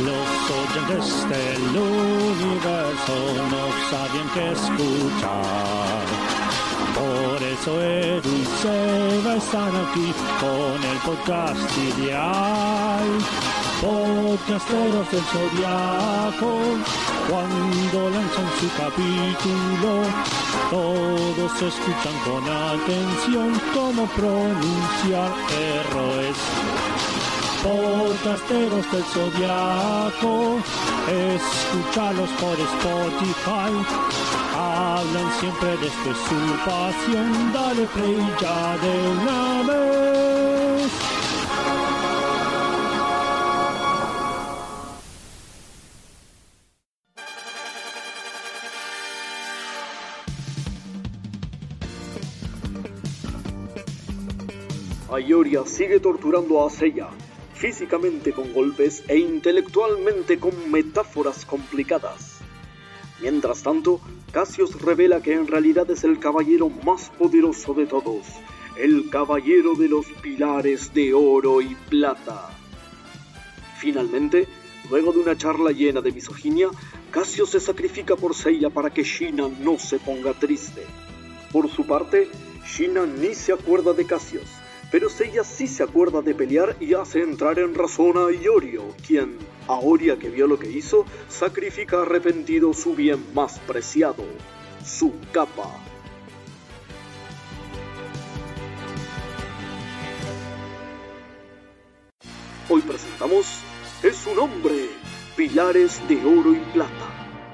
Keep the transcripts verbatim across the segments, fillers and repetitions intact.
Los oyentes del universo no saben qué escuchar. Por eso Edu y Seba están aquí con el podcast ideal. Podcasteros del Zodiaco, cuando lanzan su capítulo, todos escuchan con atención cómo pronunciar errores. Podcasteros del Zodiaco, escúchalos por Spotify. Hablan siempre desde su pasión. Dale play ya de una vez. Ioria sigue torturando a Seiya, físicamente con golpes e intelectualmente con metáforas complicadas. Mientras tanto, Cassius revela que en realidad es el caballero más poderoso de todos, el caballero de los pilares de oro y plata. Finalmente, luego de una charla llena de misoginia, Cassius se sacrifica por Seiya para que Shina no se ponga triste. Por su parte, Shina ni se acuerda de Cassius, pero Seiya sí se acuerda de pelear y hace entrar en razón a Iorio, quien, ahora que vio lo que hizo, sacrifica arrepentido su bien más preciado, su capa. Hoy presentamos Es un hombre, pilares de oro y plata.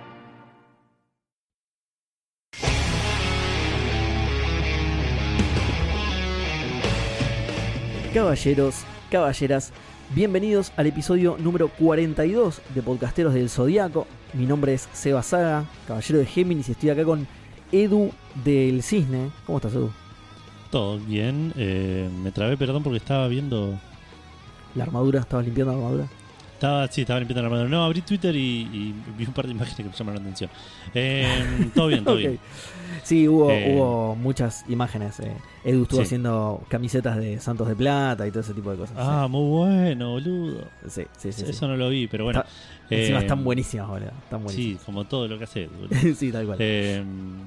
Caballeros, caballeras, bienvenidos al episodio número cuarenta y dos de Podcasteros del Zodiaco. Mi nombre es Seba Saga, caballero de Géminis, y estoy acá con Edu del Cisne. ¿Cómo estás, Edu? Todo bien, eh, me trabé, perdón, porque estaba viendo... ¿La armadura? ¿Estabas limpiando la armadura? Estaba, sí, estaba limpiando la armadura. No, abrí Twitter y, y vi un par de imágenes que me llamaron la atención. Eh, todo bien, todo okay. bien. Sí, hubo, eh, hubo muchas imágenes. Eh. Edu estuvo sí. haciendo camisetas de Santos de Plata y todo ese tipo de cosas. Ah, sí. muy bueno, boludo. Sí, sí, sí. Eso sí. no lo vi, pero bueno. Está, eh, encima están buenísimas, boludo. Están buenísimas. Sí, como todo lo que hace, boludo. Sí, tal cual. Eh,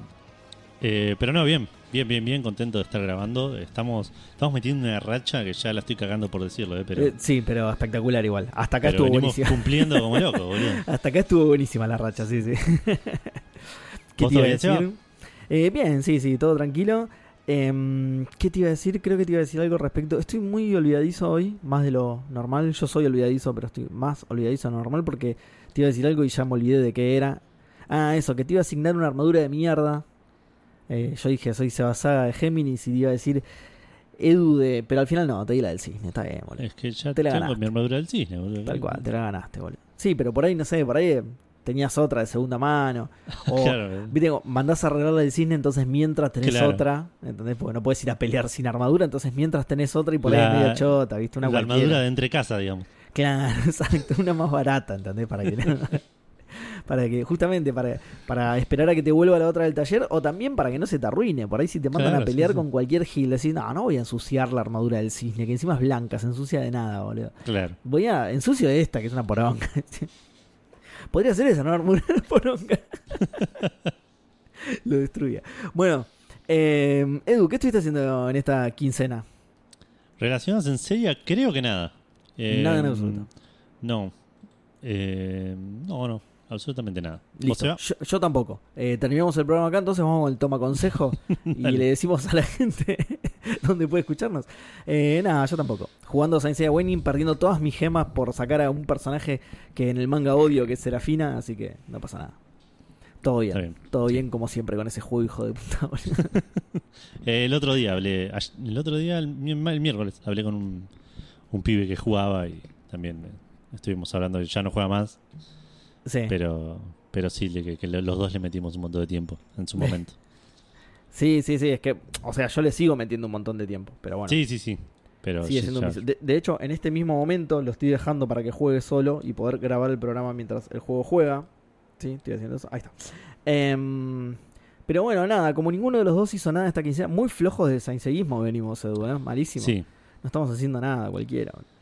eh, pero no, bien, bien, bien, bien, contento de estar grabando. Estamos estamos metiendo una racha que ya la estoy cagando por decirlo, eh, pero... Eh, sí, pero espectacular igual. Hasta acá pero estuvo venimos buenísima. cumpliendo como loco, boludo. Hasta acá estuvo buenísima la racha, sí, sí. ¿Qué te iba a decir? Eh, bien, sí, sí, todo tranquilo. Eh, ¿Qué te iba a decir? Creo que te iba a decir algo respecto. Estoy muy olvidadizo hoy, más de lo normal. Yo soy olvidadizo, pero estoy más olvidadizo de lo normal porque te iba a decir algo y ya me olvidé de qué era. Ah, eso, que te iba a asignar una armadura de mierda. Eh, yo dije, soy Seba Saga de Géminis y te iba a decir Edu de... Pero al final no, te di la del cisne, está bien, boludo. Es que ya te la tengo ganaste. Mi armadura del cisne, boludo. Tal cual, te la ganaste, boludo. Sí, pero por ahí, no sé, por ahí tenías otra de segunda mano. O, claro. viste, mandás a arreglar la del cisne, entonces mientras tenés claro. otra, ¿entendés? Porque no puedes ir a pelear sin armadura, entonces mientras tenés otra y por la, ahí es medio chota, ¿viste? Una la cualquiera. armadura de entre casa, digamos. Claro, exacto, una más barata, ¿entendés? Para que... Para que, justamente, para, para esperar a que te vuelva la otra del taller, o también para que no se te arruine. Por ahí si te mandan claro, a pelear sí, sí. con cualquier gil, decís, no, no voy a ensuciar la armadura del cisne, que encima es blanca, se ensucia de nada, boludo. Claro. Voy a ensucio esta, que es una poronga. Podría ser esa, ¿no? Armadura de poronga. Lo destruía. Bueno, eh, Edu, ¿qué estuviste haciendo en esta quincena? Relacionadas en serio, creo que nada. Eh, Nada en absoluto. No. Eh, no, no. Absolutamente nada. Listo. Yo, yo tampoco. Eh, terminamos el programa acá, entonces vamos al toma consejo y le decimos a la gente dónde puede escucharnos. Eh, nada, yo tampoco. Jugando Saint Seiya Winning, perdiendo todas mis gemas por sacar a un personaje que en el manga odio, que es Serafina, así que no pasa nada. Todo bien. bien. Todo sí. bien como siempre con ese juego, hijo de puta. eh, el otro día hablé, el otro día, el, el miércoles, hablé con un, un pibe que jugaba y también estuvimos hablando, ya no juega más. Sí. Pero, pero sí, que, que los dos le metimos un montón de tiempo en su momento. Sí, sí, sí, es que, o sea, yo le sigo metiendo un montón de tiempo, pero bueno. Sí, sí, sí. Pero sigue sí, siendo ya... un... de, de hecho, en este mismo momento lo estoy dejando para que juegue solo y poder grabar el programa mientras el juego juega. Sí, estoy haciendo eso. Ahí está. Eh, pero bueno, nada, como ninguno de los dos hizo nada esta quincena, muy flojos de sainseísmo venimos, Edu, ¿eh? Malísimo. Sí. No estamos haciendo nada, cualquiera.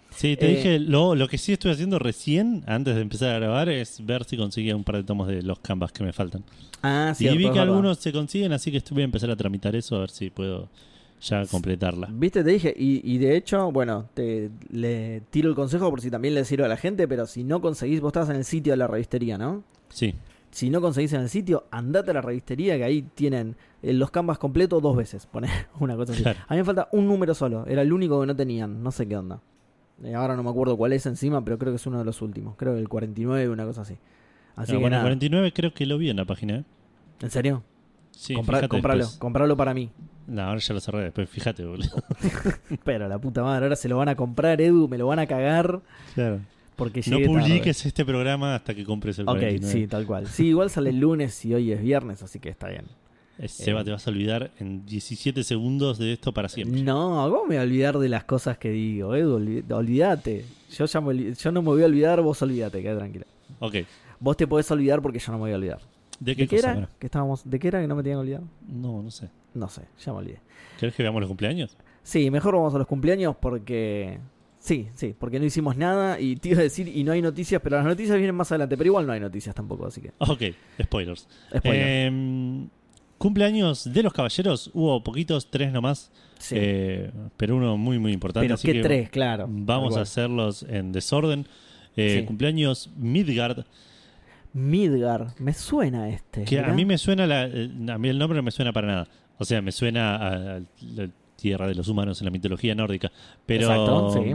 Sí, te eh, dije, lo, lo que sí estoy haciendo recién, antes de empezar a grabar, es ver si conseguía un par de tomos de los canvas que me faltan. Ah, sí. Y vi que algunos se consiguen, así que voy a empezar a tramitar eso, a ver si puedo ya completarla. Viste, te dije, y, y de hecho, bueno, te le tiro el consejo por si también le sirve a la gente, pero si no conseguís, vos estás en el sitio de la revistería, ¿no? Sí. Si no conseguís en el sitio, andate a la revistería, que ahí tienen los canvas completos dos veces. Poné una cosa así. Claro. A mí me falta un número solo, era el único que no tenían, no sé qué onda. Eh, ahora no me acuerdo cuál es encima, pero creo que es uno de los últimos. Creo que el cuarenta y nueve, una cosa así. Así no, que bueno, nada. el cuarenta y nueve creo que lo vi en la página. ¿eh? ¿En serio? Sí, Compra, compralo, después. compralo para mí. No, ahora ya lo cerré, después fíjate, boludo. Pero la puta madre, ahora se lo van a comprar, Edu, me lo van a cagar. Claro. Porque no publiques tarde. Este programa hasta que compres el Ok, cuarenta y nueve. Sí, tal cual. Sí, igual sale el lunes y hoy es viernes, así que está bien. Seba, eh, te vas a olvidar en diecisiete segundos de esto para siempre. No, ¿cómo me voy a olvidar de las cosas que digo, Edu? Olvid- olvídate. Yo, ya me, yo no me voy a olvidar, vos olvídate, quédate tranquila. Ok. Vos te podés olvidar porque yo no me voy a olvidar. ¿De qué, ¿De qué cosa, era? bueno? ¿Que estábamos, ¿De qué era que no me tenía que olvidar? No, no sé. No sé, ya me olvidé. ¿Querés que veamos los cumpleaños? Sí, mejor vamos a los cumpleaños porque... Sí, sí, porque no hicimos nada y te iba a decir, y no hay noticias, pero las noticias vienen más adelante, pero igual no hay noticias tampoco, así que... Ok, spoilers. Spoiler. Eh, cumpleaños de los caballeros, hubo poquitos, tres nomás, sí. eh, pero uno muy muy importante. Pero así qué que tres, claro. Vamos a hacerlos en desorden. Eh, sí. Cumpleaños Midgard. Midgard, me suena este. Que ¿verdad? a mí me suena, la, a mí el nombre no me suena para nada. O sea, me suena a, a la tierra de los humanos en la mitología nórdica. Pero exacto, sí.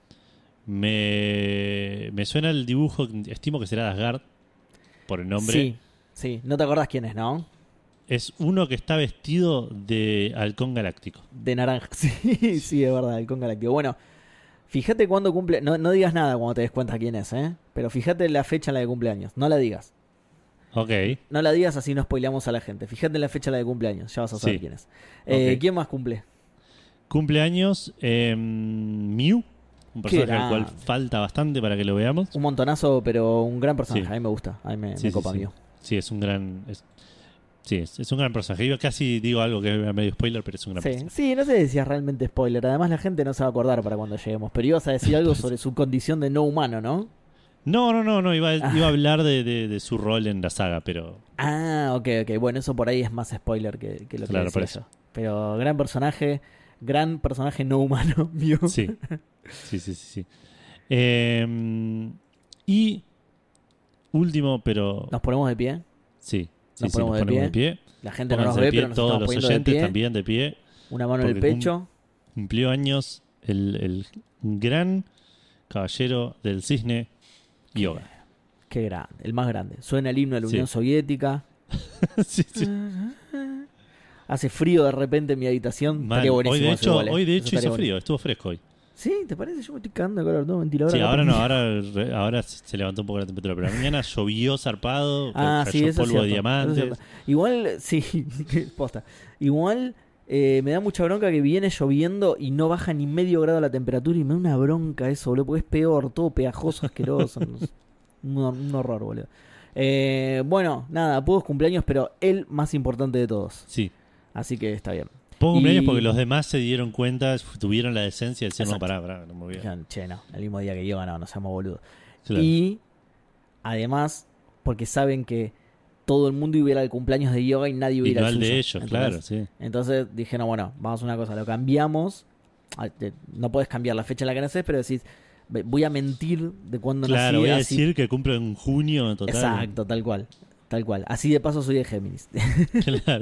me, me suena el dibujo, estimo que será de Asgard, por el nombre. Sí, sí. No te acordás quién es, ¿no? Es uno que está vestido de halcón galáctico. De naranja, sí, sí, es verdad, halcón galáctico. Bueno, fíjate cuándo cumple, no, no digas nada cuando te des cuenta quién es, ¿eh? Pero fíjate la fecha en la de cumpleaños, no la digas. Ok. No la digas, así no spoileamos a la gente. Fíjate en la fecha en la de cumpleaños, ya vas a saber sí. quién es. Eh, okay. ¿Quién más cumple? Cumpleaños eh, Mew, un personaje al cual falta bastante para que lo veamos. Un montonazo, pero un gran personaje, sí. A mí me gusta, a mí me, sí, me copa sí, Mew. Sí. sí, es un gran... Es, sí, es, es un gran personaje. Yo casi digo algo que es medio spoiler, pero es un gran sí. personaje. Sí, no sé si es realmente spoiler. Además la gente no se va a acordar para cuando lleguemos. Pero ibas a decir algo sobre su condición de no humano, ¿no? No, no, no, no. Iba, ah. iba a hablar de, de, de su rol en la saga, pero... Ah, ok, ok. Bueno, eso por ahí es más spoiler que, que lo que claro, decía por eso. yo. Pero gran personaje, gran personaje no humano, Mew. Sí, sí, sí, sí. sí. Eh, y último, pero... ¿Nos ponemos de pie? Sí. Sí, nos, sí, ponemos, nos de, ponemos pie. de pie. La gente no nos ve, pie, pero nos todos estamos los poniendo oyentes de pie. también de pie. Una mano en el pecho. Cumplió años el, el gran caballero del cisne, Yoga. Qué grande, el más grande. Suena el himno de la sí. Unión Soviética. sí, sí. Hace frío de repente en mi habitación. Estaría buenísimo. Hoy de hecho, igual, ¿eh? hoy de hecho hizo bueno. frío, estuvo fresco hoy. Sí, ¿te parece? Yo me estoy cagando de calor, todo ventilador. Sí, ahora no, ahora, ahora se levantó un poco la temperatura, pero mañana llovió zarpado, ah, cayó sí, eso polvo es de diamantes. Igual, sí, posta. Igual eh, me da mucha bronca que viene lloviendo y no baja ni medio grado la temperatura y me da una bronca eso, boludo, porque es peor, todo pegajoso, asqueroso. un, un horror, boludo. Eh, bueno, nada, pocos cumpleaños, pero el más importante de todos. Sí. Así que está bien. Pongo cumpleaños porque los demás se dieron cuenta, tuvieron la decencia de decir, no, pará, pará, no me voy a... Che, no, el mismo día que yo ganaba, no seamos boludos. Claro. Y además, porque saben que todo el mundo iba a ir al cumpleaños de Yoga y nadie iba a ir al suyo. de ellos, entonces, claro, sí. Entonces dijeron, bueno, vamos a una cosa, lo cambiamos. No puedes cambiar la fecha en la que naces, pero decís, voy a mentir de cuándo nací. Claro, voy a así... decir que cumplo en junio, total. Exacto, tal cual, tal cual. Así de paso soy de Géminis. Claro.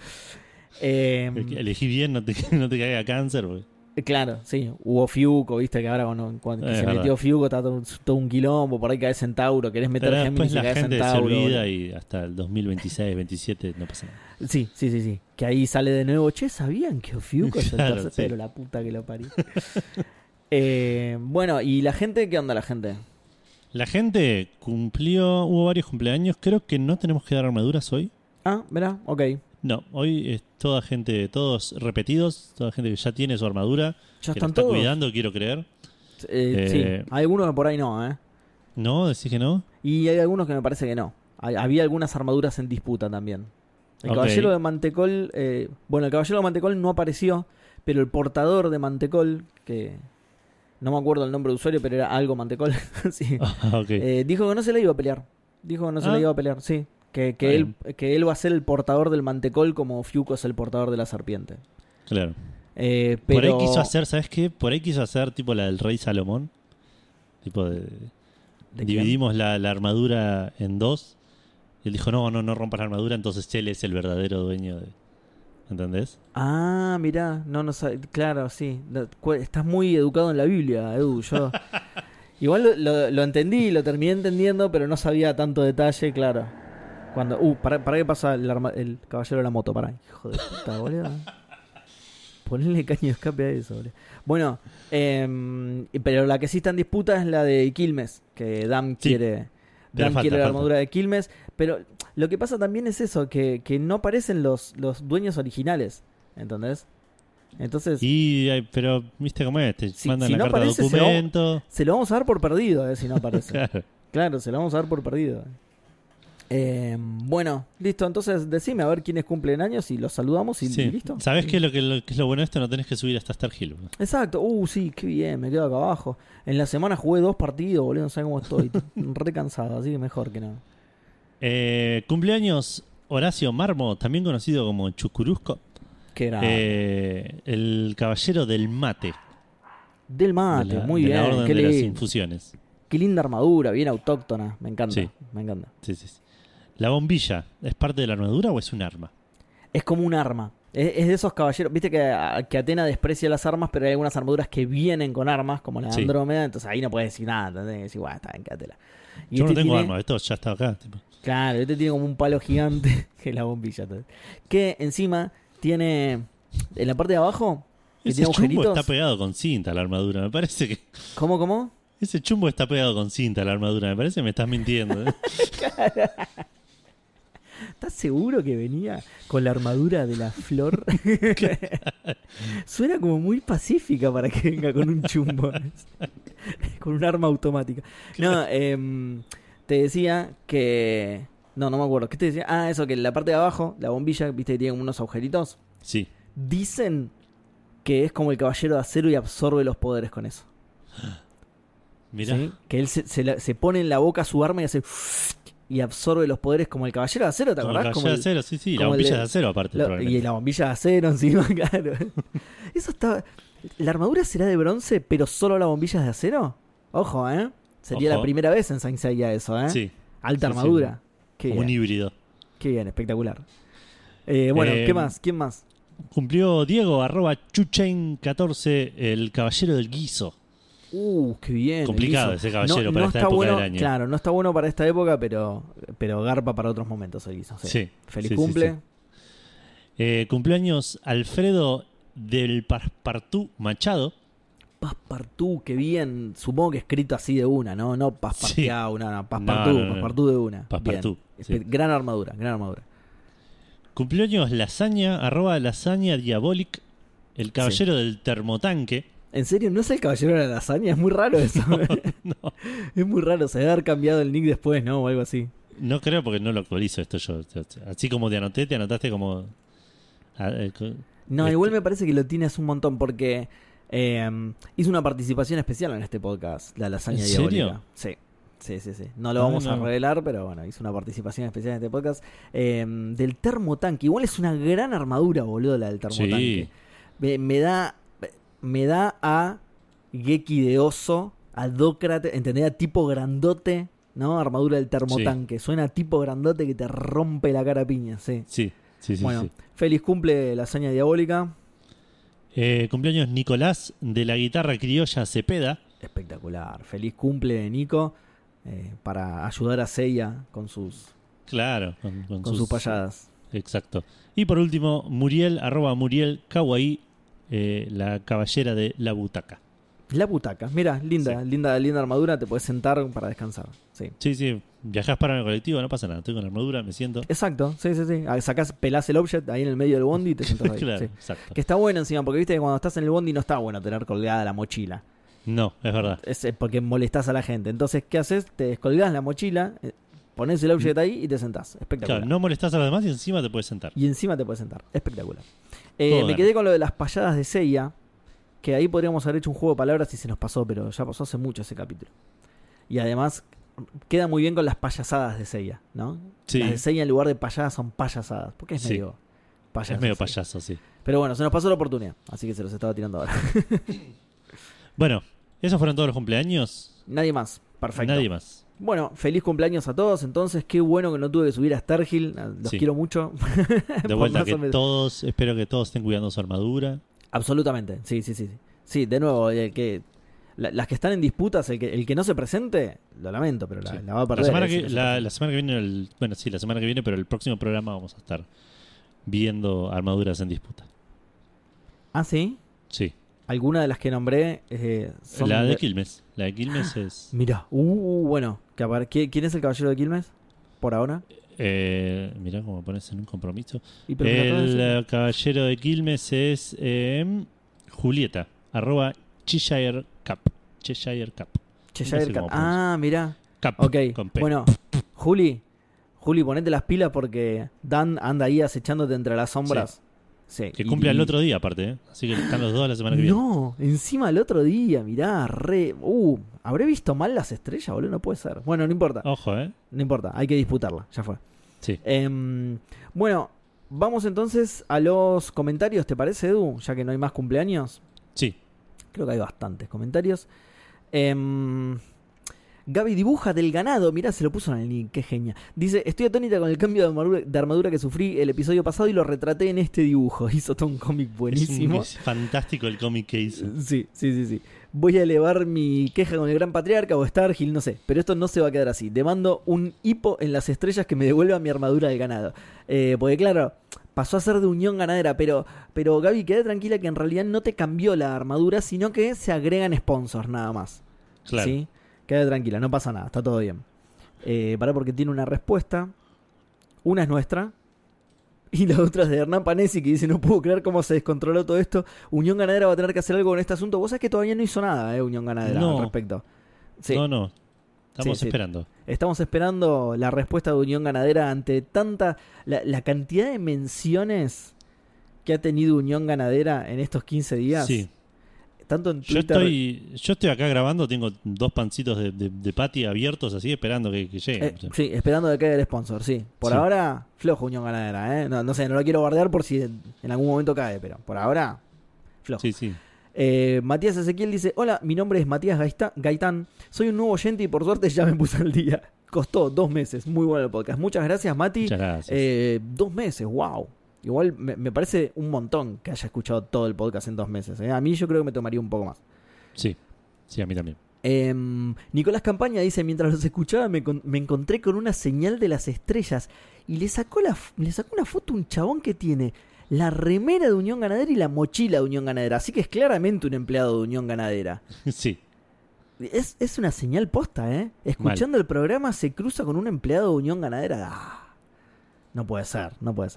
Eh, Elegí bien, no te, no te caiga cáncer. Porque... Claro, sí. Hubo Fiuco, viste que ahora cuando, cuando eh, se verdad. metió Fiuco está todo, todo un quilombo, por ahí cae Centauro, querés meter pero Géminis y cae Centauro. Centauro. Se olvida y hasta el dos mil veintiséis, veintisiete no pasa nada. Sí, sí, sí, sí. Que ahí sale de nuevo, che, ¿sabían que Fiuco es el claro, tercer? sí. Pero la puta que lo parió. eh, bueno, ¿y la gente? ¿Qué onda la gente? La gente cumplió, hubo varios cumpleaños, creo que no tenemos que dar armaduras hoy. Ah, mirá, ok. No, hoy es toda gente, todos repetidos, toda gente que ya tiene su armadura, ¿Ya que están la está todos? cuidando, quiero creer. Eh, Eh, sí, hay algunos que por ahí no, ¿eh? ¿No? ¿Decís que no? Y hay algunos que me parece que no. Hay, había algunas armaduras en disputa también. El Ok. caballero de Mantecol, eh, bueno, el caballero de Mantecol no apareció, pero el portador de Mantecol, que, no me acuerdo el nombre de usuario, pero era algo Mantecol. sí. Ah, okay. eh, dijo que no se la iba a pelear. Dijo que no se ah. la iba a pelear, sí. Que, que, él, que él va a ser el portador del Mantecol como Fiuco es el portador de la serpiente. Claro. Eh, pero... Por ahí quiso hacer, ¿sabes qué? Por ahí quiso hacer tipo la del rey Salomón. Tipo de... ¿De dividimos la, la armadura en dos. Y él dijo, no, no, no rompas la armadura, entonces él es el verdadero dueño de... ¿Entendés? Ah, mirá, no, no sabe, claro, sí. Estás muy educado en la Biblia, Edu. Yo igual lo, lo, lo entendí, lo terminé entendiendo, pero no sabía tanto detalle, claro. Cuando, uh, para, para qué pasa el, arma, el caballero de la moto, pará, hijo de puta, boludo. Ponle caño de escape a eso, boludo. Bueno, eh, pero la que sí está en disputa es la de Quilmes, que Dam sí. quiere, Dam falta, quiere la falta. armadura de Quilmes, pero lo que pasa también es eso, que, que no aparecen los, los dueños originales, ¿entendés? Entonces, y, pero, ¿viste cómo es? Te si, mandan si la no carta aparece, de documento. Se lo, se lo vamos a dar por perdido, eh, si no aparece. claro. claro, se lo vamos a dar por perdido. Eh, bueno, listo, entonces decime a ver quiénes cumplen años y los saludamos y, sí. y listo. ¿Sabés sí. qué es lo, que, lo, que es lo bueno de esto? No tenés que subir hasta Star Hill. Exacto, uh, sí, qué bien, me quedo acá abajo. En la semana jugué dos partidos, boludo, no sé cómo estoy. Re cansado, así que mejor que no. Eh, cumpleaños Horacio Marmo, también conocido como Chucurusco. Que era eh, el caballero del mate. Del mate, de la, muy de bien. La orden qué de lindo. las infusiones. Qué linda armadura, bien autóctona, me encanta. Sí. Me encanta. Sí, sí, sí. ¿La bombilla es parte de la armadura o es un arma? Es como un arma. Es, es de esos caballeros. Viste que, que Atena desprecia las armas, pero hay algunas armaduras que vienen con armas, como la de sí. Andrómeda. Entonces ahí no puedes decir nada. Tenés que decir, bueno, está bien, quédatela. Y Yo este no tengo tiene... armas, esto ya está acá. Tipo. Claro, este tiene como un palo gigante que es la bombilla. Que encima tiene. En la parte de abajo. Que Ese tiene chumbo agujeritos. está pegado con cinta la armadura. Me parece que. ¿Cómo, cómo? Ese chumbo está pegado con cinta la armadura. Me parece que me estás mintiendo. ¿eh? ¿Estás seguro que venía con la armadura de la flor? Suena como muy pacífica para que venga con un chumbo. Con un arma automática. No, eh, te decía que... No, no me acuerdo. ¿Qué te decía? Ah, eso, que en la parte de abajo, la bombilla, viste que tiene como unos agujeritos. Sí. Dicen que es como el caballero de acero y absorbe los poderes con eso. Mirá. ¿Sí? Que él se, se, se pone en la boca su arma y hace... y absorbe los poderes como el caballero de acero, ¿te acordás? Como el caballero de acero, sí, sí, la bombilla de, de acero aparte. Lo, y la bombilla de acero encima, claro. Eso está... ¿La armadura será de bronce, pero solo la bombilla es de acero? Ojo, ¿eh? Sería Ojo. la primera vez en Saint Seiya eso, ¿eh? Sí. Alta sí, armadura. Sí. Qué como bien. un híbrido. Qué bien, espectacular. Eh, bueno, eh, ¿qué más? ¿Quién más? Cumplió Diego, arroba Chuchain catorce, el caballero del guiso. Uh, qué bien. Complicado ese caballero no, para no esta está época bueno, del año. Claro, no está bueno para esta época, pero, pero garpa para otros momentos el guiso. Sí. sí Feliz sí, cumple. Sí, sí. Eh, cumpleaños Alfredo del Paspartú Machado. Paspartú, qué bien. Supongo que escrito así de una, ¿no? No Pasparteado, sí. no, no, Paspartú, no, no, no. Paspartú de una. Paspartú. Sí. Gran armadura, gran armadura. Cumpleaños Lasaña, arroba Lasaña Diabolic, el caballero sí. del termotanque. ¿En serio? ¿No es el caballero de la lasaña? Es muy raro eso. no, no. Es muy raro. Se debe haber cambiado el nick después, ¿no? O algo así. No creo porque no lo actualizo esto yo. Así como te anoté, te anotaste como... No, igual me parece que lo tienes un montón porque eh, hizo una participación especial en este podcast, la lasaña ¿En diabólica. serio? Sí. Sí, sí, sí. No lo vamos ah, no. a revelar, pero bueno, hizo una participación especial en este podcast. Eh, del termotanque. Igual es una gran armadura, boludo, la del termotanque. Sí. Me, me da... Me da a Geki de oso, a Dócrates, ¿entendés? A tipo grandote, ¿no? Armadura del termotanque. Sí. Suena a tipo grandote que te rompe la cara a piña, sí. Sí, sí, sí. Bueno, sí. feliz cumple lasaña diabólica. Eh, cumpleaños Nicolás de la guitarra criolla Cepeda. Espectacular. Feliz cumple, Nico, eh, para ayudar a Seiya con sus... Claro, con, con, con sus, sus payadas. Exacto. Y por último, Muriel, arroba Muriel Kawaii. Eh, la caballera de la butaca. La butaca, mira, linda, sí. linda, linda armadura, te puedes sentar para descansar. Sí, sí, sí. Viajás para el colectivo, no pasa nada, estoy con la armadura, me siento. Exacto, sí, sí, sí. Sacás, pelás el object ahí en el medio del bondi y te sentás ahí. Claro, sí. exacto. Que está bueno encima, porque viste que cuando estás en el bondi no está bueno tener colgada la mochila. No, es verdad. Es porque molestás a la gente. Entonces, ¿qué haces? Te descolgás la mochila, ponés el object ahí y te sentás. Espectacular. Claro, no molestás a los demás y encima te puedes sentar. Y encima te puedes sentar. Espectacular. Eh, me quedé con lo de las payadas de Seiya, que ahí podríamos haber hecho un juego de palabras y se nos pasó, pero ya pasó hace mucho ese capítulo. Y además queda muy bien con las payasadas de Seiya, ¿no? Sí. Las de Seiya en lugar de payadas son payasadas, porque es sí. medio payaso. Es medio payaso, sí. Pero bueno, se nos pasó la oportunidad, así que se los estaba tirando ahora. Bueno, ¿esos fueron todos los cumpleaños? Nadie más, perfecto. Nadie más. Bueno, feliz cumpleaños a todos, entonces qué bueno que no tuve que subir a Starhill, los sí. quiero mucho. De vuelta que todos, espero que todos estén cuidando su armadura. Absolutamente, sí, sí, sí. Sí, de nuevo, el que, la, las que están en disputas, el que, el que no se presente, lo lamento, pero la, sí. la va a perder. La semana, que, la, la semana que viene, el, bueno, sí, la semana que viene, pero el próximo programa vamos a estar viendo armaduras en disputa. ¿Ah, sí? Sí. ¿Alguna de las que nombré eh, son La de, de Quilmes. La de Quilmes es... Mirá, uh, bueno. Que apare... ¿Quién es el caballero de Quilmes? Por ahora. Eh, mirá cómo pones en un compromiso. ¿Y el uh, caballero de Quilmes es eh, Julieta, arroba Cheshire Cup. Cheshire Cup. Cheshire no Cup. Ah, mirá. Cup. Ok. Bueno, Juli, Juli, ponete las pilas porque Dan anda ahí acechándote entre las sombras. Sí. Sí, que cumple y, el otro día aparte, ¿eh? Así que están los dos la semana que viene. No, encima el otro día, mirá, re... Uh, ¿habré visto mal las estrellas, boludo? No puede ser. Bueno, no importa. Ojo, ¿eh? No importa, hay que disputarla, ya fue. Sí. Eh, bueno, vamos entonces a los comentarios, ¿te parece, Edu? Ya que no hay más cumpleaños. Sí. Creo que hay bastantes comentarios. Eh... Gaby dibuja del ganado, mirá, se lo puso en el link, qué genia. Dice, estoy atónita con el cambio de armadura, de armadura que sufrí el episodio pasado y lo retraté en este dibujo. Hizo todo un cómic buenísimo. Es, un, es fantástico el cómic que hizo. Sí, sí, sí, sí. Voy a elevar mi queja con el Gran Patriarca o Starhill, no sé. Pero esto no se va a quedar así. Demando un hipo en las estrellas que me devuelva mi armadura del ganado. Eh, porque claro, pasó a ser de Unión Ganadera, pero, pero Gaby, quedé tranquila que en realidad no te cambió la armadura, sino que se agregan sponsors nada más. Claro. ¿Sí? Quédate tranquila, no pasa nada, está todo bien. Eh, pará porque tiene una respuesta. Una es nuestra y la otra es de Hernán Panesi, que dice, no puedo creer cómo se descontroló todo esto. Unión Ganadera va a tener que hacer algo con este asunto. Vos sabés que todavía no hizo nada, eh, Unión Ganadera, no. al respecto. Sí. No, no. Estamos sí, esperando. Sí. Estamos esperando la respuesta de Unión Ganadera ante tanta... La, la cantidad de menciones que ha tenido Unión Ganadera en estos quince días. Sí. Tanto en Twitter... Yo estoy, yo estoy acá grabando, tengo dos pancitos de, de, de patty abiertos así, esperando que, que lleguen. Eh, sí, esperando que caiga el sponsor, sí. Por sí. ahora, flojo Unión Ganadera, ¿eh? No, no sé, no lo quiero bardear por si en, en algún momento cae, pero por ahora, flojo. Sí, sí. Eh, Matías Ezequiel dice, hola, mi nombre es Matías Gaitán, soy un nuevo oyente y por suerte ya me puse al día. Costó dos meses, muy bueno el podcast. Muchas gracias, Mati. Muchas gracias. Eh, dos meses, wow. Igual me, me parece un montón que haya escuchado todo el podcast en dos meses. ¿eh? A mí yo creo que me tomaría un poco más. Sí, sí, a mí también. Eh, Nicolás Campaña dice, mientras los escuchaba me, con, me encontré con una señal de las estrellas y le sacó, la, le sacó una foto a un chabón que tiene la remera de Unión Ganadera y la mochila de Unión Ganadera. Así que es claramente un empleado de Unión Ganadera. Sí. Es, es una señal posta, ¿eh? Escuchando Mal. el programa se cruza con un empleado de Unión Ganadera. Ah, no puede ser, no puede ser.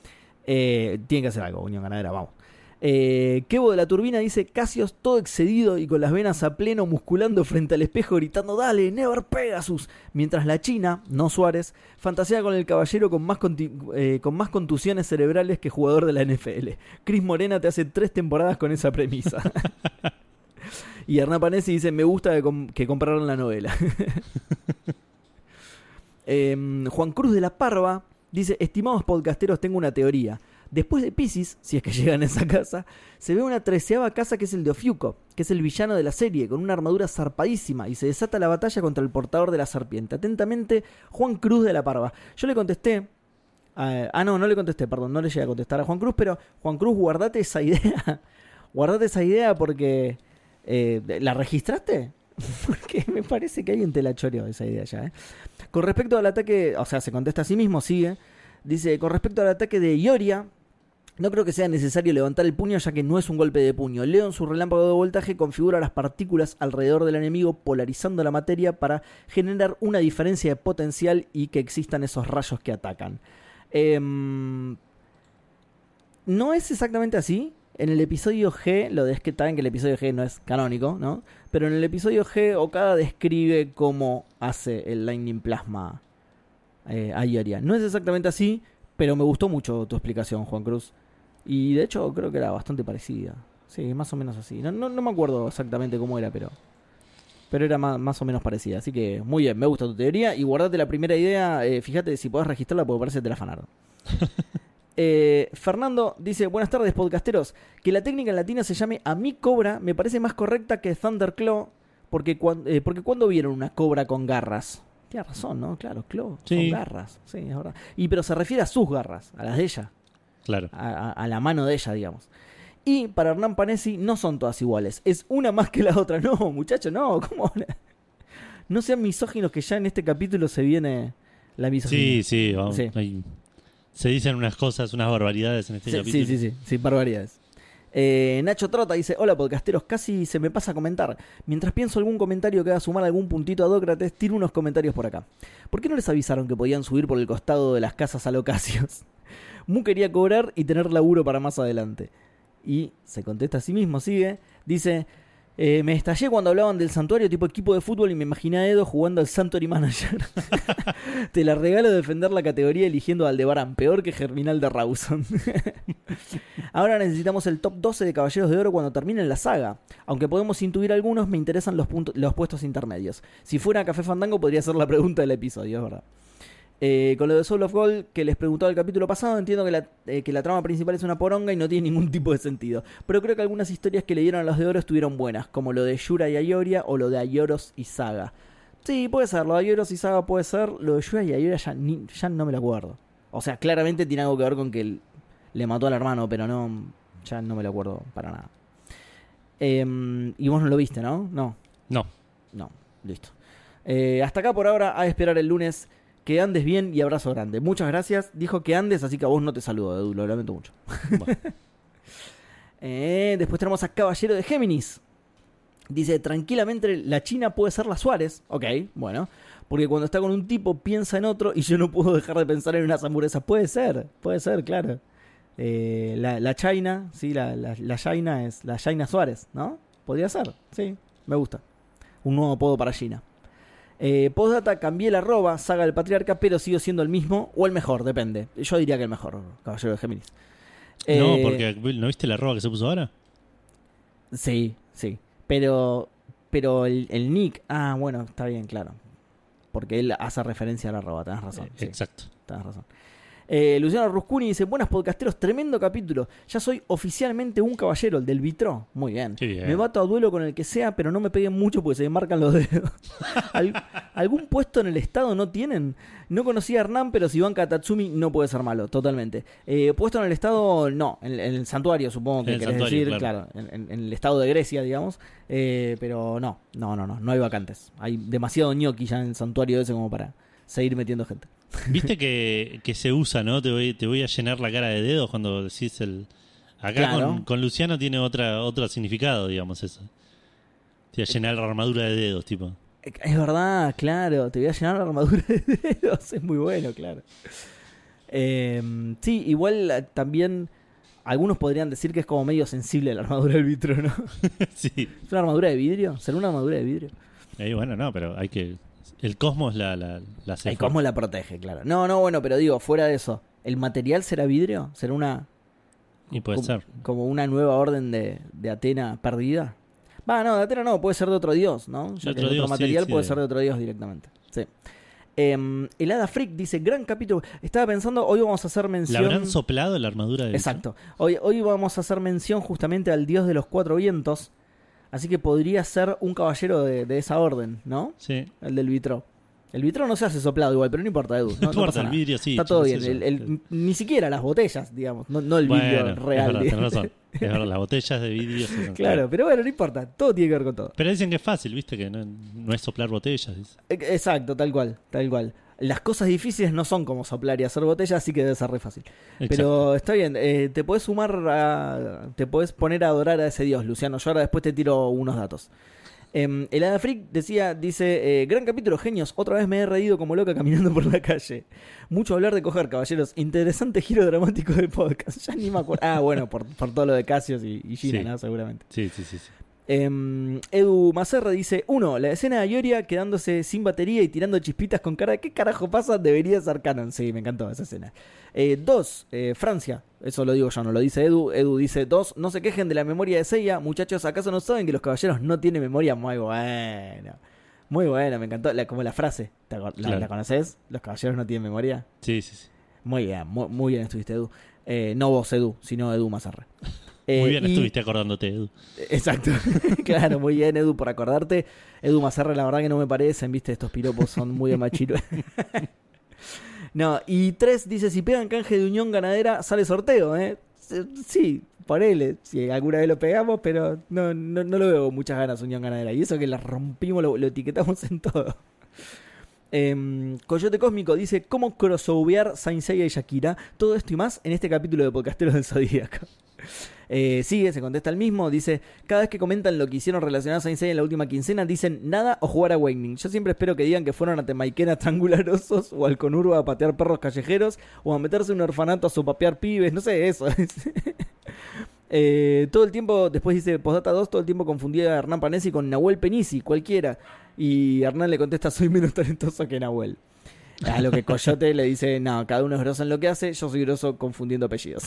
Eh, tiene que hacer algo, Unión Ganadera, vamos. Eh, Kevo de la Turbina dice, Casios todo excedido y con las venas a pleno, musculando frente al espejo, gritando, dale, never Pegasus. Mientras la China, no Suárez, fantasea con el caballero con más, conti- eh, con más contusiones cerebrales que jugador de la N F L. Chris Morena te hace tres temporadas con esa premisa. Y Hernán Panesi dice, me gusta que, com- que compraron la novela. eh, Juan Cruz de la Parva dice, estimados podcasteros, tengo una teoría. Después de Piscis, si es que llegan a esa casa, se ve una treceava casa que es el de Ofiuco, que es el villano de la serie, con una armadura zarpadísima, y se desata la batalla contra el portador de la serpiente. Atentamente, Juan Cruz de la Parva. Yo le contesté... Uh, ah, no, no le contesté, perdón, no le llegué a contestar a Juan Cruz, pero Juan Cruz, guardate esa idea. Guardate esa idea porque... Eh, ¿La registraste? Porque me parece que alguien te la choreó esa idea ya, ¿eh? Con respecto al ataque, o sea, se contesta a sí mismo, sigue. Dice, con respecto al ataque de Ioria, no creo que sea necesario levantar el puño ya que no es un golpe de puño. Leo en su relámpago de voltaje configura las partículas alrededor del enemigo polarizando la materia para generar una diferencia de potencial y que existan esos rayos que atacan. Eh, no es exactamente así. En el episodio G, lo de es que saben que el episodio G no es canónico, ¿no? Pero en el episodio G, Okada describe cómo hace el Lightning Plasma eh, a Ioria. No es exactamente así, pero me gustó mucho tu explicación, Juan Cruz. Y de hecho creo que era bastante parecida. sí, más o menos así. No, no, no me acuerdo exactamente cómo era, pero pero era más, más o menos parecida. Así que muy bien, me gusta tu teoría. Y guardate la primera idea, eh, fíjate si podés registrarla porque parece que te la afanaron. eh, Fernando dice, buenas tardes podcasteros, que la técnica en latina se llame a mi cobra me parece más correcta que Thunderclaw, porque, cuan, eh, porque cuando vieron una cobra con garras. Tienes razón, ¿no? Claro, claw, sí. Son garras. Sí, es verdad. Y pero se refiere a sus garras, a las de ella. Claro. A, a, a la mano de ella, digamos. Y para Hernán Panesi no son todas iguales. Es una más que la otra. No, muchachos, no. ¿Cómo? No sean misóginos, que ya en este capítulo se viene la misoginia. Sí, sí. Vamos, sí. Hay, se dicen unas cosas, unas barbaridades en este sí, capítulo. Sí, sí, sí. Sí, barbaridades. Eh, Nacho Trota dice, hola podcasteros, casi se me pasa a comentar. Mientras pienso algún comentario que haga sumar algún puntito a Dócrates, tiro unos comentarios por acá. ¿Por qué no les avisaron que podían subir por el costado de las casas alocasios? Mu quería cobrar y tener laburo para más adelante. Y se contesta a sí mismo, sigue, dice, eh, me estallé cuando hablaban del santuario tipo equipo de fútbol y me imaginé a Edo jugando al Sanctuary Manager. Te la regalo de defender la categoría eligiendo a Aldebarán, peor que Germinal de Rawson. Ahora necesitamos el top doce de Caballeros de Oro cuando termine la saga. Aunque podemos intuir algunos, me interesan los, puntos, los puestos intermedios. Si fuera Café Fandango podría ser la pregunta del episodio, es verdad. Eh, con lo de Soul of Gold que les preguntaba el capítulo pasado, entiendo que la, eh, que la trama principal es una poronga y no tiene ningún tipo de sentido. Pero creo que algunas historias que le dieron a los de oro estuvieron buenas, como lo de Yura y Ayoria o lo de Aioros y Saga. Sí, puede ser, lo de Aioros y Saga puede ser, lo de Yura y Ayoria ya, ni, ya no me lo acuerdo. O sea, claramente tiene algo que ver con que el, le mató al hermano, pero no, ya no me lo acuerdo para nada. Eh, y vos no lo viste, ¿no? No. No. No, listo. Eh, hasta acá por ahora, a esperar el lunes. Que andes bien y abrazo grande. Muchas gracias. Dijo que andes, así que a vos no te saludo, Edu, lo lamento mucho. Bueno. eh, después tenemos a Caballero de Géminis. Dice, tranquilamente la China puede ser la Suárez. Ok, bueno. Porque cuando está con un tipo piensa en otro y yo no puedo dejar de pensar en unas hamburguesas. Puede ser, puede ser, claro. Eh, la, la China, sí, la, la, la China es la China Suárez, ¿no? Podría ser, sí, me gusta. Un nuevo apodo para China. Eh, postdata, cambié el arroba, saga del patriarca, pero sigo siendo el mismo o el mejor, depende. Yo diría que el mejor, Caballero de Géminis. Eh, no, porque ¿no viste el arroba que se puso ahora? Sí, sí. Pero pero el, el nick, ah, bueno, está bien, claro. Porque él hace referencia al arroba, tenés razón. Eh, sí, exacto. Tenés razón. Eh, Luciano Ruscuni dice, buenas podcasteros, tremendo capítulo. Ya soy oficialmente un caballero, el del vitró. Muy bien. bien. Me bato a duelo con el que sea, pero no me peguen mucho porque se me marcan los dedos. ¿Al, ¿Algún puesto en el estado no tienen? No conocía a Hernán, pero si banca a Tatsumi no puede ser malo, totalmente. Eh, puesto en el estado, no. En, en el santuario, supongo que querés decir. Claro, claro en, en, en el estado de Grecia, digamos. Eh, pero no, no, no, no. No hay vacantes. Hay demasiado ñoqui ya en el santuario ese como para seguir metiendo gente. Viste que, que se usa, ¿no? Te voy, te voy a llenar la cara de dedos cuando decís el... Acá claro. con, con Luciano tiene otra otro significado, digamos, eso. Te voy a llenar la armadura de dedos, tipo. Es verdad, claro. Te voy a llenar la armadura de dedos. Es muy bueno, claro. Eh, sí, igual también... Algunos podrían decir que es como medio sensible la armadura del vitro, ¿no? Sí. ¿Es una armadura de vidrio? ¿Será una armadura de vidrio? Eh, bueno, no, pero hay que... El cosmos la, la, la hace El cosmos la protege, claro. No, no, bueno, pero digo, fuera de eso, ¿el material será vidrio? ¿Será una... Y puede como, ser. Como una nueva orden de, de Atena perdida? Va, no, de Atena no, puede ser de otro dios, ¿no? Ya otro que dios, otro material sí, puede sí. ser de otro dios directamente. Sí. Eh, el Hada Freak dice, gran capítulo. Estaba pensando, hoy vamos a hacer mención... ¿Le habrán soplado la armadura de Exacto. Hoy, hoy vamos a hacer mención justamente al dios de los cuatro vientos. Así que podría ser un caballero de, de esa orden, ¿no? Sí. El del vitro. El vitro no se hace soplado igual, pero no importa, Edu. No, no importa, no pasa el vidrio sí. Está todo bien. El, el, ni siquiera las botellas, digamos. No, no el bueno, vidrio real. Es verdad, tenés razón. Es verdad, las botellas de vidrio. Son claro, pero bueno, no importa. Todo tiene que ver con todo. Pero dicen que es fácil, ¿viste? Que no, no es soplar botellas. Dice. Exacto, tal cual, tal cual. Las cosas difíciles no son como soplar y hacer botellas, así que debe ser re fácil. Exacto. Pero está bien, eh, te podés sumar a... Te podés poner a adorar a ese dios, Luciano. Yo ahora después te tiro unos datos. Eh, el Hada Freak decía, dice, eh, gran capítulo, genios, otra vez me he reído como loca caminando por la calle. Mucho hablar de coger, caballeros. Interesante giro dramático del podcast. Ya ni me acuerdo. Ah, bueno, por, por todo lo de Cassius y, y Gina, sí. ¿no? Seguramente. Sí, sí, sí. sí. Eh, Edu Macerra dice: uno, la escena de Ioria quedándose sin batería y tirando chispitas con cara de ¿qué carajo pasa? Debería ser canon. Sí, me encantó esa escena. Eh, dos, eh, Francia. Eso lo digo yo, no lo dice Edu. Edu dice: dos, no se quejen de la memoria de Seiya. Muchachos, ¿acaso no saben que los caballeros no tienen memoria? Muy bueno. Muy bueno, me encantó. La, como la frase. ¿La, la, claro. ¿La conoces? ¿Los caballeros no tienen memoria? Sí, sí, sí. Muy bien, muy, muy bien estuviste, Edu. Eh, no vos, Edu, sino Edu Macerra. Eh, muy bien, y... estuviste acordándote, Edu. Exacto. Claro, muy bien, Edu, por acordarte. Edu Macerra, la verdad que no me parecen, viste, estos piropos son muy de machiro. No, y tres, dice, si pegan canje de Unión Ganadera, sale sorteo, ¿eh? Sí, ponele, si alguna vez lo pegamos, pero no, no, no lo veo muchas ganas Unión Ganadera. Y eso que la rompimos, lo, lo etiquetamos en todo. Eh, Coyote Cósmico dice: ¿cómo crossovear Saint Seiya y Shakira? Todo esto y más en este capítulo de Podcasteros del Zodíaco. Eh, sigue, se contesta el mismo. Dice: cada vez que comentan lo que hicieron relacionado a Saint Seiya en la última quincena, dicen nada o jugar a Awakening. Yo siempre espero que digan que fueron a Temaiken Triangularosos o al Conurba a patear perros callejeros o a meterse en un orfanato a sopapear pibes. No sé, eso. Eh, todo el tiempo, después dice Postdata dos, todo el tiempo confundía a Hernán Panesi con Nahuel Penisi, cualquiera. Y Hernán le contesta: soy menos talentoso que Nahuel. A lo que Coyote le dice: no, cada uno es grosso en lo que hace, yo soy grosso confundiendo apellidos.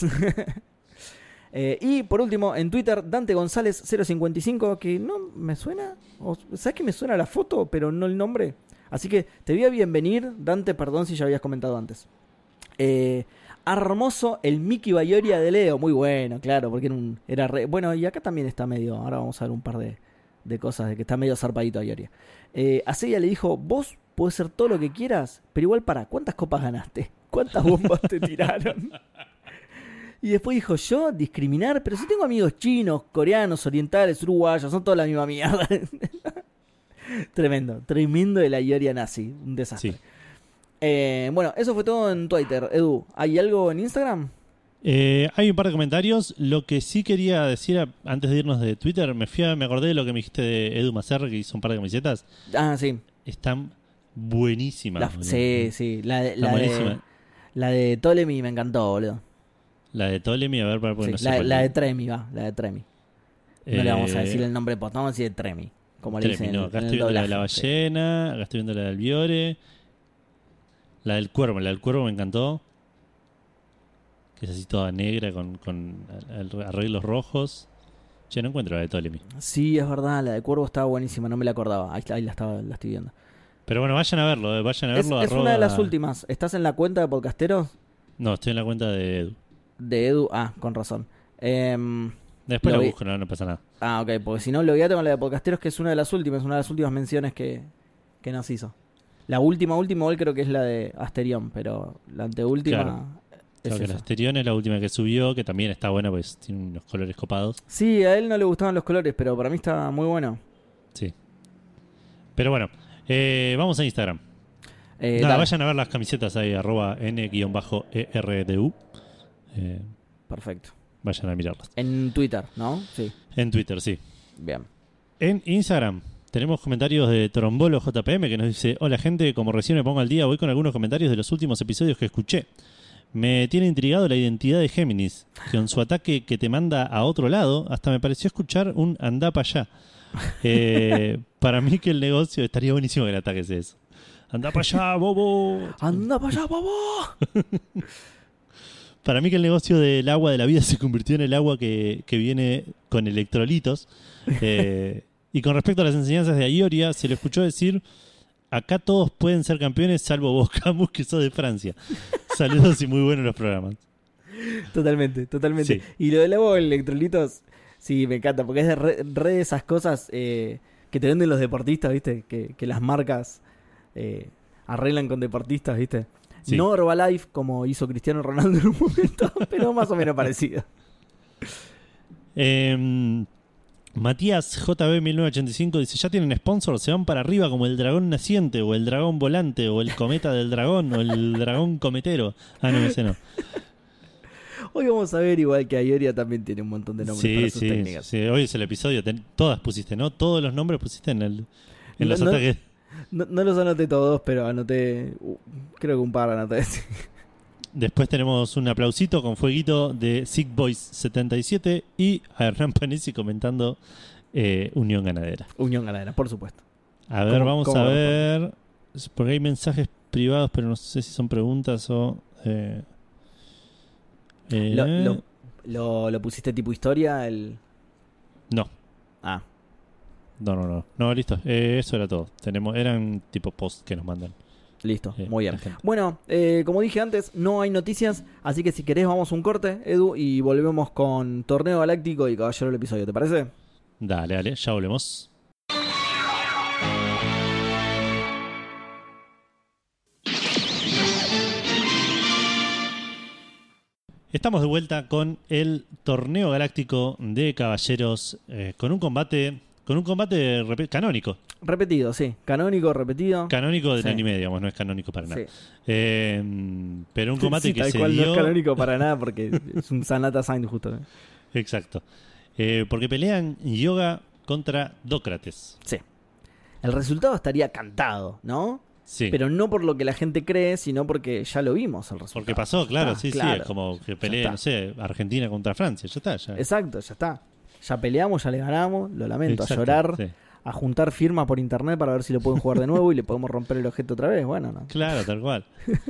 eh, y por último, en Twitter, Dante González cero cincuenta y cinco, que no me suena, o, ¿sabes que me suena la foto, pero no el nombre? Así que te voy a bienvenir, Dante, perdón si ya habías comentado antes. Eh... Hermoso el Mickey Bayoria de Leo. Muy bueno, claro, porque era, un, era re... Bueno, y acá también está medio... Ahora vamos a ver un par de, de cosas de que está medio zarpadito Bayoria. Eh, a Seiya le dijo: vos podés ser todo lo que quieras, pero igual para, ¿cuántas copas ganaste? ¿Cuántas bombas te tiraron? Y después dijo: yo, discriminar, pero si tengo amigos chinos, coreanos, orientales, uruguayos, son toda la misma mierda. Tremendo, tremendo de la Ioria nazi. Un desastre. Sí. Eh, bueno, eso fue todo en Twitter. Edu, ¿hay algo en Instagram? Eh, hay un par de comentarios. Lo que sí quería decir antes de irnos de Twitter, me fui a, me acordé de lo que me dijiste de Edu Macerra, que hizo un par de camisetas. Ah, sí. Están buenísimas. La, sí, sí. La de, la, de, la de Ptolemy me encantó, boludo. La de Ptolemy, a ver, para sí, no sé la, la de Tremi, va. La de Tremi. No eh, le vamos a decir el nombre post, vamos a decir de Tremi. Como Tremi, le dicen. No, acá estoy viendo la de la ballena, sí. Acá estoy viendo la del Viore. La del cuervo, la del cuervo me encantó. Que es así toda negra con, con arreglos rojos. Che, no encuentro la de Ptolemy. Sí, es verdad, la de cuervo estaba buenísima, no me la acordaba. Ahí, ahí la, estaba, la estoy viendo. Pero bueno, vayan a verlo, eh, vayan a verlo. Es, es una de las últimas. ¿Estás en la cuenta de Podcasteros? No, estoy en la cuenta de Edu. De Edu, ah, con razón. Eh, Después la busco, no, no pasa nada. Ah, ok, porque si no, lo voy con la de Podcasteros, que es una de las últimas, una de las últimas menciones que, que nos hizo. La última, última, hoy creo que es la de Asterión, pero la anteúltima claro. es claro que la Asterión es la última que subió, que también está buena, pues tiene unos colores copados. Sí, a él no le gustaban los colores, pero para mí está muy bueno. Sí. Pero bueno, eh, vamos a Instagram. Eh, Nada, vayan a ver las camisetas ahí, arroba n-e r d u. Eh, Perfecto. Vayan a mirarlas. En Twitter, ¿no? Sí. En Twitter, sí. Bien. En Instagram tenemos comentarios de Trombolo J P M que nos dice: hola gente, como recién me pongo al día, voy con algunos comentarios de los últimos episodios que escuché. Me tiene intrigado la identidad de Géminis, que con su ataque que te manda a otro lado, hasta me pareció escuchar un andá para allá. Eh, para mí que el negocio estaría buenísimo que el ataque sea eso. Andá para allá, bobo. Andá para allá, bobo. Para mí que el negocio del agua de la vida se convirtió en el agua que, que viene con electrolitos. Eh, y con respecto a las enseñanzas de Ioria, se lo escuchó decir: acá todos pueden ser campeones salvo vos, Camus, que sos de Francia. Saludos y muy buenos los programas. Totalmente, totalmente. Sí. Y lo del agua de electrolitos, sí, me encanta, porque es de re, re de esas cosas eh, que te venden los deportistas, ¿viste? Que, que las marcas eh, arreglan con deportistas, ¿viste? Sí. No Herbalife, como hizo Cristiano Ronaldo en un momento, pero más o menos parecido. Eh, Matías J B mil novecientos ochenta y cinco dice: ya tienen sponsor, se van para arriba como el dragón naciente, o el dragón volante, o el cometa del dragón, o el dragón cometero. Ah, no, ese no. Hoy vamos a ver igual que Ioria también tiene un montón de nombres sí, para sus sí, técnicas. Sí, hoy es el episodio, ten, todas pusiste, ¿no? Todos los nombres pusiste en, el, en los no, ataques. No, no los anoté todos, pero anoté, uh, creo que un par anoté. Después tenemos un aplausito con fueguito de Sick Boys setenta y siete y a Hernán Panesi comentando eh, Unión Ganadera. Unión Ganadera, por supuesto. A ver, ¿Cómo, vamos cómo a ver. Porque hay mensajes privados, pero no sé si son preguntas o... Eh, eh, ¿Lo, lo, lo, ¿Lo pusiste tipo historia? El... No. Ah. No, no, no. No, listo. Eh, eso era todo. Tenemos, eran tipo post que nos mandan. Listo, eh, muy bien. Bueno, eh, como dije antes, no hay noticias, así que si querés vamos a un corte, Edu, y volvemos con Torneo Galáctico y Caballero del Episodio, ¿te parece? Dale, dale, ya volvemos. Estamos de vuelta con el Torneo Galáctico de Caballeros, eh, con un combate... Con un combate rep- canónico. Repetido, sí. Canónico, repetido. Canónico del sí. anime, digamos, no es canónico para nada. Sí. Eh, pero un combate sí, que tal se cual dio... no es canónico para nada porque es un Sanata Saint justo. ¿eh? Exacto. Eh, porque pelean Yoga contra Dócrates. Sí. El resultado estaría cantado, ¿no? Sí. Pero no por lo que la gente cree, sino porque ya lo vimos el resultado. Porque pasó, claro, está, sí, claro. sí. Es como que pelee, no sé, Argentina contra Francia. Ya está, ya. Exacto, ya está. Ya peleamos, ya le ganamos, lo lamento, Exacto, a llorar, sí. a juntar firmas por internet para ver si lo pueden jugar de nuevo y le podemos romper el objeto otra vez. Bueno, no. Claro, tal cual.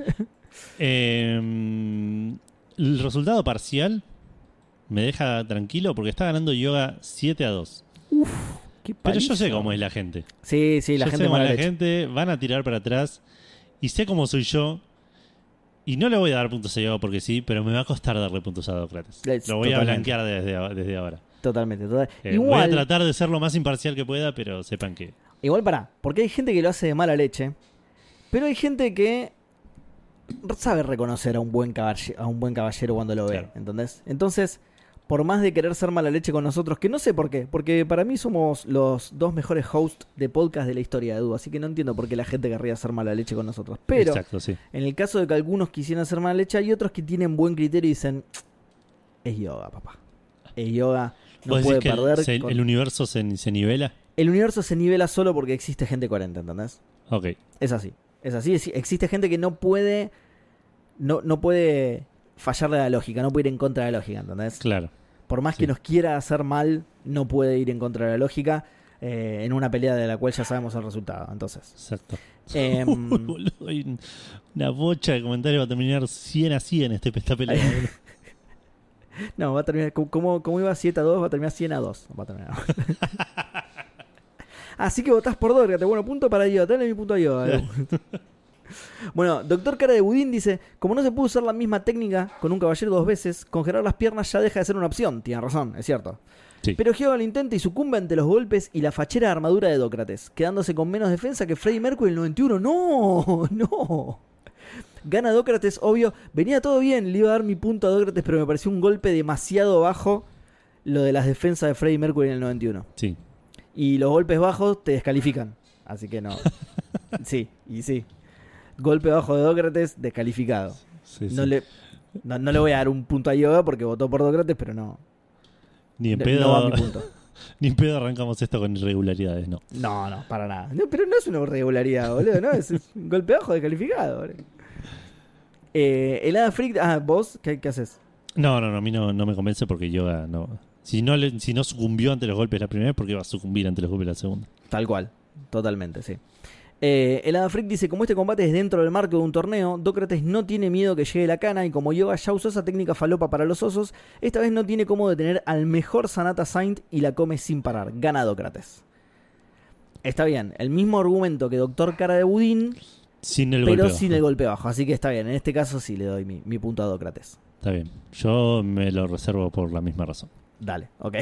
eh, el resultado parcial me deja tranquilo porque está ganando Yoga siete a dos. Uf, qué Pero yo sé cómo es la gente. Sí, sí, la yo gente sé cómo es la leche. gente, van a tirar para atrás y sé cómo soy yo. Y no le voy a dar puntos a Yoga porque sí, pero me va a costar darle puntos a Dócrates. Es, lo voy totalmente. a blanquear desde, desde ahora. Totalmente, total. Eh, igual, voy a tratar de ser lo más imparcial que pueda, pero sepan que... Igual pará, porque hay gente que lo hace de mala leche, pero hay gente que sabe reconocer a un buen caballero, a un buen caballero cuando lo ve, claro. ¿entendés? Entonces, por más de querer ser mala leche con nosotros, que no sé por qué, porque para mí somos los dos mejores hosts de podcast de la historia de Edu, así que no entiendo por qué la gente querría ser mala leche con nosotros. Pero, exacto, sí. En el caso de que algunos quisieran ser mala leche, hay otros que tienen buen criterio y dicen, es Yoga, papá. Es Yoga, no puede que perder. El, se, con... el universo se, se nivela. El universo se nivela solo porque existe gente coherente, ¿entendés? Ok. Es así. Es así. Es, existe gente que no puede. No, no puede fallarle a la lógica, no puede ir en contra de la lógica, ¿entendés? Claro. Por más sí. que nos quiera hacer mal, no puede ir en contra de la lógica eh, en una pelea de la cual ya sabemos el resultado. Entonces. Exacto. Eh, Uy, boludo, hay una bocha de comentarios. Va a terminar cien a cien este, esta pelea. no, va a terminar. Como, como iba siete a dos, va a terminar cien a dos. Va a terminar. Así que votás por Dócrates. Bueno, punto para Yoga. Dale mi punto a Yoga. Bueno, Doctor Cara de Budín dice: como no se pudo usar la misma técnica con un caballero dos veces, congelar las piernas ya deja de ser una opción. Tiene razón, es cierto. Sí. Pero Yoga lo intenta y sucumbe ante los golpes y la fachera armadura de Dócrates, quedándose con menos defensa que Freddie Mercury en el noventa y uno. ¡No! ¡No! Gana Dócrates, obvio. Venía todo bien, le iba a dar mi punto a Dócrates, pero me pareció un golpe demasiado bajo lo de las defensas de Freddie Mercury en el noventa y uno. Sí. Y los golpes bajos te descalifican. Así que no. Sí, y sí. Golpe bajo de Dócrates, descalificado. Sí, no, sí. Le, no, no le voy a dar un punto a Yoga porque votó por Dócrates, pero no. Ni en No, pedo. no va a mi punto. Ni en pedo arrancamos esto con irregularidades, no. No, no, para nada. No, pero no es una irregularidad, boludo, ¿no? Es, es un golpe bajo descalificado, boludo. Eh, el Hada Freak. Ah, ¿vos qué, qué haces? No, no, no, a mí no, no me convence porque Yoga no. Si no, le, si no sucumbió ante los golpes la primera vez, ¿por qué va a sucumbir ante los golpes la segunda? Tal cual, totalmente, sí. Eh, el Hada Freak dice: como este combate es dentro del marco de un torneo, Dócrates no tiene miedo que llegue la cana y como Yoga ya usó esa técnica falopa para los osos, esta vez no tiene cómo detener al mejor Sanata Saint y la come sin parar. Gana Dócrates. Está bien, el mismo argumento que Doctor Cara de Budín, sin el pero golpe sin bajo. el golpe bajo. Así que está bien, en este caso sí le doy mi, mi punto a Dócrates. Está bien, yo me lo reservo por la misma razón. Dale, ok.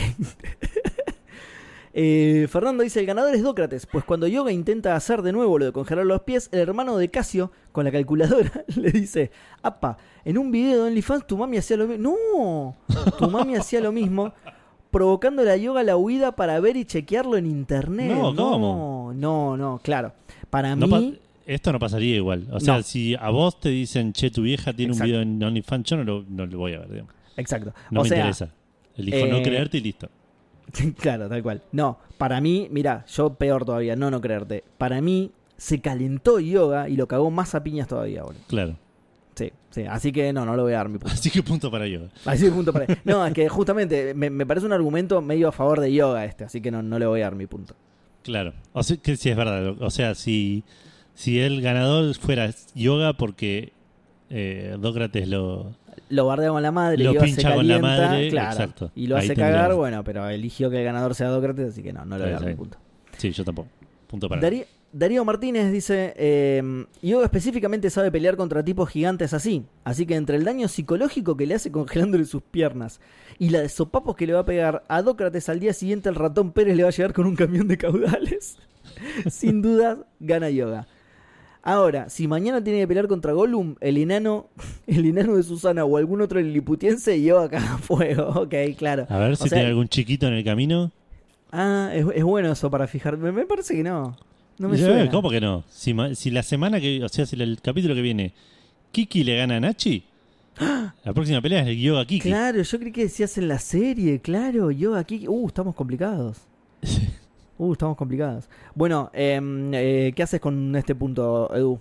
eh, Fernando dice: el ganador es Dócrates, pues cuando Yoga intenta hacer de nuevo lo de congelar los pies, el hermano de Casio, con la calculadora, le dice: apa, en un video de OnlyFans tu mami hacía lo mismo. No, tu mami hacía lo mismo, provocándole a Yoga la huida para ver y chequearlo en internet. No, no, ¿cómo? no, no, claro. Para no mí... Pa- esto no pasaría igual. O sea, no. si a vos te dicen, che, tu vieja tiene Exacto. un video en OnlyFans, yo no lo, no lo voy a ver, digamos. Exacto. No o me sea, interesa. Elijo eh, no creerte y listo. Claro, tal cual. No, para mí, mira, yo peor todavía, no no creerte. Para mí se calentó Yoga y lo cagó más a piñas todavía, boludo. Claro. Sí, sí. Así que no, no le voy a dar mi punto. Así que punto para yoga. Así que punto para No, es que justamente me, me parece un argumento medio a favor de yoga este, así que no, no le voy a dar mi punto. Claro. O sea, que sí es verdad. O sea, si, si el ganador fuera yoga porque eh, Dócrates lo... Lo bardea con la madre, lo yoga pincha se calienta, con la madre, claro, exacto. Y lo Ahí hace tendríamos. cagar, bueno, pero eligió que el ganador sea Dócrates, así que no, no le voy a dar mi punto. Sí, yo tampoco. Punto para Darío, Darío Martínez dice, eh, yoga específicamente sabe pelear contra tipos gigantes así, así que entre el daño psicológico que le hace congelándole sus piernas y la de sopapos que le va a pegar a Dócrates al día siguiente, el ratón Pérez le va a llegar con un camión de caudales. Sin duda, gana yoga. Ahora, si mañana tiene que pelear contra Gollum, el enano, el enano de Susana o algún otro liliputiense lleva acá a fuego. Ok, claro. A ver o si sea, tiene algún chiquito en el camino. Ah, es, es bueno eso para fijar. Me, me parece que no. No me Ya, suena. ¿cómo que no? Si, si la semana que... O sea, si el capítulo que viene Kiki le gana a Nachi, la próxima pelea es el yoga Kiki. Claro, yo creí que decías en la serie. Claro, yoga Kiki. Uh, estamos complicados. Uh, estamos complicados. Bueno, eh, eh, ¿qué haces con este punto, Edu?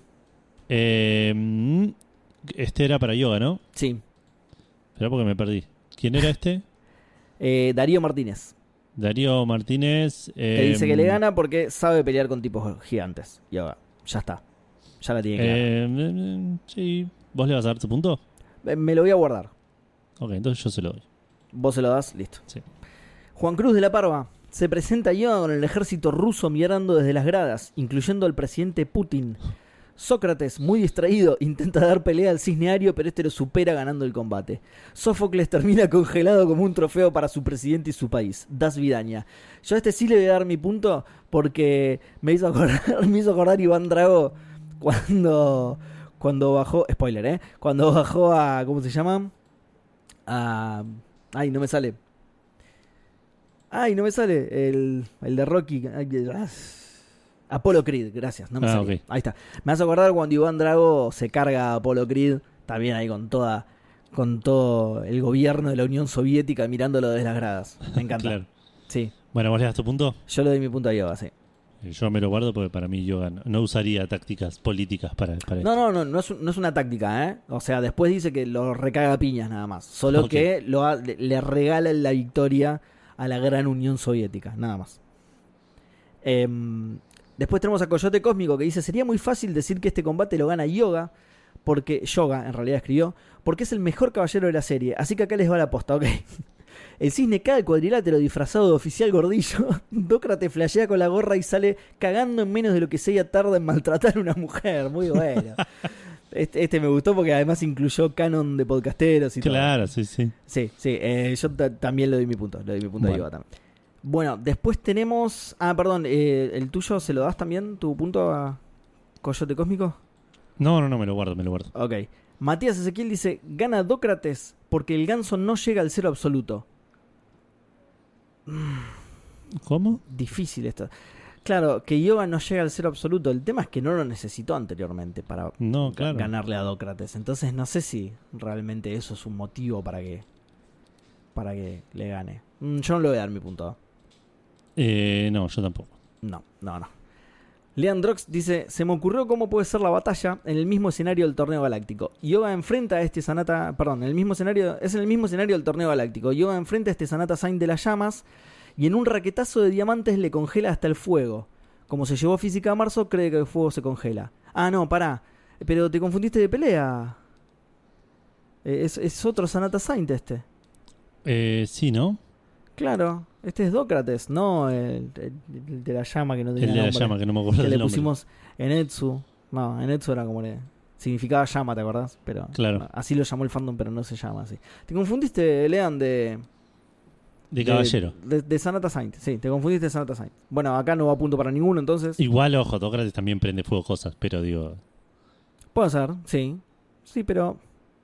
Eh, este era para yoga, ¿no? Sí. Espera porque me perdí. ¿Quién era este? Eh, Darío Martínez. Darío Martínez. Eh, Que dice que le gana porque sabe pelear con tipos gigantes. Yoga. Ya está. Ya la tiene clara. Eh, sí. ¿Vos le vas a dar tu punto? Eh, Me lo voy a guardar. Ok, entonces yo se lo doy. Vos se lo das, listo. Sí. Juan Cruz de la Parva. Se presenta yoga con el ejército ruso mirando desde las gradas, incluyendo al presidente Putin. Sócrates, muy distraído, intenta dar pelea al cisne ario, pero este lo supera ganando el combate. Sófocles termina congelado como un trofeo para su presidente y su país. Das Vidaña. Yo a este sí le voy a dar mi punto porque me hizo acordar, me hizo acordar Iván Drago cuando, cuando bajó, spoiler, ¿eh? Cuando bajó a, ¿cómo se llama? A... Ay, no me sale. Ay, no me sale. El, el de Rocky. Ay, Apollo Creed, gracias. No me ah, sale. Okay. Ahí está. Me hace acordar cuando Iván Drago se carga a Apollo Creed. También ahí con toda con todo el gobierno de la Unión Soviética mirándolo desde las gradas. Me encanta. Claro. Sí. Bueno, ¿vos le das tu punto? Yo le doy mi punto a yoga, sí. Yo me lo guardo porque para mí yoga no, no usaría tácticas políticas para, para No, esto. no, no, no es, no es una táctica, ¿eh? O sea, después dice que lo recaga a piñas nada más. Solo Ok. que lo ha- le, le regala la victoria a la gran Unión Soviética, nada más. Em, después tenemos a Coyote Cósmico que dice: sería muy fácil decir que este combate lo gana Yoga, porque Yoga en realidad escribió, porque es el mejor caballero de la serie. Así que acá les va la posta, ok. El cisne cae al cuadrilátero disfrazado de oficial gordillo. Dócrates flashea con la gorra y sale cagando en menos de lo que Seiya tarda en maltratar a una mujer. Muy bueno. Este, este me gustó porque además incluyó canon de podcasteros y Claro, todo. sí, sí. Sí, sí. Eh, yo ta- también le doy mi punto. Le doy mi punto Bueno. de Yoga también. Bueno, después tenemos... Ah, perdón. Eh, ¿El tuyo se lo das también, tu punto a Coyote Cósmico? No, no, no, me lo guardo, me lo guardo. Ok. Matías Ezequiel dice: gana Dócrates porque el ganso no llega al cero absoluto. ¿Cómo? Difícil esto. Claro, que Yoga no llega al cero absoluto. El tema es que no lo necesitó anteriormente para No, claro. ganarle a Dócrates. Entonces no sé si realmente eso es un motivo para que para que le gane. Mm, Yo no le voy a dar mi punto. Eh, no, yo tampoco. No, no, no. Leandrox dice: se me ocurrió cómo puede ser la batalla en el mismo escenario del torneo galáctico. Yoga enfrenta a este Sanata, perdón, en el mismo escenario, es en el mismo escenario del torneo galáctico. Yoga enfrenta a este Sanata Saint de las llamas y en un raquetazo de diamantes le congela hasta el fuego. Como se llevó física a marzo, cree que el fuego se congela. Ah, no, pará. Pero te confundiste de pelea. Eh, es, es otro Sanata Saint este. Eh, sí, ¿no? Claro, este es Dócrates, no el, el- el de la llama que no tenía El de la nombre. llama, que no me acuerdo Que del le nombre. pusimos Enetsu. No, Enetsu era como le... significaba llama, ¿te acordás? Pero Claro. no, así lo llamó el fandom, pero no se llama así. Te confundiste, Lean, de... De caballero. De, de, de Sanata Saint. Sí, te confundiste de Sanata Saint. Bueno, acá no va a punto para ninguno, entonces... Igual, ojo, Dócrates también prende fuego cosas, pero digo... Puede ser, sí. Sí, pero...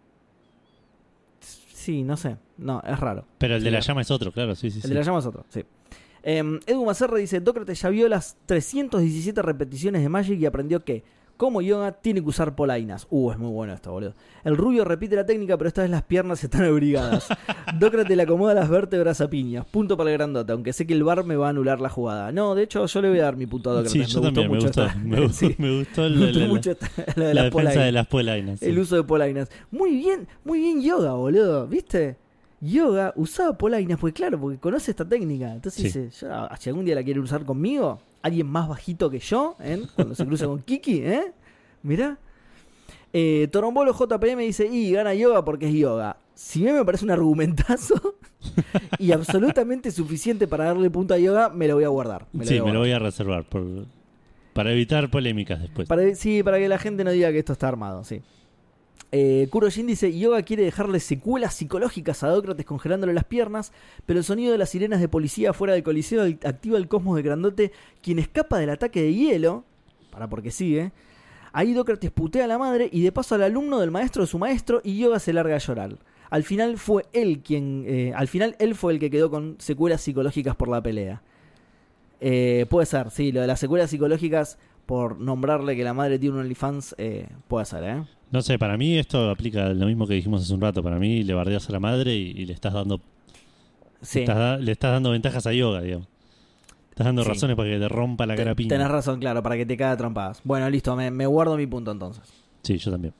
Sí, no sé. No, es raro. Pero el de Sí, la sí. llama es otro, claro, sí, sí, El sí. de la llama es otro, sí. Eh, Edu Macerra dice: Dócrates ya vio las trescientas diecisiete repeticiones de Magic y aprendió que Como yoga, tiene que usar polainas. Uh, es muy bueno esto, boludo. El rubio repite la técnica, pero esta vez las piernas están abrigadas. Dócrates le acomoda las vértebras a piñas. Punto para el grandote, aunque sé que el V A R me va a anular la jugada. No, de hecho, yo le voy a dar mi punto a Dócrates. Sí, yo me también, me gustó. Esta... Me, sí. me gustó, el, me gustó la, mucho esta, la, de la defensa polainas. de las polainas. Sí. El uso de polainas. Muy bien, muy bien yoga, boludo. ¿Viste? Yoga usaba polainas, porque claro, porque conoce esta técnica. Entonces sí. dice, yo, si algún día la quiere usar conmigo, alguien más bajito que yo, ¿eh? Cuando se cruza con Kiki, ¿eh? Mirá. Eh, Torombolo J P M dice, y gana yoga porque es yoga. Si bien me parece un argumentazo y absolutamente suficiente para darle punto a yoga, me lo voy a guardar. Me sí, me lo voy a reservar por, para evitar polémicas después. Para, sí, para que la gente no diga que esto está armado, sí. Eh, Kurojin dice, yoga quiere dejarle secuelas psicológicas a Dócrates congelándole las piernas, pero el sonido de las sirenas de policía fuera del coliseo activa el cosmos de grandote, quien escapa del ataque de hielo. Para porque sigue. Ahí Dócrates putea a la madre y de paso al alumno del maestro de su maestro, y yoga se larga a llorar. Al final fue él quien, eh, al final él fue el que quedó con secuelas psicológicas por la pelea. Eh, puede ser, sí, lo de las secuelas psicológicas por nombrarle que la madre tiene un OnlyFans, eh, puede ser, ¿eh? No sé, para mí esto aplica lo mismo que dijimos hace un rato. Para mí le bardeas a la madre y, y le estás dando sí. estás, le estás dando ventajas a yoga, digamos. Estás dando sí. razones para que te rompa la cara piña. Tenés razón, claro, para que te caiga trompadas. Bueno, listo, me, me guardo mi punto entonces. Sí, yo también.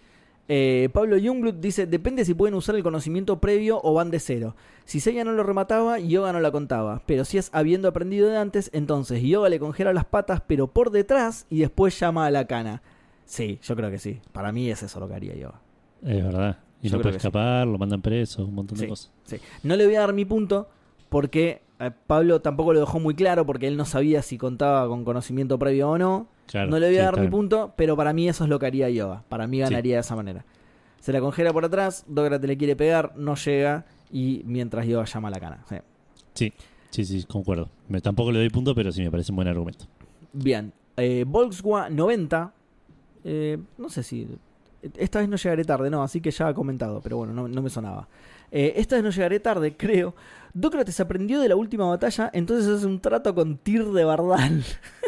Eh, Pablo Youngblood dice, depende si pueden usar el conocimiento previo o van de cero. Si Seiya no lo remataba, Yoga no la contaba. Pero si es habiendo aprendido de antes, entonces Yoga le congela las patas, pero por detrás, y después llama a la cana. Sí, yo creo que sí. Para mí es eso lo que haría Yoga. Es verdad. Y yo no puede escapar, sí. Lo mandan preso, un montón sí, de cosas. Sí. No le voy a dar mi punto porque eh, Pablo tampoco lo dejó muy claro, porque él no sabía si contaba con conocimiento previo o no. Claro, no le voy a sí, dar mi bien. punto, pero para mí eso es lo que haría Yoga. Para mí ganaría sí. de esa manera. Se la congela por atrás, Dócrates le quiere pegar, no llega, y mientras Yoga llama a la cana. Sí, sí, sí, sí concuerdo. Me, tampoco le doy punto, pero sí me parece un buen argumento. Bien. Eh, Volkswagen noventa. Eh, no sé si... Esta vez no llegaré tarde, no, así que ya ha comentado, pero bueno, no, no me sonaba. Eh, esta vez no llegaré tarde, creo. Dócrates aprendió de la última batalla, entonces hace un trato con Tyr de Bardal.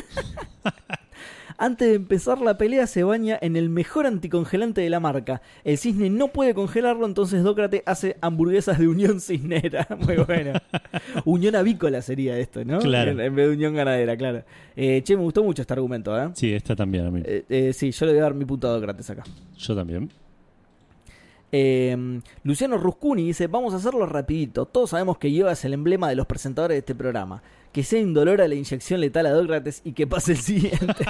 Antes de empezar la pelea se baña en el mejor anticongelante de la marca. El cisne no puede congelarlo, entonces Dócrates hace hamburguesas de unión cisnera. Muy bueno. Unión avícola sería esto, ¿no? Claro. En, en vez de unión ganadera, claro. Eh, che, me gustó mucho este argumento, ¿eh? Sí, esta también a mí. Eh, eh, sí, yo le voy a dar mi punto a Dócrates acá. Yo también. Eh, Luciano Ruscuni dice, vamos a hacerlo rapidito. Todos sabemos que Yoga es el emblema de los presentadores de este programa. Que sea indolora la inyección letal a Dócrates y que pase el siguiente.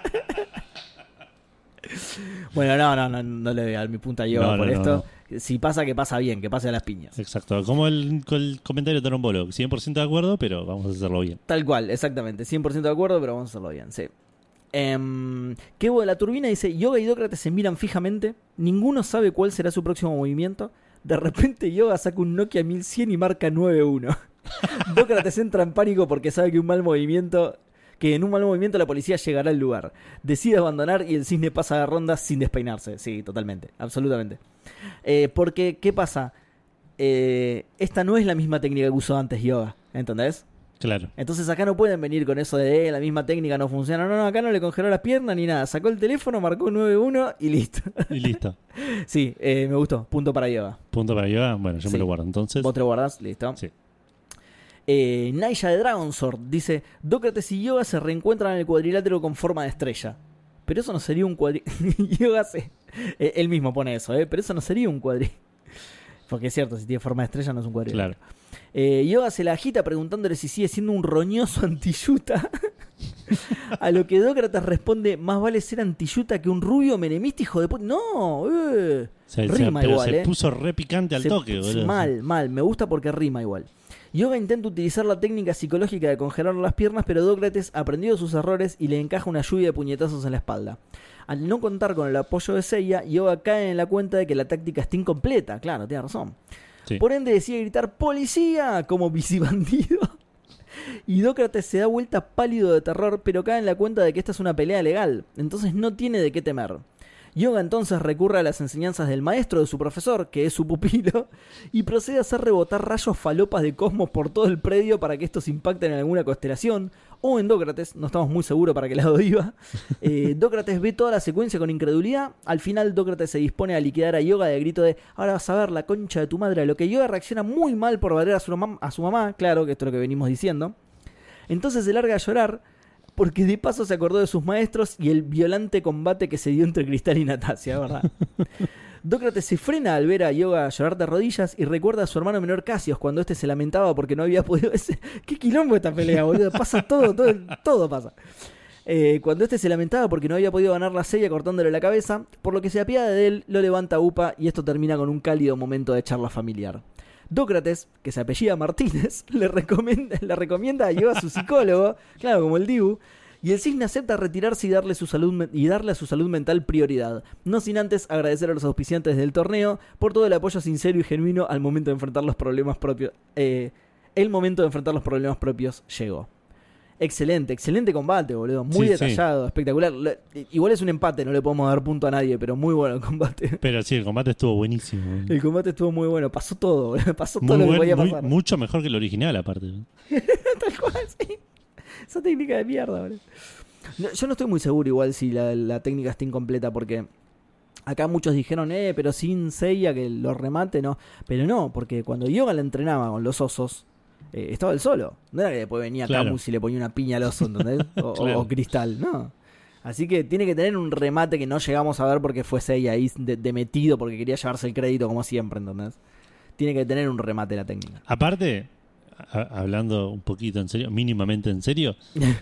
Bueno, no, no, no, no le voy a dar mi punta a Yoga no, por no, esto. No, no. Si pasa, que pasa bien, que pase a las piñas. Exacto, como el, el comentario de Torombolo, cien por ciento de acuerdo, pero vamos a hacerlo bien. Tal cual, exactamente, cien por ciento de acuerdo, pero vamos a hacerlo bien, sí. Um, Kevo de la Turbina dice, Yoga y Dócrates se miran fijamente, ninguno sabe cuál será su próximo movimiento. De repente Yoga saca un Nokia mil cien y marca nueve uno. Dócrates entra en pánico porque sabe que un mal movimiento... que en un mal movimiento la policía llegará al lugar. Decide abandonar y el cisne pasa de ronda sin despeinarse. Sí, totalmente, absolutamente. Eh, porque, ¿qué pasa? Eh, esta no es la misma técnica que usó antes Yoga, ¿entendés? Claro. Entonces acá no pueden venir con eso de eh, la misma técnica no funciona. No, no, acá no le congeló las piernas ni nada. Sacó el teléfono, marcó nueve uno y listo. Y listo. Sí, eh, me gustó. Punto para Yoga. Punto para Yoga. Bueno, yo sí. me lo guardo entonces. ¿Vos te lo guardás? Listo. Sí. Eh, Naya de Dragonsword dice, Dócrates y Yoga se reencuentran en el cuadrilátero con forma de estrella. Pero eso no sería un cuadrilátero. Yoga se... Eh, él mismo pone eso, ¿eh? Pero eso no sería un cuadrilátero. Porque es cierto, si tiene forma de estrella no es un cuadrilátero. Claro. Eh, Yoga se la agita preguntándole si sigue siendo un roñoso antiyuta. A lo que Dócrates responde, más vale ser antiyuta que un rubio menemista hijo de puta. No, eh. Se, rima se, pero igual, se eh. puso re picante al se, toque, boludo. Mal, mal, me gusta porque rima igual. Yoga intenta utilizar la técnica psicológica de congelar las piernas, pero Dócrates aprendió de sus errores y le encaja una lluvia de puñetazos en la espalda. Al no contar con el apoyo de Seiya, Yoga cae en la cuenta de que la táctica está incompleta. Claro, tiene razón. Sí. Por ende decide gritar ¡policía! Como bicibandido. Y Dócrates se da vuelta pálido de terror, pero cae en la cuenta de que esta es una pelea legal. Entonces no tiene de qué temer. Yoga entonces recurre a las enseñanzas del maestro de su profesor, que es su pupilo, y procede a hacer rebotar rayos falopas de cosmos por todo el predio para que estos impacten en alguna constelación, o en Dócrates, no estamos muy seguros para qué lado iba. Eh, Dócrates ve toda la secuencia con incredulidad. Al final Dócrates se dispone a liquidar a Yoga de grito de ahora vas a ver la concha de tu madre, a lo que Yoga reacciona muy mal por barrer a su, mam- a su mamá, claro que esto es lo que venimos diciendo. Entonces se larga a llorar porque de paso se acordó de sus maestros y el violante combate que se dio entre Cristal y Natasia, ¿verdad? Dócrates se frena al ver a Yoga llorar de rodillas y recuerda a su hermano menor Casios cuando este se lamentaba porque no había podido... ¡Qué quilombo esta pelea, boludo! Pasa todo, todo, todo pasa. Eh, cuando este se lamentaba porque no había podido ganar la sella cortándole la cabeza, por lo que se apiada de él, lo levanta Upa y esto termina con un cálido momento de charla familiar. Dócrates, que se apellida Martínez, le recomienda, le recomienda a Yoga a su psicólogo, claro, como el Dibu, y el cisne acepta retirarse y darle, su salud, y darle a su salud mental prioridad, no sin antes agradecer a los auspiciantes del torneo por todo el apoyo sincero y genuino al momento de enfrentar los problemas propios. Eh, el momento de enfrentar los problemas propios llegó. Excelente, excelente combate, boludo. Muy sí, detallado, sí. Espectacular. Igual es un empate, no le podemos dar punto a nadie, pero muy bueno el combate. Pero sí, el combate estuvo buenísimo. El combate estuvo muy bueno. Pasó todo, boludo. Pasó todo muy lo que buen, podía muy, pasar. Mucho mejor que el original, aparte. Tal cual, sí. Esa técnica de mierda, boludo. No, yo no estoy muy seguro igual si la, la técnica está incompleta, porque acá muchos dijeron, eh, pero sin Seiya que lo remate, no. Pero no, porque cuando Yoga la entrenaba con los osos, Eh, estaba él solo. No era que después venía claro. Camus y le ponía una piña al oso, ¿entendés? O, claro. o, o Cristal, no. Así que tiene que tener un remate que no llegamos a ver porque fue Seiya ahí de, de metido porque quería llevarse el crédito como siempre, ¿entendés? Tiene que tener un remate la técnica. Aparte, a, hablando un poquito en serio, mínimamente en serio,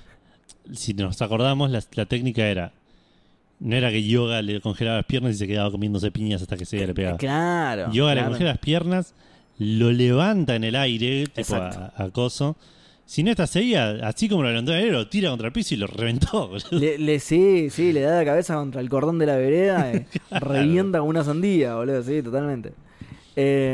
si nos acordamos, la, la técnica era... No era que Yoga le congelaba las piernas y se quedaba comiéndose piñas hasta que Seiya le pegaba. Claro. Yoga claro. le congela las piernas... Lo levanta en el aire, tipo a, a coso. Si no está Seiya, así como lo levantó en el aire, lo tira contra el piso y lo reventó. Le, le, sí, sí, le da la cabeza contra el cordón de la vereda, eh, claro. Revienta como una sandía, boludo, sí, totalmente. Eh,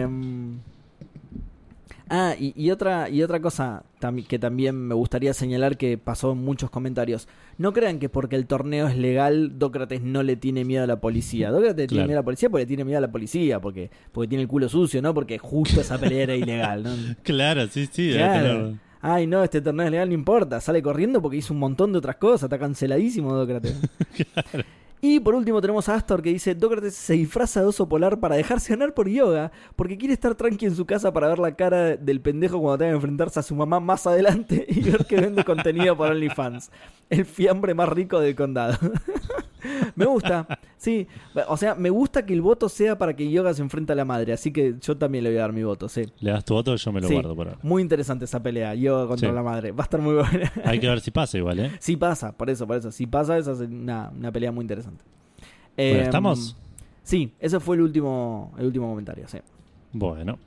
ah, y, y otra y otra cosa tam- que también me gustaría señalar que pasó en muchos comentarios. No crean que porque el torneo es legal, Dócrates no le tiene miedo a la policía. Dócrates claro. tiene miedo a la policía porque le tiene miedo a la policía, porque, porque tiene el culo sucio, ¿no? Porque justo esa pelea era ilegal, ¿no? Claro, sí, sí. Claro. Ay, no, este torneo es legal, no importa. Sale corriendo porque hizo un montón de otras cosas. Está canceladísimo Dócrates. Claro. Y por último tenemos a Astor que dice: Dócrates se disfraza de oso polar para dejarse ganar por Yoga, porque quiere estar tranqui en su casa para ver la cara del pendejo cuando tenga que enfrentarse a su mamá más adelante y ver que vende contenido por OnlyFans. El fiambre más rico del condado. Me gusta, sí. O sea, me gusta que el voto sea para que Yoga se enfrente a la madre, así que yo también le voy a dar mi voto, sí. ¿Le das tu voto? Yo me lo sí, guardo por ahora. Muy interesante esa pelea, Yoga contra sí. la madre. Va a estar muy buena. Hay que ver si pasa igual, ¿eh? Sí pasa, por eso, por eso. Si pasa, esa es una, una pelea muy interesante. Bueno, eh, ¿estamos? Sí, ese fue el último, el último comentario, sí. Bueno.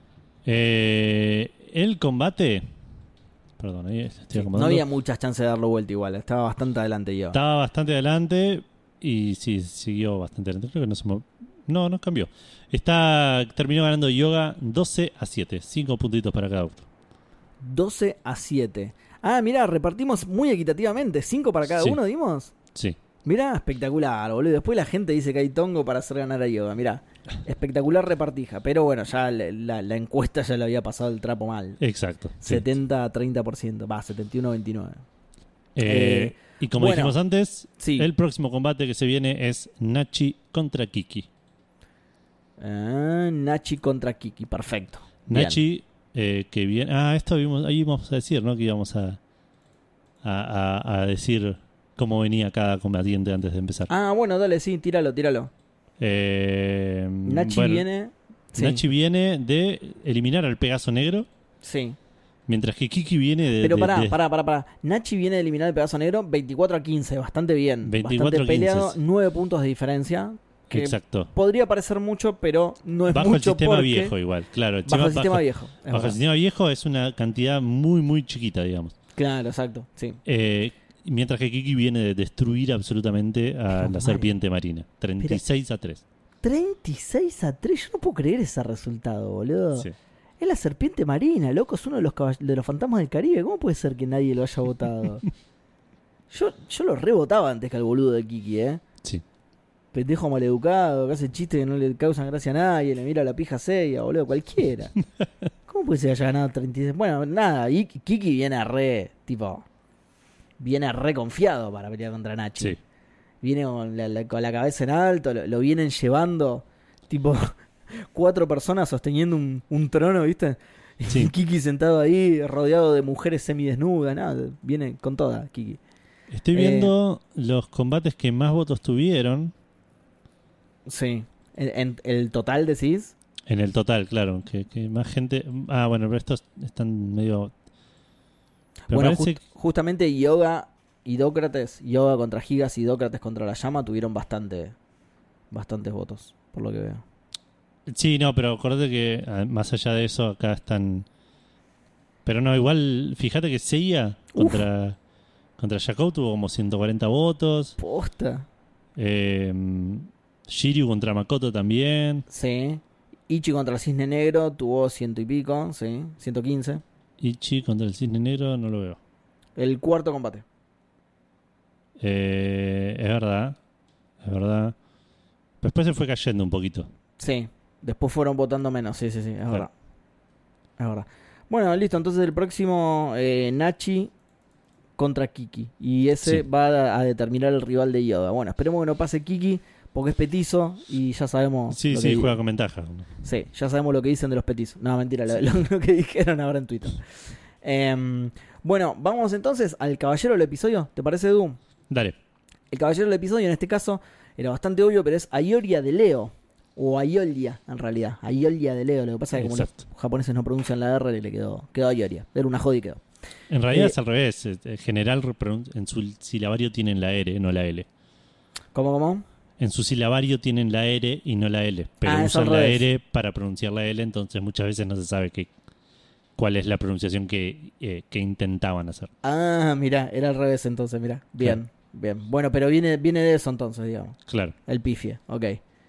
Eh, el combate... Perdón, ahí estoy sí, acomodando. No había muchas chances de darlo vuelta igual. Estaba bastante adelante yo. Estaba bastante adelante y sí, siguió bastante adelante. Creo que no se mo- No, no cambió. Está Terminó ganando Yoga doce a siete. cinco puntitos para cada uno. doce a siete. Ah, mirá, repartimos muy equitativamente. cinco para cada sí. uno dimos. Sí. Mirá, espectacular, boludo. Después la gente dice que hay tongo para hacer ganar a Yoga. Mirá, espectacular repartija. Pero bueno, ya la, la, la encuesta ya le había pasado el trapo mal. Exacto. setenta a treinta por ciento. Va, setenta y uno a veintinueve. Eh, eh, y como bueno, dijimos antes, sí. el próximo combate que se viene es Nachi contra Kiki. Ah, Nachi contra Kiki, perfecto. Nachi, eh, que viene... Ah, esto vimos, ahí vamos a decir, ¿no? Que íbamos a, a, a, a decir... cómo venía cada combatiente antes de empezar. Ah, bueno, dale, sí, tíralo, tíralo. Eh, Nachi bueno, viene... Sí. Nachi viene de eliminar al Pegaso Negro. Sí. Mientras que Kiki viene de... Pero de, pará, de... pará, pará, pará. Nachi viene de eliminar al Pegaso Negro veinticuatro a quince, bastante bien. veinticuatro bastante peleado, a quince. nueve puntos de diferencia. Que exacto. Podría parecer mucho, pero no es bajo mucho el sistema porque... viejo igual, claro. Bajo el bajo, sistema viejo. Bajo verdad. El sistema viejo es una cantidad muy, muy chiquita, digamos. Claro, exacto, sí. Eh... Mientras que Kiki viene de destruir absolutamente a no, la serpiente marina. treinta y seis a tres. treinta y seis a tres, yo no puedo creer ese resultado, boludo. Sí. Es la serpiente marina, loco, es uno de los, caball- de los fantasmas del Caribe. ¿Cómo puede ser que nadie lo haya votado? yo, yo lo rebotaba antes que al boludo de Kiki, ¿eh? Sí. Pendejo maleducado, que hace chistes que no le causan gracia a nadie, le mira la pija Seiya, boludo, cualquiera. ¿Cómo puede ser que haya ganado treinta y seis? Bueno, nada, y Kiki viene a re, tipo... viene reconfiado para pelear contra Nachi. Sí. Viene con la, la, con la cabeza en alto, lo, lo vienen llevando, tipo, cuatro personas sosteniendo un, un trono, ¿viste? Sí. Kiki sentado ahí, rodeado de mujeres semidesnudas, nada, viene con toda, Kiki. Estoy viendo eh, los combates que más votos tuvieron. Sí. ¿En, en el total decís? En el total, claro, que, que más gente... Ah, bueno, pero estos están medio... Pero bueno, just, justamente Yoga y Dócrates, Yoga contra Gigas y Dócrates contra la llama tuvieron bastante bastantes votos, por lo que veo. Sí, no, pero acuérdate que más allá de eso, acá están... Pero no, igual, fíjate que Seiya contra, contra Jacob tuvo como ciento cuarenta votos. Posta. Eh, Shiryu contra Makoto también. Sí. Ichi contra el Cisne Negro tuvo ciento y pico, sí, ciento quince. Ichi contra el Cisne Negro no lo veo. El cuarto combate. Eh, es verdad, es verdad. Después se fue cayendo un poquito. Sí, después fueron votando menos, sí, sí, sí, es claro. verdad. Es verdad. Bueno, listo, entonces el próximo eh, Nachi contra Kiki. Y ese sí. va a, a determinar el rival de Yoda. Bueno, esperemos que no pase Kiki, porque es petizo y ya sabemos... Sí, lo sí, que juega con ventaja. Sí, ya sabemos lo que dicen de los petizos. No, mentira, sí. lo, lo que dijeron ahora en Twitter. eh, bueno, vamos entonces al caballero del episodio. ¿Te parece, Doom? Dale. El caballero del episodio en este caso era bastante obvio, pero es Aioria de Leo. O Aiolia, en realidad. Aiolia de Leo. Lo que pasa es que como Exacto. los japoneses no pronuncian la R, le quedó, quedó Aioria. Era una joda y quedó. En realidad eh, es al revés. En general, en su silabario tienen la R, no la L. ¿Cómo, cómo? En su silabario tienen la R y no la L. Pero ah, usan la R para pronunciar la L, entonces muchas veces no se sabe qué, cuál es la pronunciación que, eh, que intentaban hacer. Ah, mirá, era al revés entonces, mirá. Bien, claro. bien. Bueno, pero viene, viene de eso entonces, digamos. Claro. El pifie, ok.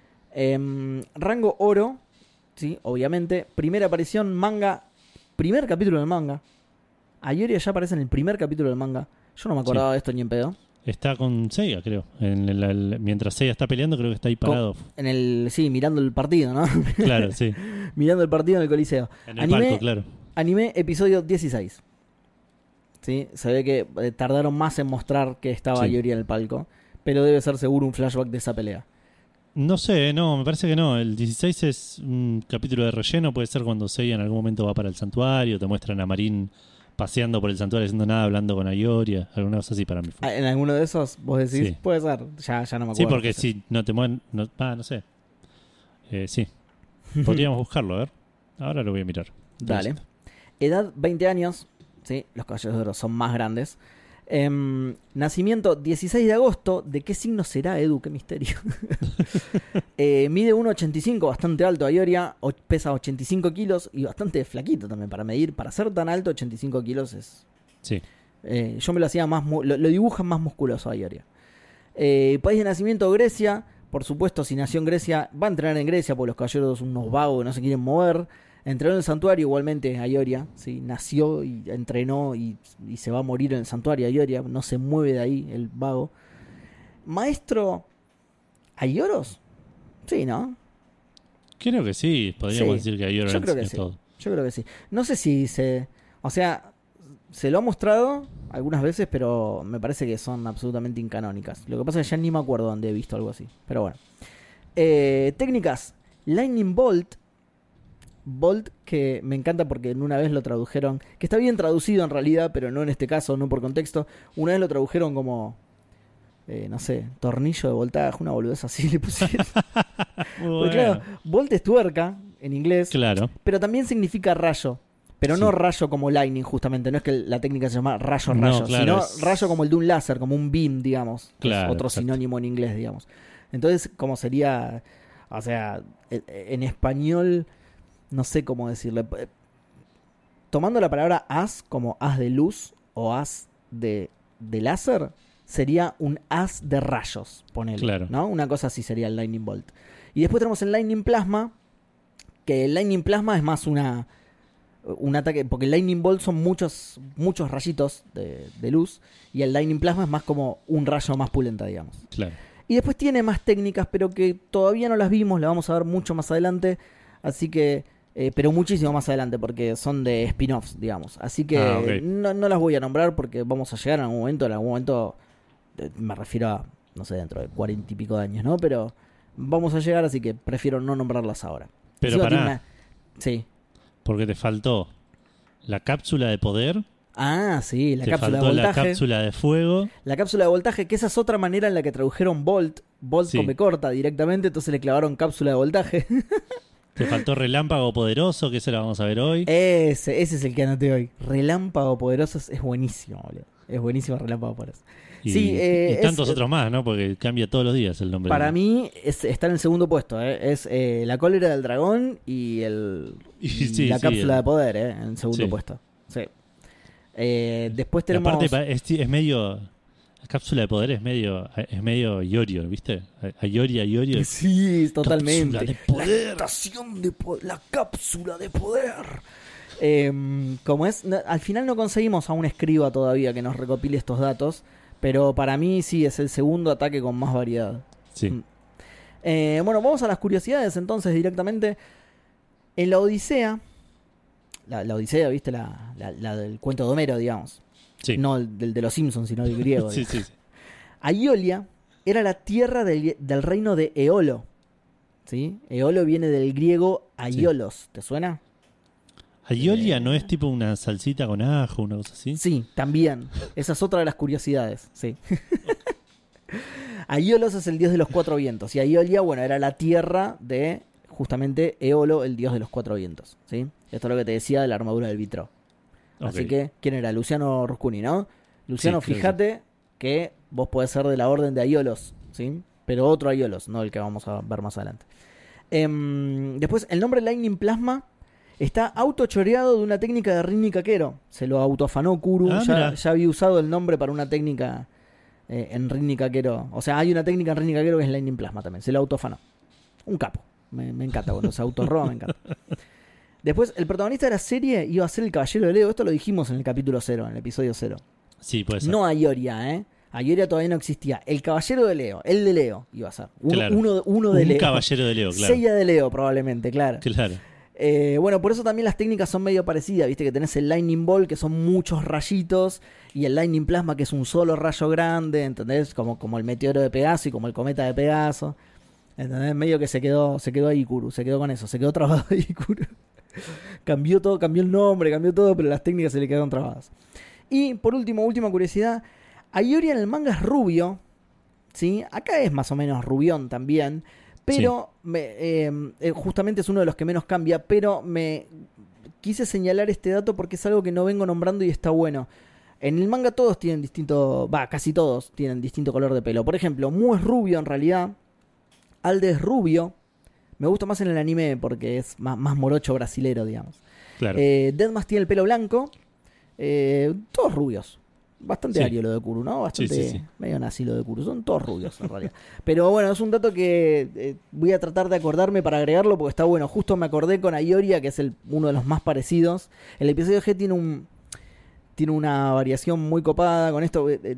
Eh, rango oro, sí, obviamente. Primera aparición, manga. Primer capítulo del manga. Aioria ya aparece en el primer capítulo del manga. Yo no me acordaba sí. de esto ni en pedo. Está con Seiya, creo. En el, el, mientras Seiya está peleando, creo que está ahí parado. Con, en el, sí, mirando el partido, ¿no? Claro, sí. Mirando el partido en el Coliseo. En el anime, palco, claro. Anime episodio dieciséis. ¿Sí? Se ve que eh, tardaron más en mostrar que estaba sí. Aioria en el palco. Pero debe ser seguro un flashback de esa pelea. No sé, no, me parece que no. El dieciséis es un capítulo de relleno. Puede ser cuando Seiya en algún momento va para el santuario. Te muestran a Marín paseando por el santuario haciendo nada, hablando con Aioria, alguna cosa así para mí. Fue. ¿En alguno de esos vos decís? Sí. Puede ser, ya, ya no me acuerdo. Sí, porque si no te mueven, no, ah, no sé. Eh, sí, podríamos buscarlo, a ver. Ahora lo voy a mirar. Dale. Entonces. Edad veinte años, sí, los caballeros de oro son más grandes. Eh, nacimiento dieciséis de agosto. ¿De qué signo será, Edu? Qué misterio. eh, mide uno ochenta y cinco, bastante alto. Aioria o, pesa ochenta y cinco kilos y bastante flaquito también para medir. Para ser tan alto, ochenta y cinco kilos es... Sí. Eh, yo me lo hacía más... Lo, lo dibujan más musculoso a Aioria. Eh, país de nacimiento, Grecia. Por supuesto, si nació en Grecia, va a entrenar en Grecia porque los caballeros son unos vagos que no se quieren mover. Entrenó en el santuario igualmente Aioria, ¿sí? Nació y entrenó y, y se va a morir en el santuario Aioria, no se mueve de ahí el vago. Maestro Aioros, sí, ¿no? Creo que sí, podríamos sí. decir que Aioros Yo creo que es sí. todo. Yo creo que sí. No sé si se, o sea, se lo ha mostrado algunas veces, pero me parece que son absolutamente incanónicas. Lo que pasa es que ya ni me acuerdo dónde he visto algo así, pero bueno. Eh, técnicas, Lightning Bolt. Bolt, que me encanta porque en una vez lo tradujeron, que está bien traducido en realidad, pero no en este caso, no por contexto. Una vez lo tradujeron como, eh, no sé, tornillo de voltaje, una boludez así le pusieron. Porque claro, Bolt es tuerca en inglés, claro. Pero también significa rayo. Pero sí. No rayo como lightning, justamente. No es que la técnica se llama rayo-rayo, no, claro, sino es... rayo como el de un láser, como un beam, digamos. Claro, es otro exacto. sinónimo en inglés, digamos. Entonces, como sería, o sea, en español... No sé cómo decirle. Tomando la palabra haz como haz de luz o haz de, de láser, sería un haz de rayos, ponele. Claro. ¿No? Una cosa así sería el Lightning Bolt. Y después tenemos el Lightning Plasma, que el Lightning Plasma es más una un ataque, porque el Lightning Bolt son muchos muchos rayitos de, de luz, y el Lightning Plasma es más como un rayo más pulenta, digamos. Claro. Y después tiene más técnicas, pero que todavía no las vimos, las vamos a ver mucho más adelante, así que eh, pero muchísimo más adelante, porque son de spin-offs, digamos. Así que ah, okay. no, no las voy a nombrar porque vamos a llegar en algún momento, en algún momento, me refiero a, no sé, dentro de cuarenta y pico de años, ¿no? Pero vamos a llegar, así que prefiero no nombrarlas ahora. Pero pará, una... sí. porque te faltó la cápsula de poder. Ah, sí, la te cápsula faltó de voltaje. la cápsula de fuego. La cápsula de voltaje, que esa es otra manera en la que tradujeron Volt. Volt sí. con B corta directamente, entonces le clavaron cápsula de voltaje. Te faltó relámpago poderoso, que ese lo vamos a ver hoy. Ese, ese es el que anoté hoy. Relámpago poderoso es, es buenísimo, boludo. Es buenísimo Relámpago poderoso. Y, sí, eh, y tantos es, otros más, ¿no? Porque cambia todos los días el nombre. Para mí es, está en el segundo puesto, ¿eh? Es eh, la cólera del dragón y, el, y sí, la sí, cápsula el... de poder, ¿eh? En el segundo sí. puesto. Sí. Eh, después tenemos... Y aparte es, es medio... La cápsula de poder es medio es medio Iorio, ¿viste? Ayoria, Iorio. Sí, totalmente. Cápsula de poder. La estación de po la cápsula de poder. Eh, como es, no, al final no conseguimos a un escriba todavía que nos recopile estos datos, pero para mí sí es el segundo ataque con más variedad. Sí. Eh, bueno, vamos a las curiosidades entonces directamente. En la Odisea, la, la Odisea, ¿viste? La, la, la del cuento de Homero, digamos. Sí. No el del de los Simpsons, sino del griego. sí, sí, sí. Aiolia era la tierra del, del reino de Eolo. ¿Sí? Eolo viene del griego Aiolos. Sí. ¿Te suena? ¿Aiolia eh... no es tipo una salsita con ajo, una cosa así? Sí, también. Esa es otra de las curiosidades. Sí. Aiolos es el dios de los cuatro vientos. Y Aiolia, bueno, era la tierra de justamente Eolo, el dios de los cuatro vientos. ¿Sí? Esto es lo que te decía de la armadura del vitro. Okay. Así que, ¿quién era? Luciano Ruscuni, ¿no? Luciano, sí, fíjate que vos podés ser de la orden de Aiolos, ¿sí? Pero otro Aiolos, no el que vamos a ver más adelante. Eh, después, el nombre Lightning Plasma está autochoreado de una técnica de Rin Nikakero. Se lo autoafanó Kuru. Ah, ya, ya había usado el nombre para una técnica eh, en Rin Nikakero. O sea, hay una técnica en Rin Nikakero que es Lightning Plasma también. Se lo autoafanó. Un capo. Me, me encanta cuando se autorroba, me encanta. Después, el protagonista de la serie iba a ser el Caballero de Leo. Esto lo dijimos en el capítulo cero, en el episodio cero. Sí, puede ser. No Aioria, ¿eh? Aioria todavía no existía. El Caballero de Leo, el de Leo iba a ser. Uno, claro. uno, uno de Un Leo. Un Caballero de Leo, claro. Seiya de Leo, probablemente, claro. Claro. Eh, bueno, por eso también las técnicas son medio parecidas. Viste que tenés el Lightning Ball, que son muchos rayitos, y el Lightning Plasma, que es un solo rayo grande, ¿entendés? Como, como el meteoro de Pegaso y como el cometa de Pegaso. ¿Entendés? Medio que se quedó, se quedó ahí Kuru, se quedó con eso, se quedó trabado ahí Kuru. Cambió todo, cambió el nombre, cambió todo, pero las técnicas se le quedaron trabadas. Y por último, última curiosidad, Aioria en el manga es rubio, ¿sí? Acá es más o menos rubión también, pero sí. me, eh, justamente es uno de los que menos cambia, pero me quise señalar este dato porque es algo que no vengo nombrando y está bueno. En el manga todos tienen distinto, va, casi todos tienen distinto color de pelo. Por ejemplo, Mu es rubio en realidad, Alde es rubio. Me gusta más en el anime porque es más, más morocho brasilero, digamos. Claro. Eh, Deadmas tiene el pelo blanco. Eh, todos rubios. Bastante sí. ario lo de Kuru, ¿no? Bastante sí, sí, sí. medio nazi lo de Kuru. Son todos rubios, en realidad. Pero bueno, es un dato que eh, voy a tratar de acordarme para agregarlo porque está bueno. Justo me acordé con Aioria, que es el, uno de los más parecidos. El episodio G tiene un tiene una variación muy copada con esto. Eh,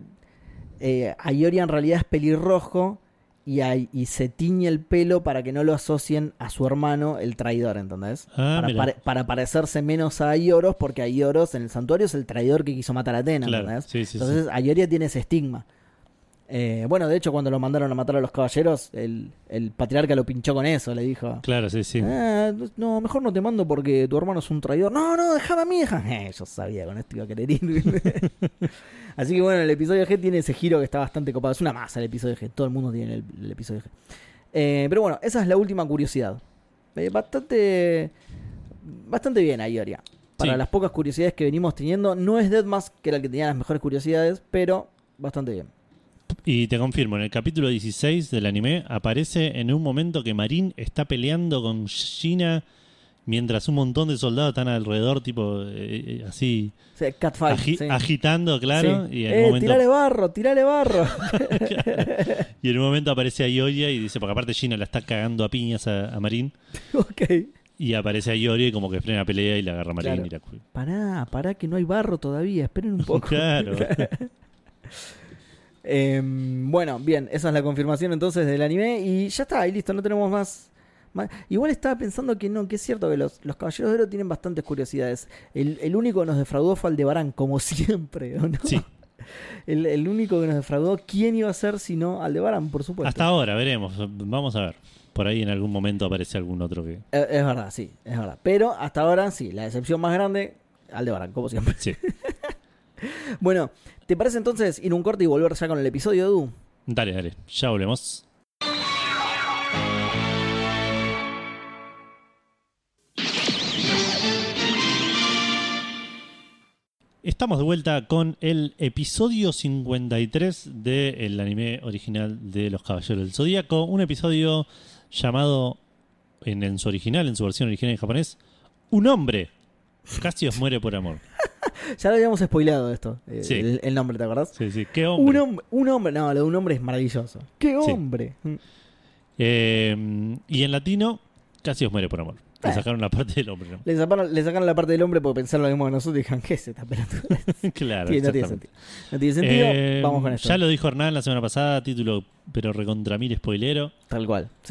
eh, Aioria en realidad es pelirrojo. Y, hay, y se tiñe el pelo para que no lo asocien a su hermano, el traidor, ¿entendés? Ah, para, pare, para parecerse menos a Aioros, porque Aioros en el santuario es el traidor que quiso matar a Atena, claro. ¿entendés? Sí, sí, Entonces sí. Aioria tiene ese estigma. Eh, bueno, de hecho, cuando lo mandaron a matar a los caballeros, el, el patriarca lo pinchó con eso, le dijo. Claro, sí, sí. Ah, no, mejor no te mando porque tu hermano es un traidor. No, no, déjame a mi hija. Eh, yo sabía, con esto iba a querer ir. Así que bueno, el episodio G tiene ese giro que está bastante copado. Es una masa el episodio G. Todo el mundo tiene el, el episodio G. Eh, pero bueno, esa es la última curiosidad. Eh, bastante bastante bien, Aioria. Para sí. las pocas curiosidades que venimos teniendo. No es Deadmas, que era el que tenía las mejores curiosidades, pero bastante bien. Y te confirmo, en el capítulo dieciséis del anime aparece en un momento que Marin está peleando con Gina mientras un montón de soldados están alrededor, tipo eh, así sí, catfight, agi- sí. agitando, claro. Sí. Y en eh, un momento... tirale barro, tirale barro. Claro. Y en un momento aparece Aioria y dice, porque aparte Gina la está cagando a piñas a, a Marin. Ok. Y aparece Aioria y como que frena la pelea y la agarra a Marin. Claro. Y la... Pará, pará que no hay barro todavía, esperen un poco. Claro. Eh, bueno, bien, esa es la confirmación entonces del anime y ya está, y listo, no tenemos más, Igual estaba pensando que no, que es cierto que los, los Caballeros de Oro tienen bastantes curiosidades. El, el único que nos defraudó fue Aldebarán, como siempre, ¿o no? Sí. El, el único que nos defraudó, ¿quién iba a ser si no Aldebarán, por supuesto? Hasta ahora, veremos. Vamos a ver. Por ahí en algún momento aparece algún otro que... Es, es verdad, sí, es verdad. Pero hasta ahora, sí, la decepción más grande, Aldebarán, como siempre. Sí. Bueno, ¿te parece entonces ir un corte y volver ya con el episodio, Edu? Dale, dale. Ya volvemos. Estamos de vuelta con el episodio cincuenta y tres del anime original de Los Caballeros del Zodíaco. Un episodio llamado, en, en su original, en su versión original en japonés, Un hombre. Cassius muere por amor. Ya lo habíamos spoileado esto, eh, sí. el, el nombre, ¿te acordás? Sí, sí. ¿Qué hombre? Un, hom- un hombre, no, lo de un hombre es maravilloso. ¡Qué hombre! Sí. Eh, y en latino, Cassius muere por amor. Le sacaron la parte del hombre, ¿no? Le sacaron, le sacaron la parte del hombre porque pensaron lo mismo que nosotros y dijeron, ¿qué es esta pelotuda? Claro, sí, no tiene sentido. No tiene sentido, eh, vamos con esto. Ya lo dijo Hernán la semana pasada, título pero recontra mil spoilero. Tal cual, sí.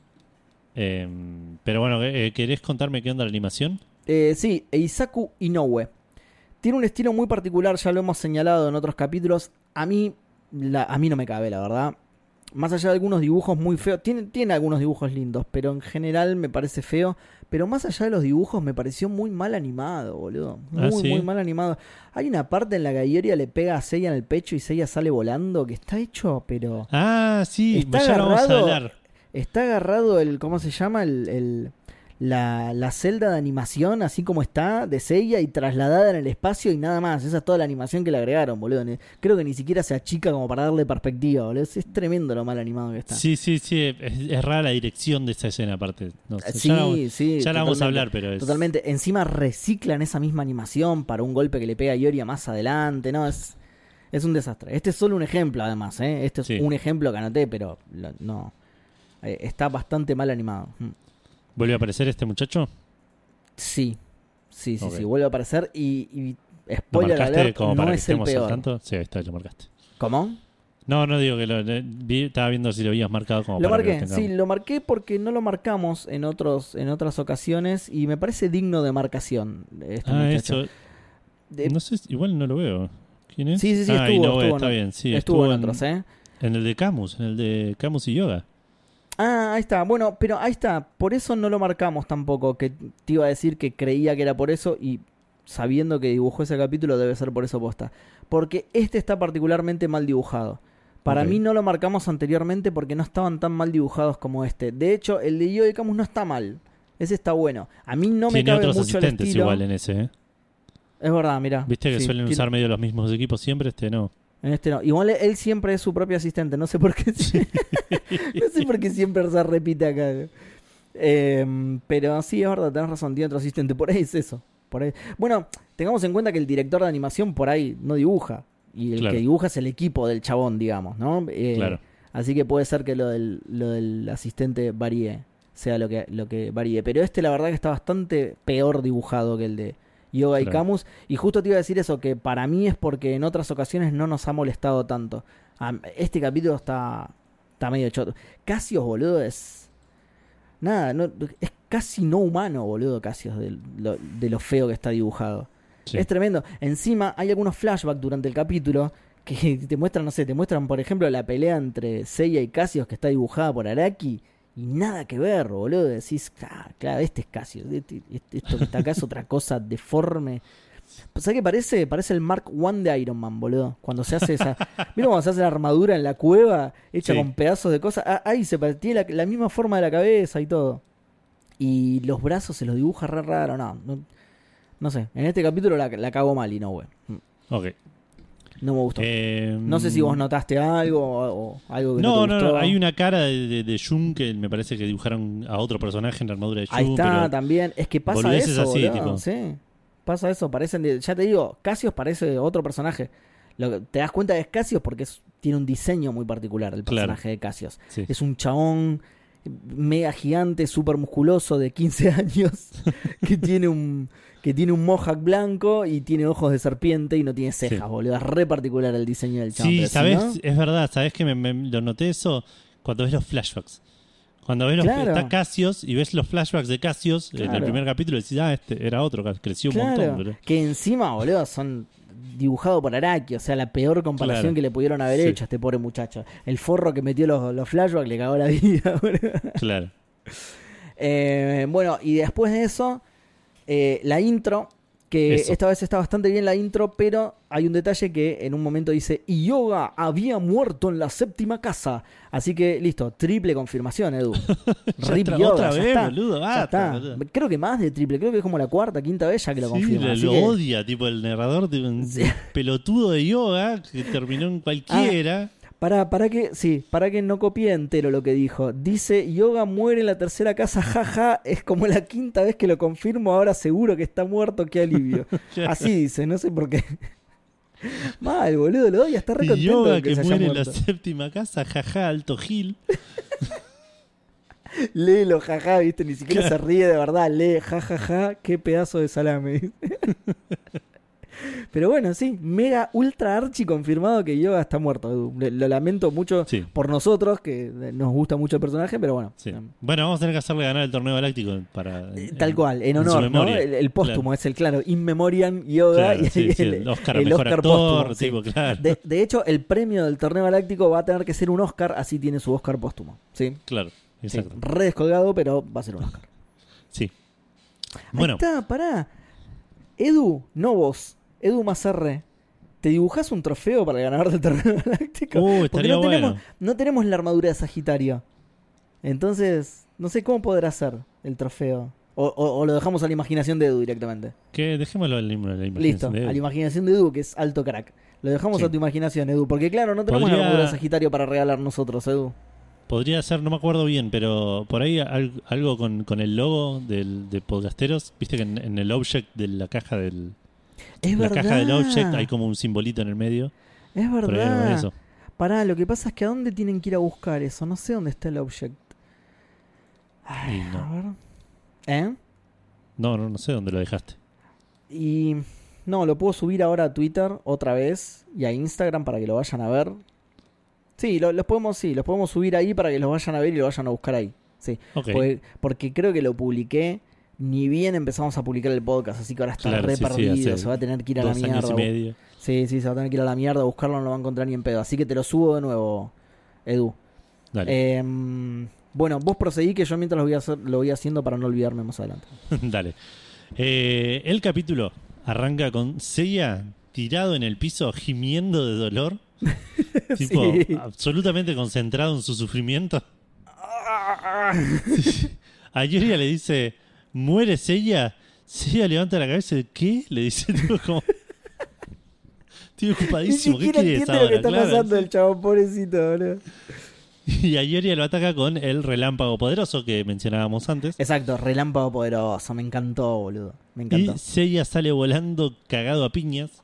Eh, pero bueno, eh, ¿querés contarme qué onda la animación? Eh, sí, Eisaku Inoue. Tiene un estilo muy particular, ya lo hemos señalado en otros capítulos. A mí, la, a mí no me cabe, la verdad. Más allá de algunos dibujos muy feos, tiene, tiene algunos dibujos lindos, pero en general me parece feo. Pero más allá de los dibujos, me pareció muy mal animado, boludo. Muy, ¿Ah, sí? muy mal animado. Hay una parte en la que Ioria le pega a Seiya en el pecho y Seiya sale volando, que está hecho, pero... Ah, sí, está ya lo vamos a hablar. Está agarrado el, ¿cómo se llama? El, el, la, la celda de animación, así como está, de Seiya y trasladada en el espacio y nada más. Esa es toda la animación que le agregaron, boludo. Creo que ni siquiera se achica como para darle perspectiva, boludo. Es, es tremendo lo mal animado que está. Sí, sí, sí. Es, es rara la dirección de esa escena, aparte. No sé, sí, ya la, sí. Ya la vamos a hablar, pero es... Totalmente. Encima reciclan esa misma animación para un golpe que le pega a Ioria más adelante. No, es... Es un desastre. Este es solo un ejemplo, además, ¿eh? Este es sí. un ejemplo que anoté, pero lo, no... Eh, está bastante mal animado. ¿Vuelve a aparecer este muchacho? Sí, sí, sí, okay. sí, vuelve a aparecer y, y spoiler alert, como no para es que el peor. Tanto? Sí, ahí está, lo marcaste. ¿Cómo? No, no digo que lo vi, estaba viendo si lo habías marcado como lo para marqué, que lo sí, lo marqué porque no lo marcamos en otros en otras ocasiones y me parece digno de marcación este ah, muchacho. Eso. De... No sé, igual no lo veo. ¿Quién es? Sí, sí, sí, ah, estuvo, no, estuvo, está en, bien, sí, estuvo, estuvo en otros, ¿eh? En el de Camus, en el de Camus y Yoga. Ah, ahí está. Bueno, pero ahí está. Por eso no lo marcamos tampoco. Que te iba a decir que creía que era por eso y sabiendo que dibujó ese capítulo debe ser por eso posta. Porque este está particularmente mal dibujado. Para okay. mí no lo marcamos anteriormente porque no estaban tan mal dibujados como este. De hecho, el de Yoga y Camus no está mal. Ese está bueno. A mí no me Tiene cabe otros mucho el asistentes estilo. igual en ese, ¿eh? Es verdad, mirá. Viste que sí, suelen tiene... usar medio los mismos equipos siempre, este no. En este no. Igual él siempre es su propio asistente. No sé por qué. no sé por qué siempre se repite acá. Eh, pero sí, es verdad, tenés razón. Tiene otro asistente. Por ahí es eso. Por ahí. Bueno, tengamos en cuenta que el director de animación por ahí no dibuja. Y el claro. que dibuja es el equipo del chabón, digamos, ¿no? Eh, claro. Así que puede ser que lo del, lo del asistente varíe. Sea lo que, lo que varíe. Pero este, la verdad, que está bastante peor dibujado que el de Yoga claro. y Camus. Y justo te iba a decir eso, que para mí es porque en otras ocasiones no nos ha molestado tanto. Este capítulo está, está medio choto. Cassius, boludo, es... Nada, no, es casi no humano, boludo, Cassius, de lo, de lo feo que está dibujado. Sí. Es tremendo. Encima hay algunos flashbacks durante el capítulo que te muestran, no sé, te muestran, por ejemplo, la pelea entre Seiya y Cassius que está dibujada por Araki. Y nada que ver, boludo. Decís, ah, claro, este es Cassius. Este, este, esto que está acá es otra cosa deforme. ¿Sabes qué parece? Parece el Mark uno de Iron Man, boludo. Cuando se hace esa... ¿Mira cuando se hace la armadura en la cueva? Hecha sí. con pedazos de cosas. Ah, ahí se tiene la, la misma forma de la cabeza y todo. Y los brazos se los dibuja re raro. No, no, no sé. En este capítulo la, la cago mal y no, güey. Ok. No me gustó. Eh, no sé si vos notaste algo o, o algo que no, no te gustó. No, no, hay una cara de, de, de Jun que me parece que dibujaron a otro personaje en la armadura de Jun. Ahí está, también. Es que pasa eso, así, boludo. tipo. Sí, pasa eso. Parecen de, ya te digo, Cassius parece otro personaje. Lo que, te das cuenta de Cassius porque es, tiene un diseño muy particular el personaje claro. de Cassius. Sí. Es un chabón mega gigante, súper musculoso de quince años que tiene un... que tiene un mohawk blanco y tiene ojos de serpiente y no tiene cejas, sí. boludo. Es re particular el diseño del chabón. Sí, ¿sabes? ¿no? Es verdad, ¿sabes que me, me lo noté eso? Cuando ves los flashbacks. Cuando ves los, claro. está Cassius y ves los flashbacks de Cassius claro. en el primer capítulo, decís, ah, este era otro, creció un claro. montón. Bro. Que encima, boludo, son dibujados por Araki, o sea, la peor comparación claro. que le pudieron haber sí. hecho a este pobre muchacho. El forro que metió los, los flashbacks le cagó la vida, boludo. Claro. Eh, bueno, y después de eso, eh, la intro, que eso. Esta vez está bastante bien la intro, pero hay un detalle que en un momento dice, Hyoga había muerto en la séptima casa. Así que, listo, triple confirmación, Edu. Rip otra, Yoga, otra vez, está, boludo, basta, está. Boludo. Creo que más de triple, creo que es como la cuarta, quinta vez ya que lo sí, confirma. Sí, lo que... odia, tipo el narrador, tipo, un sí. pelotudo de Yoga que terminó en cualquiera. Ah. Para, para que, sí, para que no copie entero lo que dijo. Dice, Hyoga muere en la tercera casa, jaja, es como la quinta vez que lo confirmo, ahora seguro que está muerto, qué alivio. Así dice, no sé por qué. Mal, boludo, lo odia, está re contento. Hyoga que, que muere en la séptima casa, jaja, alto gil. Léelo, jaja, viste, ni siquiera se ríe de verdad, lee, jajaja, qué pedazo de salame. Pero bueno, sí, mega ultra archi confirmado que Hyoga está muerto, Edu. Lo lamento mucho sí. por nosotros, que nos gusta mucho el personaje, pero bueno. Sí. Bueno, vamos a tener que hacerle ganar el torneo galáctico para... En, Tal cual, en honor, en ¿no? El, el póstumo claro. es el, claro, In Memoriam Hyoga claro, y sí, el, sí, el Oscar, el mejor Oscar actor, póstumo. Tipo, sí. claro. de, de hecho, el premio del torneo galáctico va a tener que ser un Oscar, así tiene su Oscar póstumo. ¿Sí? Claro, exacto. Sí, re descolgado, pero va a ser un Oscar. Sí. Bueno. Ahí está, pará. Edu, no vos. Edu Mazarre, ¿te dibujás un trofeo para el ganador del torneo galáctico? Uh, Porque no, bueno. tenemos, no tenemos la armadura de Sagitario. Entonces, no sé cómo podrá ser el trofeo. O, o, o lo dejamos a la imaginación de Edu directamente. Que dejémoslo a la, la imaginación Listo, de Edu. a la imaginación de Edu, que es alto crack. Lo dejamos sí. a tu imaginación, Edu. Porque claro, no tenemos Podría... la armadura de Sagitario para regalar nosotros, Edu. Podría ser, no me acuerdo bien, pero por ahí algo con, con el logo del, de Podcasteros. Viste que en, en el object de la caja del... Es la verdad. caja del object hay como un simbolito en el medio. Es verdad. Eso. Pará, lo que pasa es que ¿a dónde tienen que ir a buscar eso? No sé dónde está el object. Ay, no. A ver. ¿Eh? No, no, no sé dónde lo dejaste. Y no, lo puedo subir ahora a Twitter otra vez y a Instagram para que lo vayan a ver. Sí, lo, los podemos, sí, los podemos subir ahí para que los vayan a ver y lo vayan a buscar ahí. Sí. Okay. Porque, porque creo que lo publiqué ni bien empezamos a publicar el podcast, así que ahora está claro, re sí, perdido, sí, se va a tener que ir a la dos mierda. Años y medio. Sí, sí, se va a tener que ir a la mierda, buscarlo no lo va a encontrar ni en pedo. Así que te lo subo de nuevo, Edu. Dale. Eh, bueno, vos proseguí que yo mientras lo voy, a hacer, lo voy haciendo para no olvidarme más adelante. Dale. Eh, el capítulo arranca con Seiya tirado en el piso, gimiendo de dolor. Tipo, sí. absolutamente concentrado en su sufrimiento. A Yoria le dice... ¿Muere Seiya? Seiya levanta la cabeza y ¿qué? Le dice tipo como... Estoy ocupadísimo, ¿qué quieres ahora? Lo que está claro, pasando ¿sí? el chabón, pobrecito, boludo. Y a Yoria lo ataca con el relámpago poderoso que mencionábamos antes. Exacto, relámpago poderoso, me encantó, boludo. Me encantó. Y Seiya sale volando cagado a piñas.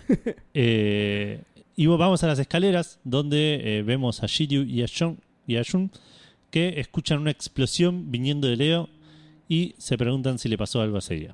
eh, y vamos a las escaleras donde eh, vemos a Shiryu y a Jun, y a Jun que escuchan una explosión viniendo de Leo. Y se preguntan si le pasó algo a Seiya.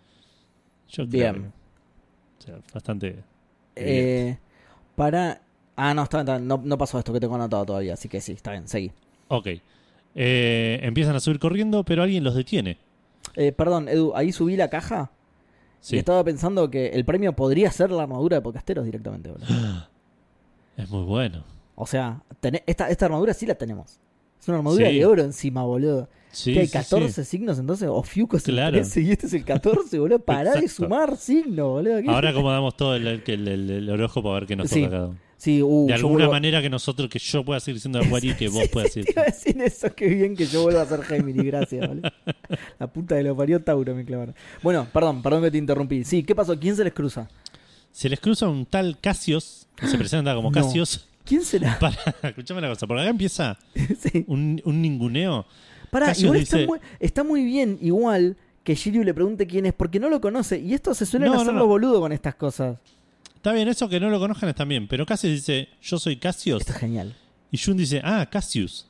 Yo creo Bien. que, o sea, bastante... Eh, para... Ah, no, está, está, no, no pasó esto que tengo anotado todavía, así que sí, está bien, seguí. Ok. Eh, empiezan a subir corriendo, pero alguien los detiene. Eh, perdón, Edu, ahí subí la caja sí. y estaba pensando que el premio podría ser la armadura de Podcasteros directamente, boludo. Es muy bueno. O sea, ten, esta, esta armadura sí la tenemos. Es una armadura sí. de oro encima, boludo. Sí, que hay sí, catorce sí. signos entonces, o Fiuco es claro. el trece y este es el catorce, boludo. Pará de sumar signos, boludo. Ahora acomodamos todo el, el, el, el, el orejo para ver qué nos sí. toca cada uno. Sí, uh, de alguna vuelvo... manera que nosotros, que yo pueda seguir siendo Aguari y que vos sí, puedas sí, seguir. Te iba a decir eso, qué bien que yo vuelva a ser Gemini, gracias, boludo. La puta de lo parió Tauro me clavaron. Bueno, perdón, perdón que te interrumpí. Sí, ¿qué pasó? ¿Quién se les cruza? Se les cruza un tal Cassius, que se presenta como no. Cassius. ¿Quién será? Para, escuchame una cosa, por acá empieza sí. un, un ninguneo. Pará, igual dice... está, muy, está muy bien, igual que Shiryu le pregunte quién es, porque no lo conoce. Y esto se suelen no, hacer no, no. los boludos con estas cosas. Está bien, eso que no lo conozcan está bien, pero Cassius dice, yo soy Cassius. Esto es genial. Y Jun dice, ah, Cassius.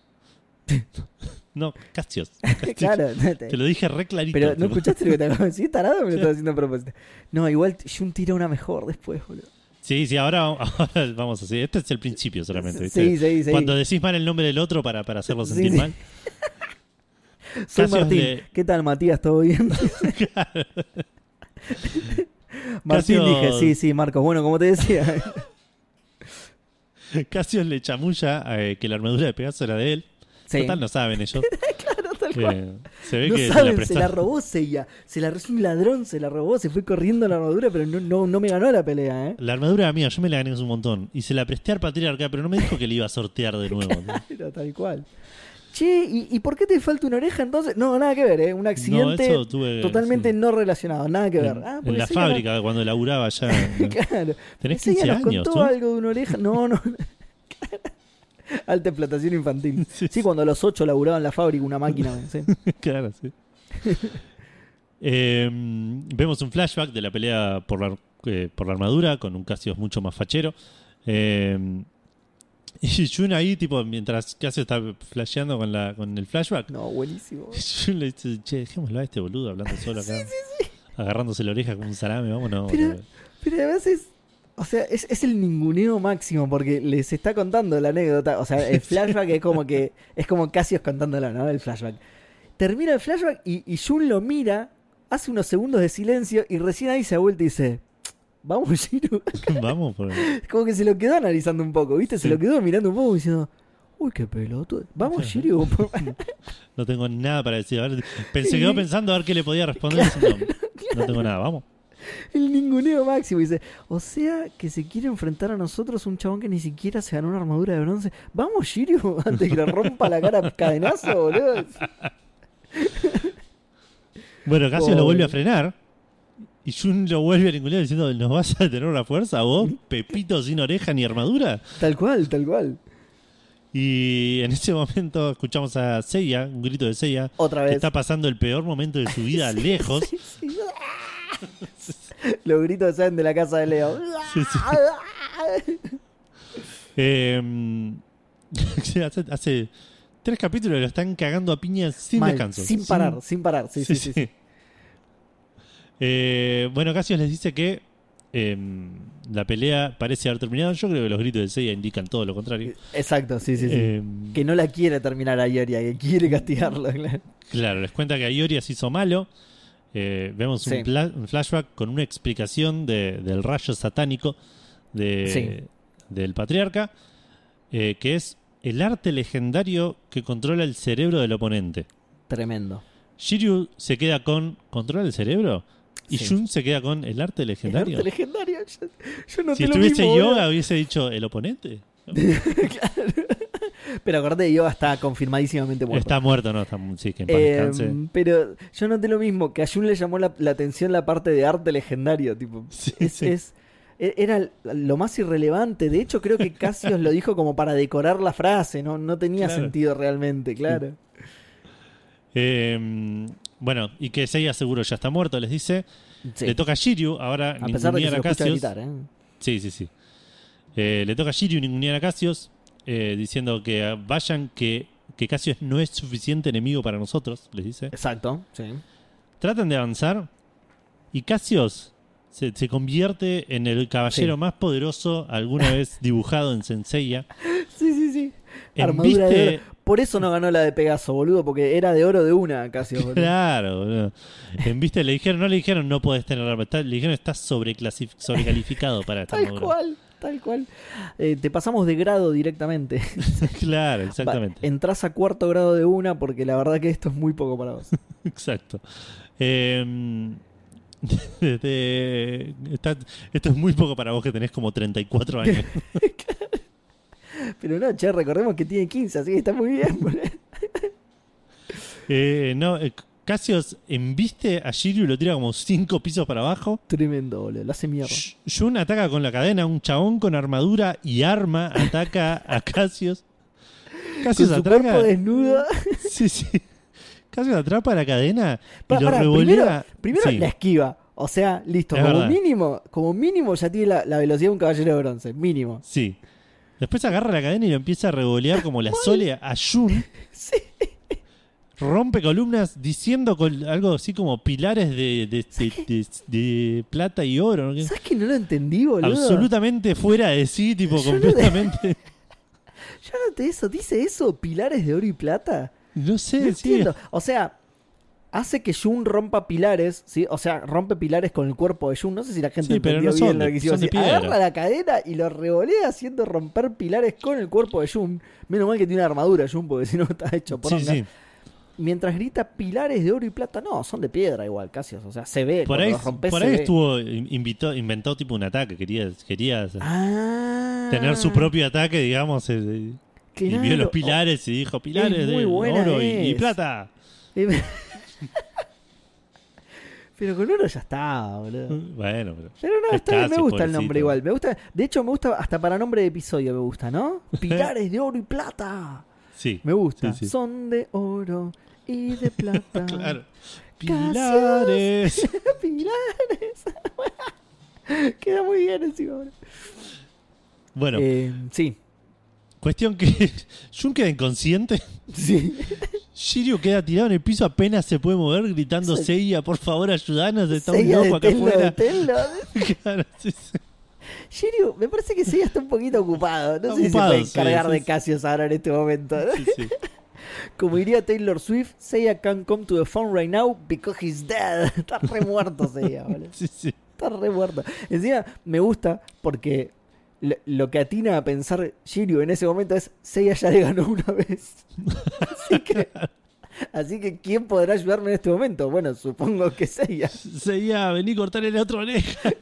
No, Cassius. Cassius. Claro. Te lo dije re clarito. Pero no escuchaste lo que te acabo de decir, tarado, me lo estaba haciendo a propósito. No, igual Jun tira una mejor después, boludo. Sí, sí, ahora, ahora vamos así. Este es el principio solamente, ¿viste? Sí, sí, sí. Cuando decís mal el nombre del otro para, para hacerlo sentir sí, sí. mal. Soy Cassius Martín. Le... ¿Qué tal, Matías? ¿Todo bien? Claro. Martín Cassius... dije, sí, sí, Marcos. Bueno, como te decía. Cassius le chamulla eh, que la armadura de Pegaso era de él. Sí. Total, no saben ellos. Claro, tal que cual. Se ve no que saben, se la, se la robó Seiya. Se la es un ladrón, se la robó, se fue corriendo la armadura, pero no, no, no me ganó la pelea, ¿eh? La armadura era mía, yo me la gané un montón. Y se la presté al patriarca, pero no me dijo que le iba a sortear de nuevo. Claro, tal cual. Che, ¿y, ¿y por qué te falta una oreja entonces? No, nada que ver, ¿eh? Un accidente no, tuve, totalmente sí. no relacionado, nada que ver. En, ah, en la fábrica, era... cuando laburaba ya. Claro. Tenés quince nos años, contó ¿tú? algo de una oreja. No, no. Alta explotación infantil. Sí, sí, cuando a los ocho laburaba en la fábrica una máquina. ¿Sí? Claro, sí. eh, vemos un flashback de la pelea por la, eh, por la armadura con un Cassius mucho más fachero. Eh, y Jun ahí, tipo, mientras Cassius está flasheando con, la, con el flashback. No, buenísimo. Jun le dice, che, dejémoslo a este boludo hablando solo acá. Sí, sí, sí. Agarrándose la oreja como un salame, vámonos. Pero, pero además es... O sea, es, es el ninguneo máximo porque les está contando la anécdota. O sea, el flashback es como que es como Cassius contándolo, ¿no? El flashback. Termina el flashback y, y Jun lo mira, hace unos segundos de silencio y recién ahí se vuelve y dice, vamos, Shiryu. Vamos, por ahí. Como que se lo quedó analizando un poco, ¿viste? Se sí. lo quedó mirando un poco diciendo, uy, qué pelotudo. Vamos, Shiryu. No tengo nada para decir. A ver, pensé, quedó pensando a ver qué le podía responder. Claro, no, claro. no tengo nada, vamos. El ninguneo máximo. Dice, o sea que se quiere enfrentar a nosotros un chabón que ni siquiera se ganó una armadura de bronce. Vamos, Shiryu, antes que le rompa la cara cadenazo, boludo. Bueno, Cassius oh. lo vuelve a frenar y Jun lo vuelve a ningunear diciendo, ¿nos vas a tener una fuerza vos, Pepito sin oreja ni armadura? Tal cual, tal cual. Y en ese momento escuchamos a Seiya, un grito de Seiya, otra vez, que está pasando el peor momento de su vida sí, lejos. Sí, sí. Los gritos salen de la casa de Leo. Sí, sí. eh, hace, hace tres capítulos lo están cagando a piñas sin Mal, descanso. Sin parar, sin, sin parar. Sí, sí, sí. sí, sí. Eh, bueno, Cassius les dice que eh, la pelea parece haber terminado. Yo creo que los gritos de Seiya indican todo lo contrario. Exacto, sí, sí, sí. Eh, que no la quiere terminar a Ioria, que quiere castigarlo. Claro, claro les cuenta que a Ioria se hizo malo. Eh, vemos un, sí. pla- un flashback con una explicación de, del rayo satánico de, sí. del patriarca, eh, que es el arte legendario que controla el cerebro del oponente. Tremendo. Shiryu se queda con ¿controla el cerebro? Y sí. Jun se queda con el arte legendario. El arte legendario. Yo, yo no si te estuviese lo mismo, Yoga, hubiese dicho el oponente. Claro. Pero acordate, Yoga está confirmadísimamente muerto. Está muerto, no, está, sí, que en paz descanse. Eh, pero yo noté lo mismo, que a Jun le llamó la, la atención la parte de arte legendario. Tipo, sí, es, sí. es, era lo más irrelevante. De hecho, creo que Cassius lo dijo como para decorar la frase. No, no tenía claro. sentido realmente, claro. Sí. Eh, bueno, y que Seiya seguro ya está muerto, les dice. Sí. Le toca a Shiryu ahora a pesar de que se a Cassius. Gritar, ¿eh? Sí, sí, sí. Eh, le toca a Shiryu ningunear a Cassius, eh, diciendo que vayan, que, que Cassius no es suficiente enemigo para nosotros, les dice. Exacto, sí. Tratan de avanzar y Cassius se, se convierte en el caballero sí. más poderoso alguna vez dibujado en Senseiya. Sí, sí, sí. Armadura viste... de oro. Por eso no ganó la de Pegaso, boludo, porque era de oro de una casi. Boludo. Claro, boludo. En viste le dijeron, no le dijeron no podés tener arma, le dijeron estás sobrecalificado para esta Tal armadura. cual, tal cual. Eh, te pasamos de grado directamente. Claro, exactamente. Va, entrás a cuarto grado de una porque la verdad que esto es muy poco para vos. Exacto. Eh, este, está, esto es muy poco para vos que tenés como treinta y cuatro años. Pero no, che, recordemos que tiene quince, así que está muy bien. eh, no, eh, Cassius embiste a Shiryu y lo tira como cinco pisos para abajo. Tremendo, boludo, lo hace mierda. Jun ataca con la cadena, un chabón con armadura y arma ataca a Cassius. Cassius con su atraca, cuerpo desnudo. Sí, sí. Cassius atrapa la cadena y para, lo para, revolea. Primero, primero sí. la esquiva. O sea, listo, es como verdad. mínimo, como mínimo ya tiene la, la velocidad de un caballero de bronce, mínimo. Sí. Después agarra la cadena y lo empieza a revolear como la Sole a Jun. Sí. Rompe columnas diciendo con algo así como pilares de, de, de, de, de plata y oro. ¿No? ¿Sabes que no lo entendí, boludo? Absolutamente fuera de sí, tipo yo completamente. No de... Yo noté eso, ¿dice eso? ¿Pilares de oro y plata? No sé, no sí. entiendo. O sea, hace que Jun rompa pilares, ¿sí? O sea, rompe pilares con el cuerpo de Jun. No sé si la gente sí, pero entendió no bien son lo de, que quiso decir. Agarra la cadena y lo revolea haciendo romper pilares con el cuerpo de Jun. Menos mal que tiene una armadura Jun, porque si no está hecho por sí, sí. Mientras grita pilares de oro y plata, no, son de piedra igual, casi. O sea, se ve. Por ahí, los rompes, por ahí estuvo, invitó, inventó tipo un ataque. Quería, quería ah, tener su propio ataque, digamos. Eh, claro. Y vio los pilares y dijo: pilares de oro y, y plata. Pero con oro ya está, boludo. Bueno, pero. Pero no, está bien, me gusta pobrecito. El nombre igual. Me gusta, de hecho, me gusta hasta para nombre de episodio, me gusta, ¿no? Pilares de oro y plata. Sí. Me gusta. Sí, sí. Son de oro y de plata. Claro. Pilares. Pilares. Queda muy bien encima, boludo. Bueno. Eh, sí. Cuestión que Jun queda inconsciente. Sí. Shiryu queda tirado en el piso, apenas se puede mover, gritando: sí. Seiya, por favor, ayudanos, está un loco acá afuera. Claro, sí, sí. Shiryu, me parece que Seiya está un poquito ocupado. No sé ocupado, si se puede encargar sí, sí, de Cassius ahora en este momento. Sí, sí. Como diría Taylor Swift, Seiya can't come to the phone right now because he's dead. Está re muerto Seiya, boludo. Sí, sí. Está re muerto. Encima, me gusta porque lo, lo que atina a pensar Shiryu en ese momento es: Seiya ya le ganó una vez. Así que, así que ¿quién podrá ayudarme en este momento? Bueno, supongo que Seiya. Seiya, vení a cortarle la otra oreja.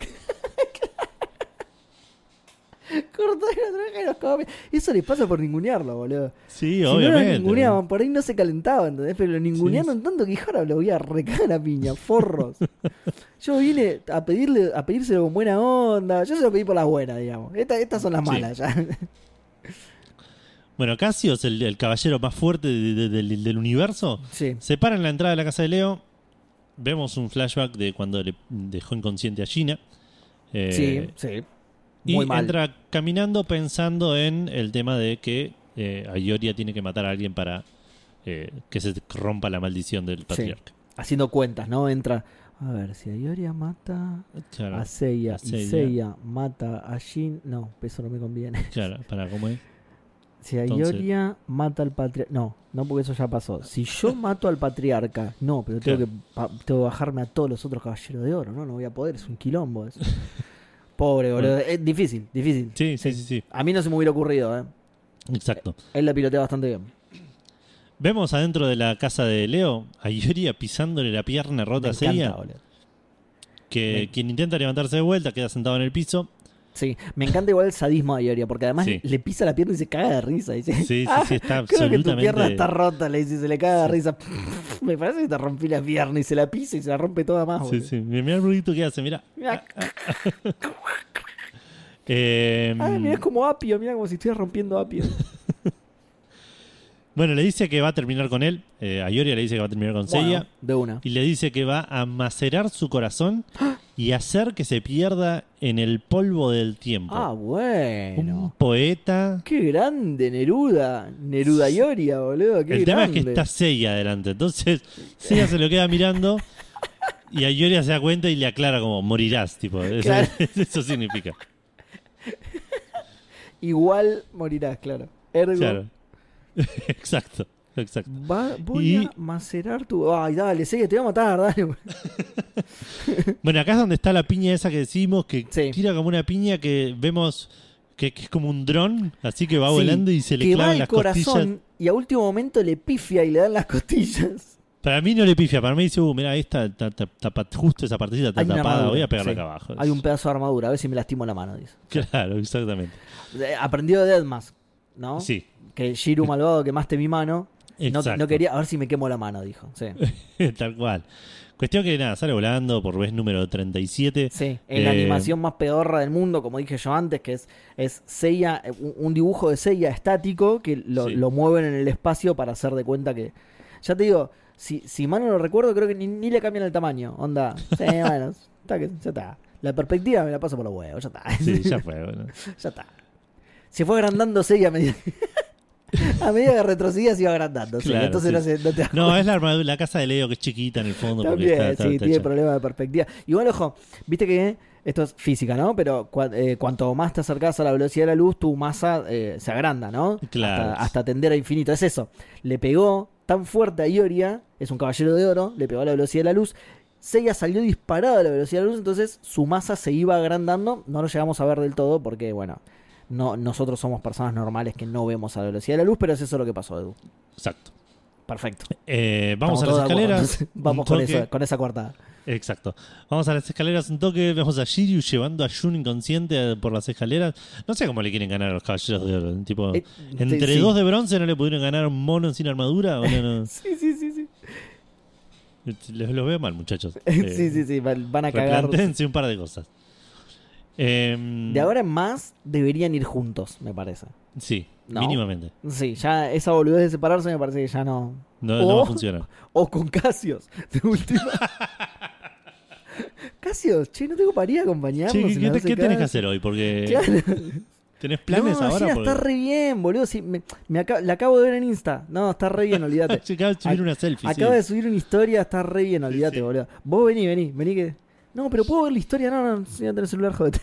Cortarle la otra oreja y los come. Eso les pasa por ningunearlo, boludo. Sí, si obviamente. No lo ninguneaban, por ahí no se calentaban, ¿entendés? Pero lo ningunearon sí. tanto que ahora lo voy a recagar a piña, forros. Yo vine a pedirle, a pedírselo con buena onda. Yo se lo pedí por las buenas, digamos. Esta, estas son las malas sí. ya. Bueno, Cassius, el, el caballero más fuerte de, de, de, del universo, sí. se para en la entrada de la casa de Leo. Vemos un flashback de cuando le dejó inconsciente a Gina. Eh, sí, sí. Muy y mal. Entra caminando pensando en el tema de que eh, Ayoria tiene que matar a alguien para eh, que se rompa la maldición del patriarca. Sí. Haciendo cuentas, ¿no? Entra... A ver, si Ayoria mata claro, a Seiya y Seiya mata a Jin... No, eso no me conviene. Claro, para cómo es. Si Ayoria Entonces... mata al patriarca... No, no porque eso ya pasó. Si yo mato al patriarca... No, pero tengo, claro. que, pa- tengo que bajarme a todos los otros caballeros de oro, ¿no? No voy a poder, es un quilombo eso. Pobre, boludo. Bueno. Es difícil, difícil. Sí, sí, sí, sí. A mí no se me hubiera ocurrido, ¿eh? Exacto. Él la pilotea bastante bien. Vemos adentro de la casa de Leo a Ayoria pisándole la pierna rota a Seiya. Que me... quien intenta levantarse de vuelta queda sentado en el piso. Sí, me encanta igual el sadismo de Ayoria, porque además sí. le pisa la pierna y se caga de risa. Dice, sí, sí, ah, sí, está creo absolutamente... que tu pierna está rota, le dice, se le caga de risa. Me parece que te rompí la pierna y se la pisa y se la rompe toda más. Sí, sí, mira el ruidito que hace, mira. eh, ah, mira, es como apio, mira como si estuviera rompiendo apio. Bueno, le dice que va a terminar con él. Eh, Ayoria le dice que va a terminar con bueno, Seiya. De una. Y le dice que va a macerar su corazón y hacer que se pierda en el polvo del tiempo. Ah, bueno. Un poeta. Qué grande, Neruda. Neruda Ayoria, boludo. Qué el grande. tema es que está Seiya adelante. Entonces, Seiya se lo queda mirando y Ayoria se da cuenta y le aclara como: morirás. Tipo, claro. eso, eso significa. Igual morirás, claro. Ergo. Claro. Exacto, exacto. Va, voy y... a macerar tu... Ay, dale, Seiya, te voy a matar, dale. Bueno, acá es donde está la piña esa que decimos, que sí. tira como una piña que vemos que, que es como un dron, así que va sí, volando y se le clavan las corazón, costillas. Y a último momento le pifia y le dan las costillas. Para mí no le pifia, para mí dice: uh, mira, ahí está, está, está, está justo esa partecita está tapada, armadura, voy a pegarla sí. acá abajo. Hay un pedazo de armadura, a ver si me lastimo la mano, dice. Claro, exactamente. Aprendió de Deadmask, ¿no? Sí. Que Shiryu malvado quemaste mi mano. No, no quería, a ver si me quemo la mano, dijo. Sí. Tal cual. Cuestión que nada, sale volando por vez número treinta y siete. Sí, en eh... la animación más pedorra del mundo, como dije yo antes, que es, es Seiya, un dibujo de Seiya estático que lo, sí. lo mueven en el espacio para hacer de cuenta que. Ya te digo, si, si mal no lo recuerdo, creo que ni, ni le cambian el tamaño. Onda. Sí, bueno, está, ya está. La perspectiva me la paso por los huevos, ya está. Sí, ya fue, bueno. Ya está. Se fue agrandando Seiya a medida. A medida que retrocedía se iba agrandando. Claro, sí. Entonces sí. no, se, no te No, es la armadura, la casa de Leo que es chiquita en el fondo. También, porque está, sí, está, tiene está problemas de perspectiva. Igual, ojo, viste que esto es física, ¿no? Pero cu eh, cuanto más te acercas a la velocidad de la luz, tu masa eh, se agranda, ¿no? Claro. Hasta, hasta tender a infinito. Es eso. Le pegó tan fuerte a Ioria, es un caballero de oro, le pegó a la velocidad de la luz. Seiya salió disparado a la velocidad de la luz, entonces su masa se iba agrandando. No lo llegamos a ver del todo porque, bueno, no, nosotros somos personas normales que no vemos a la velocidad de la luz, pero es eso lo que pasó, Edu. Exacto. Perfecto. Eh, vamos Estamos a las escaleras. Vamos con, eso, con esa coartada. Exacto. Vamos a las escaleras un toque. Vemos a Shiryu llevando a Jun inconsciente por las escaleras. No sé cómo le quieren ganar a los caballeros de oro. Tipo, eh, entre sí. dos de bronce no le pudieron ganar a un mono sin armadura. ¿O no, no? sí, sí, sí, sí. Les los veo mal, muchachos. sí, eh, sí, sí. Van a cagar. Replantéense un par de cosas. Eh, de ahora en más deberían ir juntos, me parece. Sí, ¿no? Mínimamente. Sí, ya esa boludez de separarse me parece que ya no. No, o, no va a funcionar. O con Cassios, de última. Cassios, che, no tengo para ir a acompañarnos. Che, ¿qué, ¿qué, ¿qué tenés que hacer hoy? Porque. Claro. ¿Tenés planes no, ahora? No, porque... está re bien, boludo. Sí, me, me acabo, la acabo de ver en Insta. No, está re bien, olvídate. Sí, acaba de subir una selfie. Acaba sí. de subir una historia, está re bien, olvídate, sí, sí. boludo. Vos vení, vení, vení que. No, pero puedo ver la historia. No, no, si no tenés celular, jodete.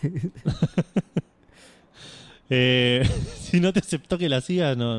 eh, si no te aceptó que la sigas, no. no.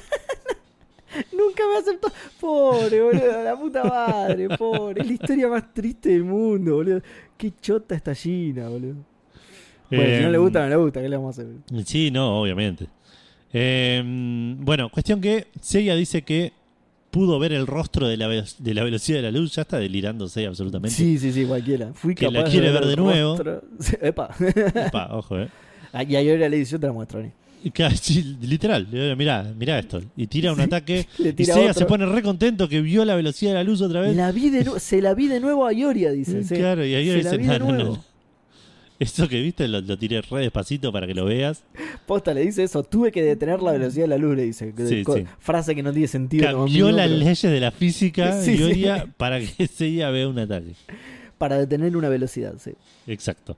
Nunca me aceptó. Pobre, boludo, la puta madre, pobre. Es la historia más triste del mundo, boludo. Qué chota esta Gina, boludo. Bueno, eh, si no le gusta, no le gusta, ¿qué le vamos a hacer? Sí, no, obviamente. Eh, bueno, cuestión que Seiya dice que pudo ver el rostro de la, de la velocidad de la luz. Ya está delirando Seiya absolutamente. Sí, sí, sí, cualquiera. Fui que capaz la quiere de ver, ver de nuevo. Epa. Epa, ojo, eh. Y ahora le dice, yo te la muestro, ¿eh? Sí, literal, mirá, mirá esto. Y tira un ataque. Y Seiya se pone re contento que vio la velocidad de la luz otra vez. La vi de nu- se la vi de nuevo a Ioria, dice. Sí, claro, y Ioria dice, se la vi no, de nuevo. No, no. Eso que viste lo, lo tiré re despacito para que lo veas. Posta le dice eso, tuve que detener la velocidad de la luz, le dice. Sí, Co- sí. Frase que no tiene sentido. Cambió las pero... leyes de la física, sí, Ioria, sí. para que Seiya vea un ataque. Para detener una velocidad, sí. Exacto.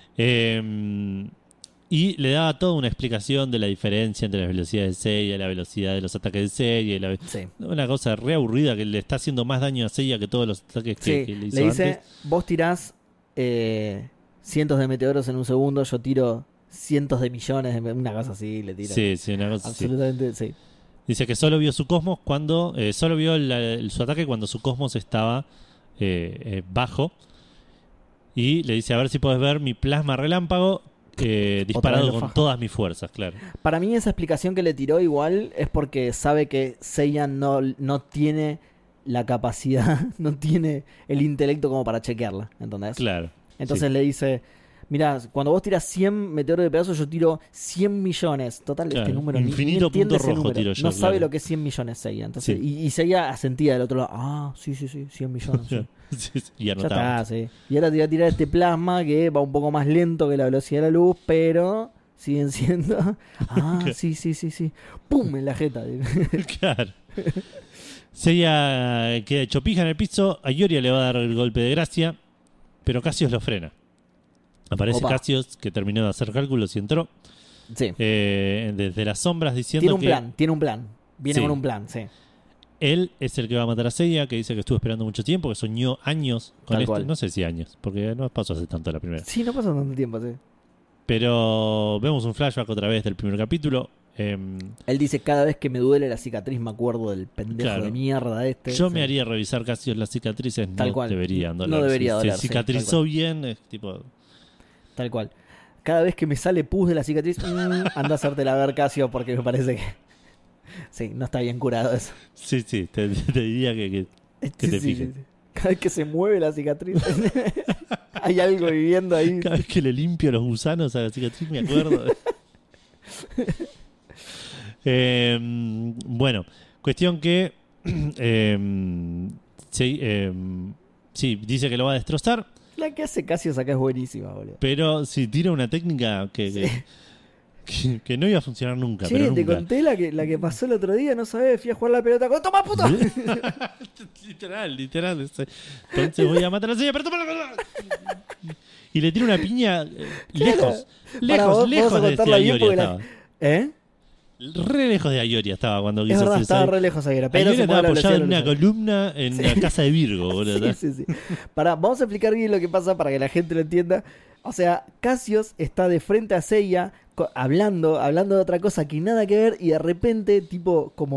Eh, y le daba toda una explicación de la diferencia entre las velocidades de Seiya, la velocidad de los ataques de Seiya. Y la... sí. Una cosa re aburrida que le está haciendo más daño a Seiya que todos los ataques que, sí. que le hizo le dice, antes. Vos tirás eh, cientos de meteoros en un segundo, yo tiro cientos de millones, de... una cosa así le tira. Sí, sí, una cosa absolutamente, así. sí. Dice que solo vio su cosmos cuando, eh, solo vio la, el, su ataque cuando su cosmos estaba eh, eh, bajo. Y le dice, a ver si puedes ver mi plasma relámpago eh, disparado con faja. Todas mis fuerzas, claro. Para mí esa explicación que le tiró igual es porque sabe que Seiya no, no tiene la capacidad, no tiene el intelecto como para chequearla, ¿entendés? Claro. Entonces sí. Le dice, mirá, cuando vos tiras cien meteoros de pedazos, yo tiro cien millones. Total, claro, este número infinito ni, ni punto ese rojo número. tiro yo. No claro. sabe lo que es cien millones Seiya. Entonces, sí. y, y Seiya asentía del otro lado. Ah, sí, sí, sí, cien millones. Sí. sí, sí, y ya está, sí. Y ahora te voy a tirar este plasma que va un poco más lento que la velocidad de la luz, pero siguen siendo... Ah, sí, sí, sí, sí. ¡Pum! En la jeta. Claro. Seiya queda hecho pija en el piso. A Ioria le va a dar el golpe de gracia, pero Cassius lo frena. Aparece Opa. Cassius, que terminó de hacer cálculos y entró. Sí. Eh, desde las sombras diciendo tiene un que... plan, tiene un plan. Viene sí. con un plan, sí. Él es el que va a matar a Seiya, que dice que estuvo esperando mucho tiempo, que soñó años con Tal esto. Cual. No sé si años, porque no pasó hace tanto la primera. Sí, no pasó tanto tiempo, sí. Pero vemos un flashback otra vez del primer capítulo. Eh, Él dice, cada vez que me duele la cicatriz me acuerdo del pendejo claro. de mierda este. Yo sí. me haría revisar casi las cicatrices. Tal no cual. deberían doler. No debería si doler. se cicatrizó sí, bien, es tipo... Tal cual. Cada vez que me sale pus de la cicatriz, mmm, anda a hacerte la ver, Casio, porque me parece que... Sí, no está bien curado eso. Sí, sí, te, te diría que, que, que sí, te sí, fijes. Sí. Cada vez que se mueve la cicatriz, hay algo viviendo ahí. Cada vez que le limpio los gusanos a la cicatriz me acuerdo. eh, bueno, cuestión que... Eh, sí, eh, sí, dice que lo va a destrozar. La que hace Cassius acá es buenísima, boludo. Pero si tira una técnica que... Sí. que Que, que no iba a funcionar nunca. Che, pero te nunca. conté la que, la que pasó el otro día, no sabés, fui a jugar la pelota con... ¡Toma, puto! Literal, literal. Entonces voy a matar a la silla, pero toma la... Y le tira una piña eh, lejos. Lejos, vos, lejos de, de Ayoria estaba. La... ¿Eh? Re lejos de Ayoria estaba cuando es quiso verdad, hacer estaba re lejos Ayoria. Pero Ayoria estaba apoyado en una columna en sí. la casa de Virgo, boludo. Sí, sí, sí. Pará, vamos a explicar bien lo que pasa para que la gente lo entienda. O sea, Cassius está de frente a Seiya hablando, hablando de otra cosa que nada que ver y de repente, tipo, como,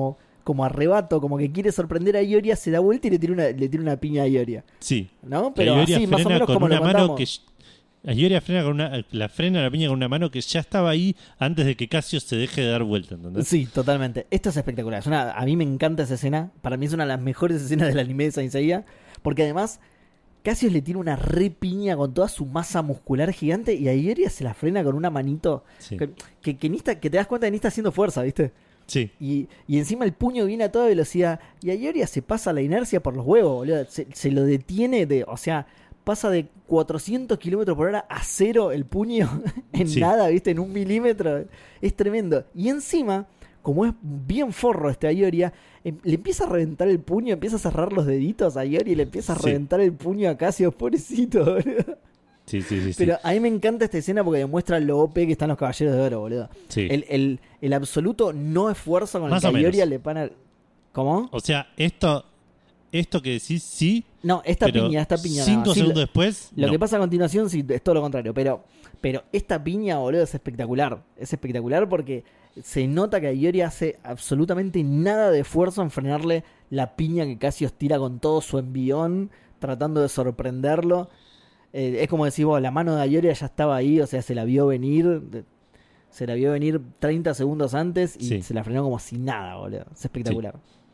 como arrebato, como que quiere sorprender a Ioria, se da vuelta y le tira una, le tira una piña a Ioria. Sí. ¿No? Pero así, más o menos con como una lo mano contamos. que Ioria frena con una, la frena la piña con una mano que ya estaba ahí antes de que Cassius se deje de dar vuelta, ¿entendés? Sí, totalmente. Esto es espectacular. Es una, a mí me encanta esa escena. Para mí es una de las mejores escenas del anime de Saint Seiya. Porque además, Cassius le tira una re piña con toda su masa muscular gigante y a Ioria se la frena con una manito. Sí. Que, que, que, ni está, que te das cuenta que ni está haciendo fuerza, ¿viste? Sí. Y, y encima el puño viene a toda velocidad. Y a Ioria se pasa la inercia por los huevos, boludo. Se, se lo detiene de. O sea, pasa de cuatrocientos kilómetros por hora a cero el puño en sí. nada, ¿viste? En un milímetro. Es tremendo. Y encima, como es bien forro este a Ioria, em, le empieza a reventar el puño, empieza a cerrar los deditos a Ioria y le empieza a sí. reventar el puño a Cassius, pobrecito, boludo. Sí, sí, sí, Pero sí. a mí me encanta esta escena porque demuestra lo O P que están los Caballeros de Oro, boludo. Sí. El, el, el absoluto no esfuerzo con Más el que a Ioria le pana. ¿Cómo? O sea, esto, esto que decís, sí. No, esta piña, esta piña. Cinco no. segundos sí, lo, después. Lo no. que pasa a continuación, sí, es todo lo contrario. Pero, pero esta piña, boludo, es espectacular. Es espectacular porque se nota que a Ioria hace absolutamente nada de esfuerzo en frenarle la piña que Cassius tira con todo su envión, tratando de sorprenderlo. Eh, es como decir, vos, la mano de Ioria ya estaba ahí, o sea, se la vio venir, se la vio venir treinta segundos antes y sí. se la frenó como si nada, boludo. Es espectacular.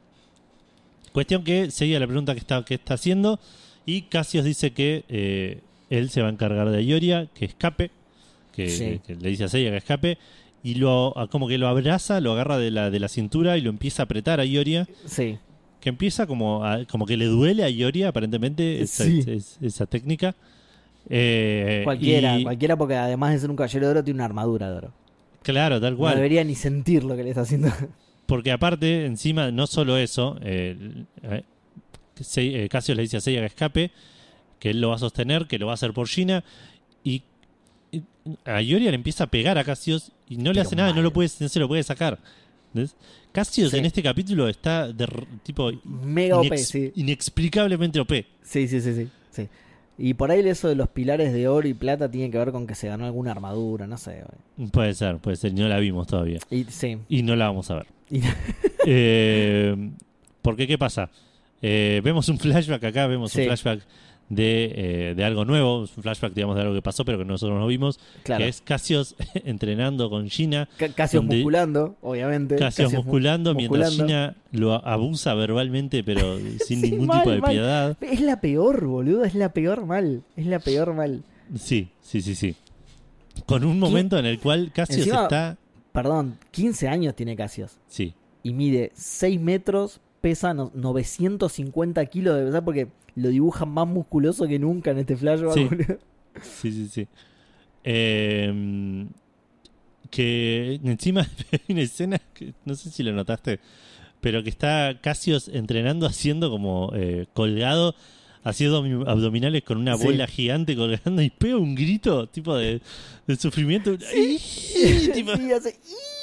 Sí. Cuestión que seguía la pregunta que está, que está haciendo y Cassius dice que eh, él se va a encargar de Ioria, que escape, que, sí. que le dice a Seiya que escape y lo como que lo abraza, lo agarra de la, de la cintura y lo empieza a apretar a Ioria. Sí. Que empieza como, a, como que le duele a Ioria aparentemente esa, sí. esa, esa técnica. Eh, cualquiera, y... cualquiera porque además de ser un caballero de oro tiene una armadura de oro. Claro, tal cual. No debería ni sentir lo que le está haciendo. Porque aparte, encima, no solo eso, eh, eh, Cassius le dice a Seiya que escape, que él lo va a sostener, que lo va a hacer por Gina, y, y a Ioria le empieza a pegar a Cassius y no le Pero hace nada, no, lo puede, no se lo puede sacar. ¿Ves? Cassius sí. en este capítulo está de tipo mega inex- O P, sí. inexplicablemente O P. Sí, sí, sí, sí, sí. Y por ahí eso de los pilares de oro y plata tiene que ver con que se ganó alguna armadura, no sé. Güey. Puede ser, puede ser. No la vimos todavía. Y, sí. y no la vamos a ver. eh, porque, ¿qué pasa? Eh, vemos un flashback acá, vemos sí. un flashback de, eh, de algo nuevo, un flashback, digamos, de algo que pasó, pero que nosotros no vimos, claro. que es Cassius entrenando con Gina. C- Cassius musculando, obviamente. Cassius, Cassius musculando, mu- mientras musculando. Gina lo abusa verbalmente, pero sin sí, ningún mal, tipo de mal. piedad. Es la peor, boludo, es la peor mal, es la peor mal. Sí, sí, sí, sí. Con un momento en el cual Cassius Encima, está... Perdón, quince años tiene Cassius. Sí. Y mide seis metros, pesa no, novecientos cincuenta kilos de verdad, porque lo dibujan más musculoso que nunca en este flashback. Sí, sí, sí. sí. Eh, que encima hay una escena que no sé si lo notaste, pero que está Cassius entrenando haciendo como eh, colgado, haciendo abdominales con una bola sí. gigante colgando y pega un grito tipo de, de sufrimiento. Sí, tipo... sí, hace...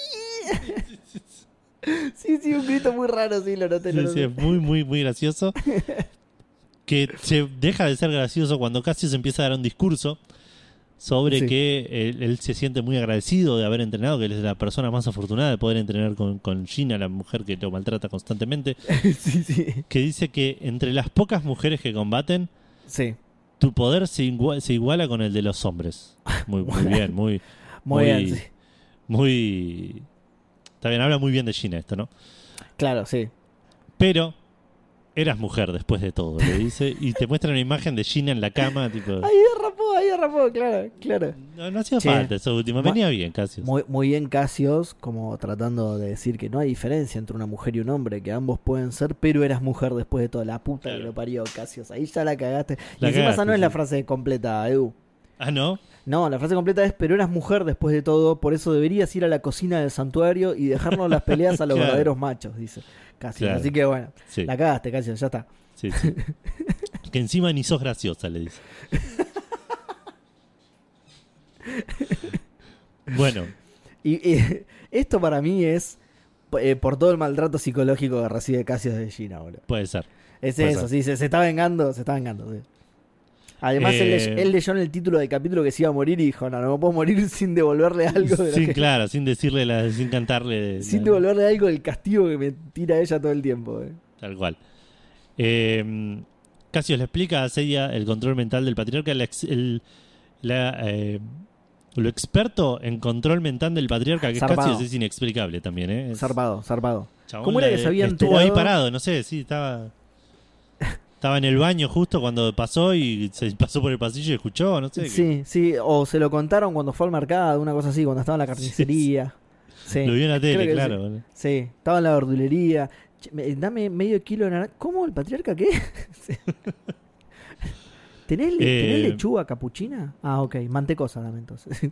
sí, sí, un grito muy raro, sí, lo noté. Lo noté. Sí, sí, es muy, muy, muy gracioso. Que se deja de ser gracioso cuando Cassius empieza a dar un discurso sobre sí. que él, él se siente muy agradecido de haber entrenado, que él es la persona más afortunada de poder entrenar con, con Gina, la mujer que lo maltrata constantemente. sí, sí. Que dice que entre las pocas mujeres que combaten, sí. tu poder se, iguala, se iguala con el de los hombres. Muy, muy bien, muy... Muy, muy bien, sí. Muy... Está bien, habla muy bien de Gina esto, ¿no? Claro, sí. Pero... eras mujer después de todo, le dice, y te muestra una imagen de Gina en la cama, tipo... Ahí derrapó, ahí derrapó, claro, claro. No, no hacía che, falta eso último, venía bien Cassius. Muy, muy bien Cassius, como tratando de decir que no hay diferencia entre una mujer y un hombre, que ambos pueden ser, pero eras mujer después de toda la puta claro. que lo parió Cassius. Ahí ya la cagaste. La y encima cagaste, esa no sí. es la frase completa, Edu. ¿Ah, no? No, la frase completa es, pero eras mujer después de todo, por eso deberías ir a la cocina del santuario y dejarnos las peleas a los claro. verdaderos machos, dice Cassius. Claro. Así que bueno, sí. la cagaste, Cassius, ya está. Sí, sí. Que encima ni sos graciosa, le dice. Bueno. Y, y esto para mí es eh, por todo el maltrato psicológico que recibe Cassius de Gina, boludo. Puede ser. Es Puede eso, ser. sí, se, se está vengando, se está vengando, sí. Además, eh, él, leyó, él leyó en el título del capítulo que se iba a morir y dijo, no, no me puedo morir sin devolverle algo. De sí, que... claro, sin decirle, la, sin cantarle. Sin la... devolverle algo del castigo que me tira ella todo el tiempo. Eh. Tal cual. Eh, Cassius le explica a Seiya el control mental del patriarca, el, el, la, eh, lo experto en control mental del patriarca, que zarpado. Cassius es inexplicable también. ¿eh? Es... Zarpado, zarpado. Chabón, ¿Cómo era que se había estuvo enterado? ahí parado, no sé, sí, estaba... Estaba en el baño justo cuando pasó y se pasó por el pasillo y escuchó, no sé. Sí, qué. sí, o se lo contaron cuando fue al mercado, una cosa así, cuando estaba en la carnicería. Sí, sí. Lo vio en la tele, claro. Sí. sí, estaba en la verdulería. Che, dame medio kilo de naranja. ¿Cómo? ¿El patriarca qué? ¿Tenés, le, eh... ¿Tenés lechuga capuchina? Ah, ok, mantecosa dame entonces.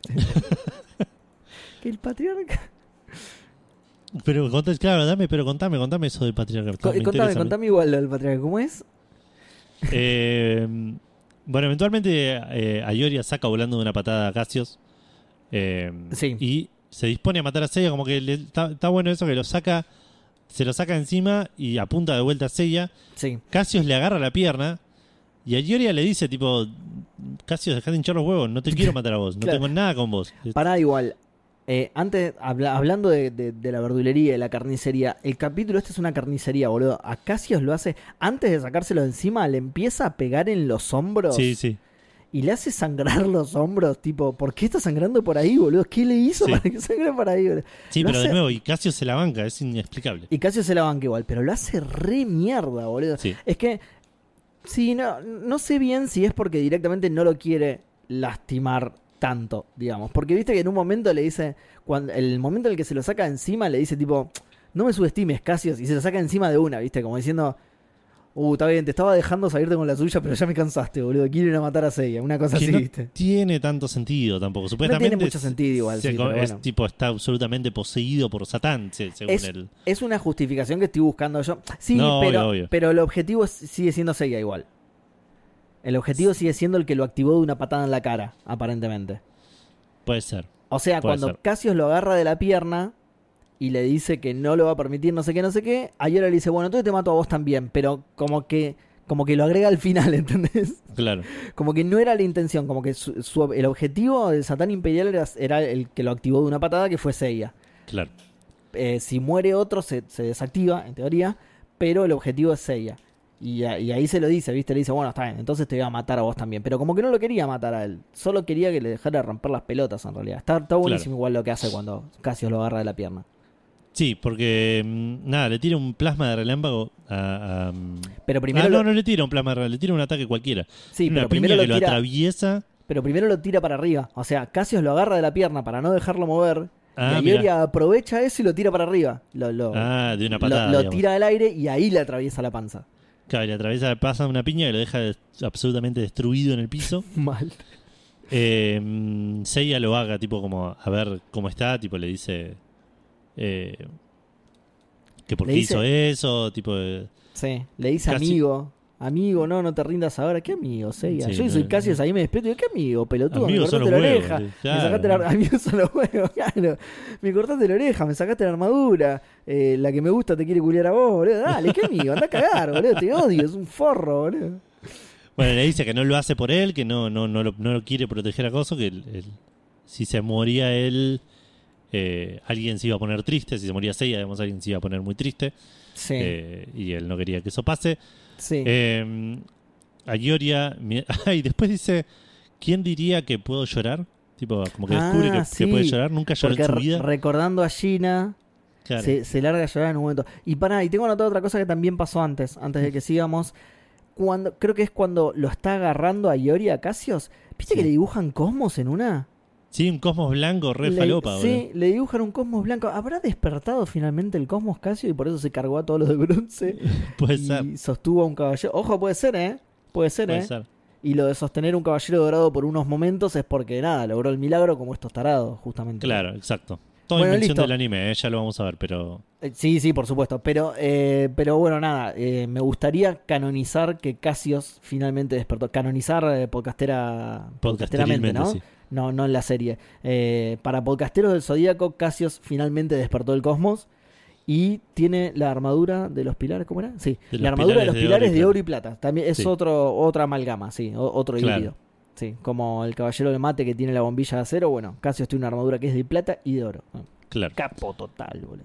¿Que el patriarca? Pero, claro, dame, pero contame, contame eso del patriarca. Co- contame, contame igual lo del patriarca, ¿cómo es? Eh, bueno, eventualmente eh, Ayoria saca volando de una patada a Cassius eh, sí. y se dispone a matar a Seiya. Como que le, está, está bueno eso que lo saca, se lo saca encima y apunta de vuelta a Seiya. Sí. Cassius le agarra la pierna y Ayoria le dice tipo, Cassius, dejá de hinchar los huevos, no te quiero matar a vos, no claro. tengo nada con vos. Pará igual. Eh, antes, habla, hablando de, de, de la verdulería y de la carnicería, el capítulo este es una carnicería, boludo. A Cassius lo hace, antes de sacárselo de encima, le empieza a pegar en los hombros. Sí, sí. Y le hace sangrar los hombros, tipo, ¿por qué está sangrando por ahí, boludo? ¿Qué le hizo sí. para que sangre por ahí, boludo? Sí, lo pero hace... de nuevo, y Cassius se la banca, es inexplicable. Y Cassius se la banca igual, pero lo hace re mierda, boludo. Sí. Es que, sí, no, no sé bien si es porque directamente no lo quiere lastimar tanto, digamos. Porque viste que en un momento le dice, cuando el momento en el que se lo saca encima, le dice tipo, no me subestimes, Cassius, y se lo saca encima de una, viste, como diciendo, uh, está bien, te estaba dejando salirte con la suya, pero ya me cansaste, boludo, quiero ir a matar a Seiya, una cosa que así, no viste. Tiene tanto sentido tampoco, supuestamente. No tiene mucho sentido igual, se, sí, es, pero bueno. tipo, está absolutamente poseído por Satán, según es, él. Es una justificación que estoy buscando yo. Sí, no, pero, obvio, obvio. pero el objetivo sigue siendo Seiya igual. El objetivo sigue siendo el que lo activó de una patada en la cara, aparentemente. Puede ser. O sea, Puede cuando ser. Cassius lo agarra de la pierna y le dice que no lo va a permitir no sé qué, no sé qué, Ayoria le dice, bueno, entonces te mato a vos también, pero como que como que lo agrega al final, ¿entendés? Claro. Como que no era la intención, como que su, su, el objetivo del Satán Imperial era, era el que lo activó de una patada, que fue Seiya. Claro. Eh, si muere otro, se, se desactiva, en teoría, pero el objetivo es Seiya. Y, y ahí se lo dice, ¿viste? Le dice, bueno, está bien, entonces te voy a matar a vos también. Pero como que no lo quería matar a él. Solo quería que le dejara romper las pelotas, en realidad. Está, está buenísimo, claro. Igual lo que hace cuando Cassius lo agarra de la pierna. Sí, porque, nada, le tira un plasma de relámpago a... a pero primero ah, no, lo... no le tira un plasma de relámpago, le tira un ataque cualquiera. Sí, una pero primero lo, que tira... lo atraviesa... Pero primero lo tira para arriba. O sea, Cassius lo agarra de la pierna para no dejarlo mover. Ah, y Ayoria aprovecha eso y lo tira para arriba. Lo, lo, ah, de una patada. Lo, lo tira al aire y ahí le atraviesa la panza. Claro, le atraviesa, pasa una piña y lo deja absolutamente destruido en el piso. Mal. Eh, Seiya lo haga, tipo como a ver cómo está, tipo le dice eh, que por qué dice, hizo eso, tipo de, sí, le dice casi, amigo, amigo, no, no te rindas ahora, ¿qué amigo, Seiya? Sí, yo no, soy Cassius, ahí me despierto y digo, ¿qué amigo, pelotudo? Me cortaste la huevos, oreja, claro. me sacaste la amigos son los huevos, claro, me cortaste la oreja, me sacaste la armadura, eh, la que me gusta te quiere culiar a vos, boludo, dale, ¿qué amigo? Anda a cagar, boludo, te odio, es un forro, boludo. Bueno, le dice que no lo hace por él, que no no no lo, no lo quiere proteger a Coso, que él, él, si se moría él, eh, alguien se iba a poner triste, si se moría Seiya, además alguien se iba a poner muy triste, sí. eh, y él no quería que eso pase. Sí. Eh, Ayoria, y después dice, ¿quién diría que puedo llorar? Tipo, como que descubre ah, que, sí. que puede llorar, nunca lloró en su vida. Recordando a Gina, claro. se, se larga a llorar en un momento. Y pará, y tengo anotada otra cosa que también pasó antes, antes de que sigamos. Cuando, creo que es cuando lo está agarrando a Ayoria a Cassius. ¿Viste sí. que le dibujan cosmos en una? Sí, un cosmos blanco re le, falopa. Sí, bro. le dibujan un cosmos blanco. ¿Habrá despertado finalmente el cosmos Cassius y por eso se cargó a todos los de bronce? Puede y ser. sostuvo a un caballero. Ojo, puede ser, ¿eh? Puede ser, puede ¿eh? Ser. Y lo de sostener un caballero dorado por unos momentos es porque, nada, logró el milagro como estos tarados, justamente. Claro, exacto. Toda bueno, invención listo. del anime, eh, ya lo vamos a ver, pero... Eh, sí, sí, por supuesto. Pero, eh, pero bueno, nada, eh, me gustaría canonizar que Cassius finalmente despertó. Canonizar eh, podcastera, podcasteramente, ¿no? Sí. No, no en la serie. Eh, para podcasteros del Zodíaco, Cassius finalmente despertó el cosmos Y tiene la armadura de los pilares, ¿cómo era? Sí, de la armadura de los de pilares oro de oro y plata. También es sí. otro otra amalgama, sí, o, otro Claro. híbrido. Sí, como el caballero del mate que tiene la bombilla de acero, bueno, Cassius tiene una armadura que es de plata y de oro. Claro. Capo total, boludo.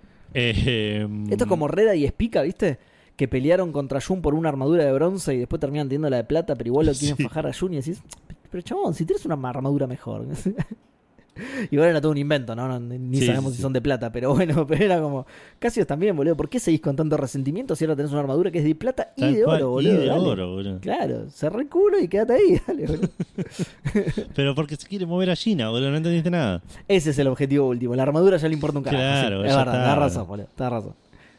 Eh, Esto es como Reda y Spica, ¿viste? Que pelearon contra Jun por una armadura de bronce y después terminan teniendo la de plata, pero igual lo quieren Sí. fajar a Jun y decís, pero chabón, si tienes una armadura mejor. Igual era todo un invento, ¿no? no ni Sí, sabemos sí, si sí. son de plata, pero bueno, pero era como, Cassius también, boludo. ¿Por qué seguís con tanto resentimiento si ahora tenés una armadura que es de plata y tal de cual, oro, boludo? Y de Dale. oro, boludo. Claro, cerré el culo y quédate ahí, dale, boludo. Pero porque se quiere mover a Gina, boludo, no entendiste nada. Ese es el objetivo último. La armadura ya le importa un carajo. Claro, sí, es ya verdad, está. tenés razón, boludo. Tenés razón.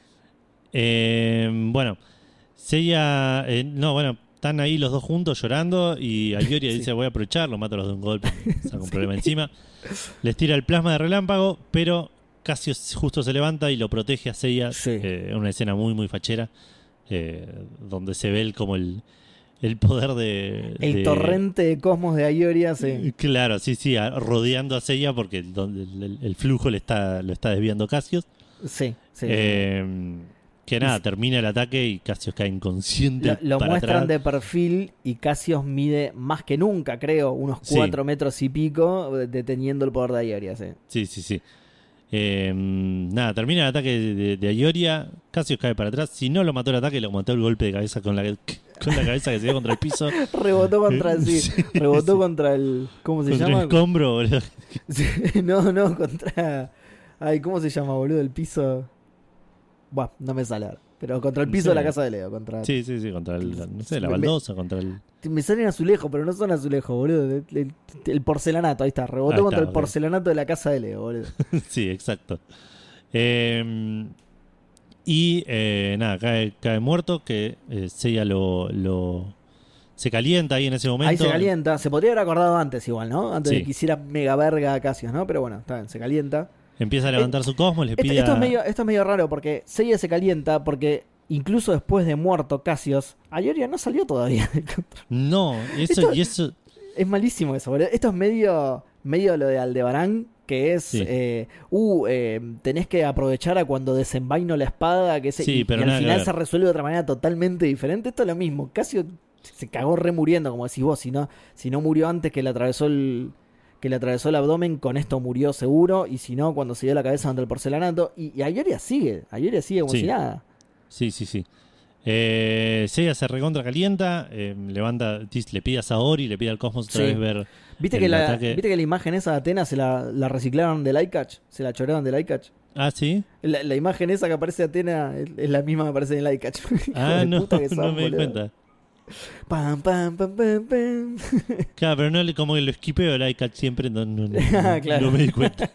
Eh, bueno, Seiya, eh, no, bueno, están ahí los dos juntos llorando y Ayoria Sí. dice voy a aprovechar, lo mato a los de un golpe, saca un problema encima. Les tira el plasma de relámpago, pero Cassius justo se levanta y lo protege a Seiya. Sí. Eh, una escena muy, muy fachera, eh, donde se ve el, como el, el poder de... El de- torrente de cosmos de Ayoria, sí. Claro, sí, sí, a- rodeando a Seiya porque el, donde el, el- el flujo le está, lo está desviando Cassius. Sí, sí. Eh, que nada, termina el ataque y Cassius cae inconsciente. Lo, lo para muestran atrás. de perfil y Cassius mide más que nunca, creo, unos Sí. cuatro metros y pico, deteniendo el poder de Ayoria, sí. Sí, sí, sí. Eh, nada, termina el ataque de, de, de Ayoria. Cassius cae para atrás. Si no lo mató el ataque, lo mató el golpe de cabeza con la, con la cabeza que se dio contra el piso. Rebotó contra el, sí, Sí, rebotó sí. contra el, ¿cómo se Contra llama? el escombro, boludo. Sí, no, no, contra, ay, ¿cómo se llama, boludo? El piso, buah, no me sale ahora. Pero contra el piso Sí. de la casa de Leo, contra... Sí, sí, sí, contra el, no sé, la Me- baldosa, contra el... Me salen azulejos, pero no son azulejos, boludo. El, el- el porcelanato, ahí está. Rebotó Ahí contra está, el ok. porcelanato de la casa de Leo, boludo. Sí, exacto. Eh, y eh, nada, cae, cae muerto, que eh, Seiya lo, lo... Se calienta ahí en ese momento. Ahí se calienta. Se podría haber acordado antes igual, ¿no? Antes de Sí. que hiciera mega verga a Cassius, ¿no? Pero bueno, está bien, se calienta. Empieza a levantar su cosmos, le Esto, pide esto a- es medio, esto es medio raro porque Seiya se calienta porque incluso después de muerto Cassius, Ayoria no salió todavía del control. No, eso, Esto- y eso... Es malísimo eso, boludo. Esto es medio, medio lo de Aldebarán, que es, Sí. eh, uh, eh, tenés que aprovechar a cuando desenvaino la espada, que se, Sí, y, pero y al nada que final ver. se resuelve de otra manera totalmente diferente. Esto es lo mismo. Cassio se cagó re muriendo, como decís vos. Si no, si no murió antes que le atravesó el, que le atravesó el abdomen, con esto murió seguro. Y si no, cuando se dio la cabeza ante el porcelanato. Y, y Ayoria sigue, Ayoria sigue como Sí. si nada. Sí, sí, sí. Eh, Seiya se recontra calienta, eh, levanta, dis- le pide a Saori, le pide al Cosmos otra Sí. vez ver ¿Viste el que, la, ataque. ¿Viste que la imagen esa de Atena se la, la reciclaron del iCatch? Se la chorearon del iCatch. Ah, ¿sí? La, la imagen esa que aparece de Atena es, es la misma que aparece en el iCatch. Ah, no, no me di cuenta. Pam, pam, pam, pam, pam. Claro, pero no le, como que lo esquipeo el iCat siempre, no, no, no, Ah, claro. no me di cuenta.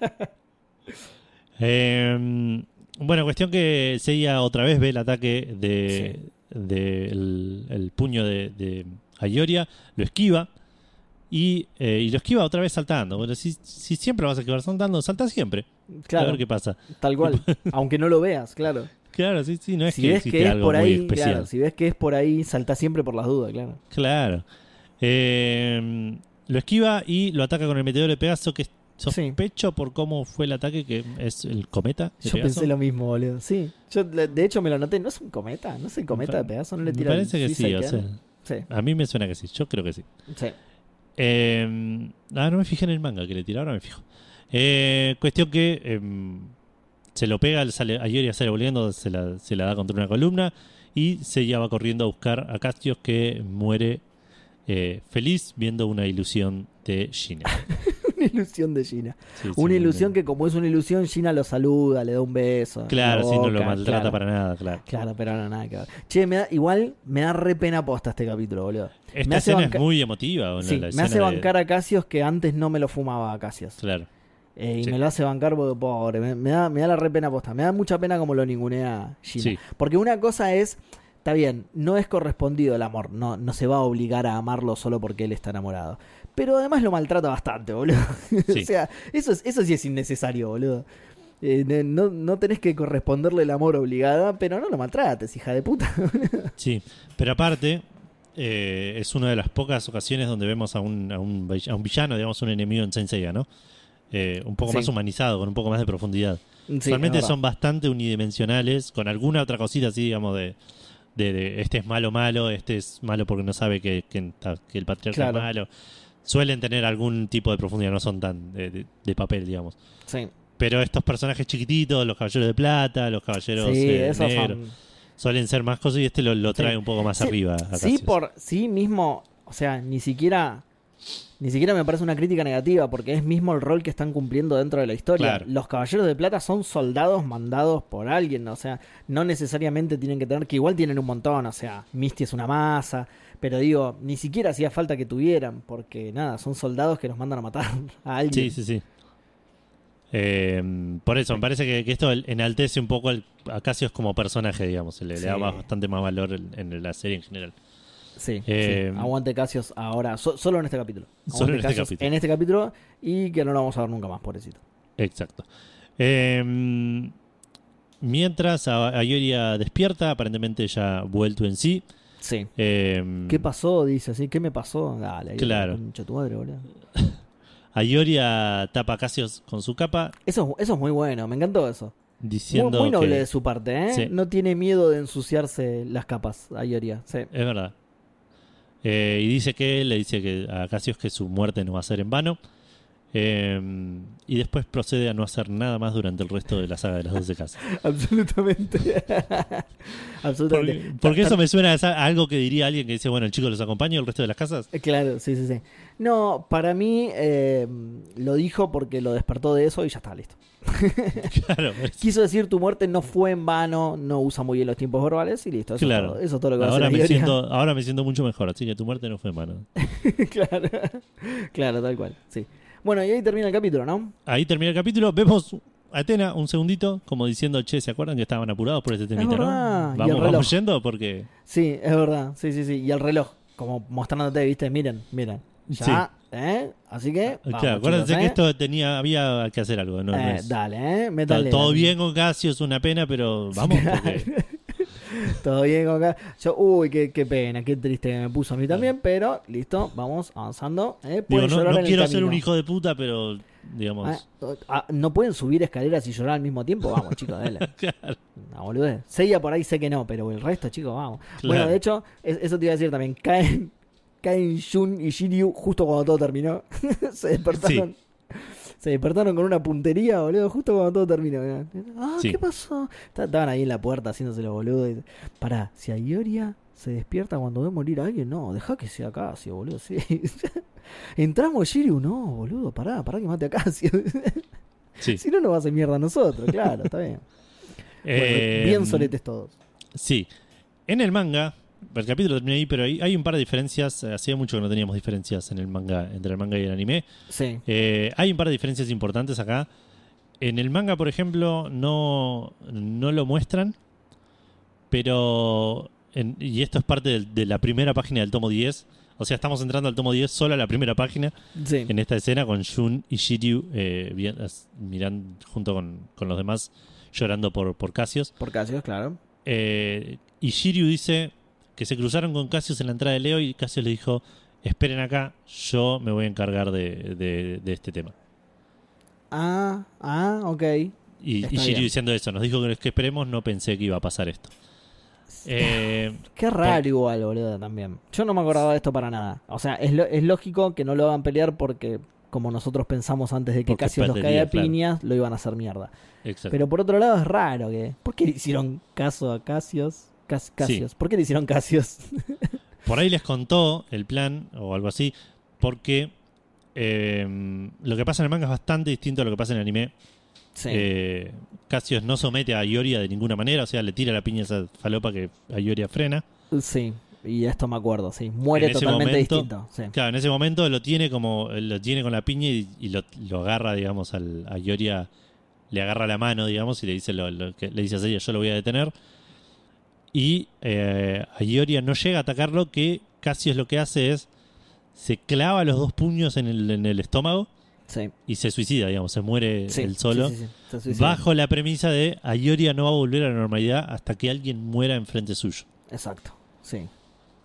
Eh, bueno, cuestión que Seiya otra vez ve el ataque de, de el, el puño de, de Ayoria, lo esquiva y, eh, y lo esquiva otra vez saltando. Bueno, si, si siempre vas a esquivar saltando, salta siempre. A Claro, ver qué pasa. tal cual. Aunque no lo veas, claro. Claro, sí, sí, no es Si que ves existe que es algo por muy ahí, especial. claro, si ves que es por ahí, salta siempre por las dudas, claro. Claro. Eh, lo esquiva y lo ataca con el meteoro de Pegaso, que sospecho por cómo fue el ataque, que es el cometa de Yo Pegaso. pensé lo mismo, boludo. Sí. Yo, de hecho, me lo noté. ¿No es un cometa? ¿No es el cometa de Pegaso? ¿No le Me tira parece el que sí, Suicide o Can? sea, Sí, a mí me suena que sí, yo creo que sí. sí. Eh, ah, no me fijé en el manga que le tiró, ahora me fijo. Eh, cuestión que eh, se lo pega, sale, Ayoria sale volviendo, se la, se la da contra una columna y Seiya va corriendo a buscar a Cassius, que muere eh, feliz viendo una ilusión de Gina. Una ilusión de Gina. Sí, sí, Una muy ilusión bien. que, como es una ilusión, Gina lo saluda, le da un beso. en Claro, la sí, no lo boca, maltrata claro. para nada, claro. Claro, pero no, nada que ver. Che, me da, igual me da re pena posta este capítulo, boludo. Esta me hace escena banca- es muy emotiva. ¿no? Sí, La me escena hace de- bancar a Cassius que antes no me lo fumaba a Cassius. Claro. Eh, y Sí. me lo hace bancar porque, pobre, me, me da, me da la re pena posta. Me da mucha pena como lo ningunea Gina. Sí. Porque una cosa es, está bien, no es correspondido el amor. No, no se va a obligar a amarlo solo porque él está enamorado. Pero además lo maltrata bastante, boludo. Sí. O sea, eso, es, eso sí es innecesario, boludo. Eh, no, no tenés que corresponderle el amor obligada, pero no lo maltrates, hija de puta. Sí, pero aparte, eh, es una de las pocas ocasiones donde vemos a un, a un, a un villano, digamos, un enemigo en Saint Seiya, ¿no? Eh, un poco Sí. más humanizado, con un poco más de profundidad. Sí, usualmente son bastante unidimensionales, con alguna otra cosita así, digamos, de, de, de este es malo malo, este es malo porque no sabe que, que, que el patriarca claro. es malo. Suelen tener algún tipo de profundidad, no son tan de, de, de papel, digamos. Sí. Pero estos personajes chiquititos, los caballeros de plata, los caballeros sí, eh, esos negros, son... suelen ser más cosas y este lo, lo trae sí. un poco más sí, arriba. Sí, por sí mismo, o sea, ni siquiera ni siquiera me parece una crítica negativa, porque es mismo el rol que están cumpliendo dentro de la historia. Claro. Los caballeros de plata son soldados mandados por alguien, o sea, no necesariamente tienen que tener, que igual tienen un montón, o sea, Misty es una masa, pero digo, ni siquiera hacía falta que tuvieran, porque nada, son soldados que nos mandan a matar a alguien. Sí, sí, sí. Eh, por eso, me parece que, que esto enaltece un poco al, a Cassius como personaje, digamos. Le, sí. le da más, bastante más valor en, en la serie en general. Sí, eh, sí. Aguante Cassius ahora, so, solo en este capítulo. Aguante solo en este Cassius capítulo. En este capítulo y que no lo vamos a ver nunca más, pobrecito. Exacto. Eh, mientras Ayoria despierta, aparentemente ya vuelto en sí. Sí. Eh, ¿Qué pasó? Dice así. ¿Qué me pasó? Dale, claro. Concha tu madre, boludo. Ayoria tapa a Cassius con su capa. Eso, eso es muy bueno, me encantó eso. Diciendo muy, muy noble que... de su parte, ¿eh? Sí. No tiene miedo de ensuciarse las capas, Ayoria. Sí. Es verdad. Eh, y dice que le dice que a Cassius que su muerte no va a ser en vano. Eh, y después procede a no hacer nada más durante el resto de la saga de las doce casas. Absolutamente. Absolutamente. Porque, porque eso me suena a algo que diría alguien que dice, bueno, el chico los acompaña el resto de las casas. Claro, sí, sí, sí. No, para mí eh, lo dijo porque lo despertó de eso y ya está, listo. Claro, quiso decir tu muerte no fue en vano, no usa muy bien los tiempos verbales y listo. Eso, claro. es, todo, eso es todo lo que va a ahora hacer me siento, ahora me siento mucho mejor, así que tu muerte no fue en vano. Claro, claro, tal cual, sí. Bueno, y ahí termina el capítulo, ¿no? Ahí termina el capítulo. Vemos a Athena un segundito, como diciendo, che, ¿se acuerdan que estaban apurados por este temita, no? Vamos, vamos yendo porque... Sí, es verdad, sí, sí, sí. Y el reloj, como mostrándote, viste, miren, miren. Ya, sí. ¿eh? Así que... Vamos, claro, acuérdense chicos, que ¿eh? esto tenía, había que hacer algo, ¿no? Eh, no es... Dale, ¿eh? Métale, todo dale. bien con Cassius, una pena, pero vamos, porque... Todo bien con acá. Yo, uy, qué, qué pena, qué triste me puso a mí también, pero listo, vamos avanzando. ¿eh? Digo, no no quiero ser un hijo de puta, pero digamos. Ah, ah, ¿no pueden subir escaleras y llorar al mismo tiempo? Vamos, chicos, dale. Claro. No, boludez. Seiya por ahí sé que no, pero el resto, chicos, vamos. Claro. Bueno, de hecho, es, eso te iba a decir también. Caen, caen Jun y Shiryu justo cuando todo terminó. Se despertaron. Sí. Se despertaron con una puntería, boludo, justo cuando todo terminó. Ah, sí. ¿Qué pasó? Estaban ahí en la puerta haciéndose los boludos. Pará, si Ayoria se despierta cuando ve morir a alguien, no, deja que sea Casio, boludo, sí. Entramos Shiryu, no, boludo, pará, pará que mate a Casio. Sí. Si no, nos va a hacer mierda a nosotros, claro, está bien. Eh, bueno, bien soletes todos. Sí. En el manga, el capítulo termina ahí, pero hay, hay un par de diferencias. Hacía mucho que no teníamos diferencias en el manga, entre el manga y el anime. Sí. Eh, hay un par de diferencias importantes acá. En el manga, por ejemplo, no, no lo muestran, pero... En, y esto es parte de, de la primera página del tomo diez. O sea, estamos entrando al tomo diez solo a la primera página. Sí. En esta escena con Jun y Shiryu eh, bien, mirando junto con, con los demás, llorando por, por Cassius. Por Cassius, claro. Eh, y Shiryu dice que se cruzaron con Cassius en la entrada de Leo y Cassius le dijo, esperen acá, yo me voy a encargar de, de, de este tema. Ah, ah, ok. Y, y Shiryu bien. Diciendo eso, nos dijo que, que esperemos, no pensé que iba a pasar esto. Eh, Qué raro por... igual, boludo, también. Yo no me acordaba de esto para nada. O sea, es, lo, es lógico que no lo hagan pelear porque, como nosotros pensamos antes de que porque Cassius los caiga a claro. piñas, lo iban a hacer mierda. Exacto. Pero por otro lado es raro que... ¿Por qué le hicieron caso a Cassius? Cas Cassius. Sí. ¿Por qué le hicieron Cassius? Por ahí les contó el plan o algo así, porque eh, lo que pasa en el manga es bastante distinto a lo que pasa en el anime. Sí. Eh, Cassius no somete a Ayoria de ninguna manera, o sea, le tira la piña a esa falopa que Ayoria frena. Sí, y esto me acuerdo, sí. Muere totalmente momento, distinto. Sí. Claro, en ese momento lo tiene como lo tiene con la piña y, y lo, lo agarra, digamos, al, a Ayoria, le agarra la mano, digamos, y le dice lo, lo que le dice a ella, yo lo voy a detener. Y eh, Ayoria no llega a atacarlo, que Cassius lo que hace es se clava los dos puños en el, en el estómago. Sí. Y se suicida, digamos, se muere sí, él solo. Sí, sí, sí. Bajo la premisa de Ayoria no va a volver a la normalidad hasta que alguien muera enfrente suyo. Exacto, sí.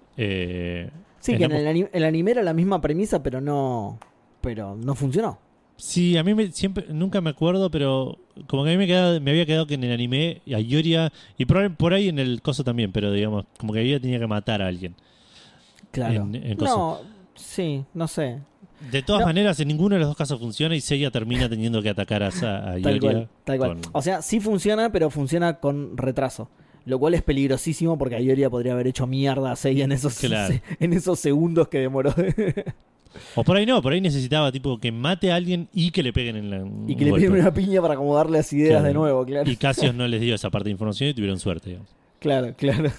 Eh, sí, en que en el, anime, el anime era la misma premisa, pero no pero no funcionó. Sí, a mí me, siempre, nunca me acuerdo, pero como que a mí me, quedaba, me había quedado que en el anime a Ioria, y por, por ahí en el coso también, pero digamos, como que Ioria tenía que matar a alguien. Claro. En, en no, sí, no sé. De todas no. maneras, en ninguno de los dos casos funciona y Seiya termina teniendo que atacar a, a Ioria. Tal cual, tal cual. Con... O sea, sí funciona, pero funciona con retraso. Lo cual es peligrosísimo porque a Ioria podría haber hecho mierda a Seiya en esos, claro. en esos segundos que demoró. O por ahí no, por ahí necesitaba tipo que mate a alguien y que le peguen en la Y que le golpe. peguen una piña para acomodarle las ideas claro. de nuevo, claro. Y Cassius no les dio esa parte de información y tuvieron suerte, digamos. Claro, claro.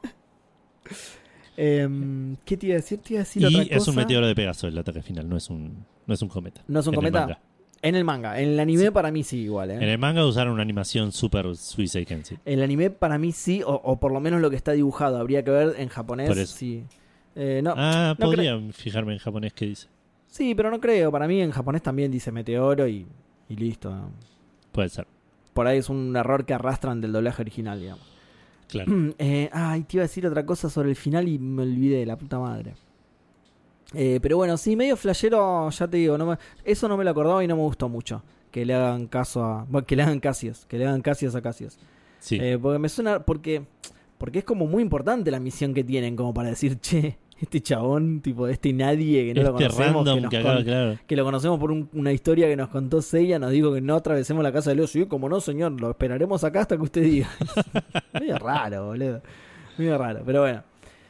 eh, ¿Qué te iba a decir? Te iba a decir y otra es cosa. un meteoro de Pegaso el ataque final, no es un, no es un cometa. ¿No es un en cometa? El manga. En el manga. En el anime sí. Para mí sí igual, ¿eh? En el manga usaron una animación super Suicide Kenshi. En el anime para mí sí, o, o por lo menos lo que está dibujado. Habría que ver en japonés. Por eso. Sí. Eh, no, ah, no podría cre- fijarme en japonés qué dice. Sí, pero no creo. Para mí en japonés también dice meteoro y, y listo. Puede ser. Por ahí es un error que arrastran del doblaje original, digamos. Claro. eh, ay, te iba a decir otra cosa sobre el final y me olvidé, la puta madre. Eh, pero bueno, sí, medio flashero, ya te digo. No me, eso no me lo acordaba y no me gustó mucho. Que le hagan caso a... Bueno, que le hagan Cassius. Que le hagan Cassius a Cassius. Sí. Eh, porque me suena... Porque, porque es como muy importante la misión que tienen como para decir, che... Este chabón, tipo, este nadie que no este lo conocemos, random que, nos que, acá, con, claro. que lo conocemos por un, una historia que nos contó Seiya, nos dijo que no atravesemos la casa de Leo. Sí, como no, señor, lo esperaremos acá hasta que usted diga. Medio raro, boludo. Medio raro, pero bueno.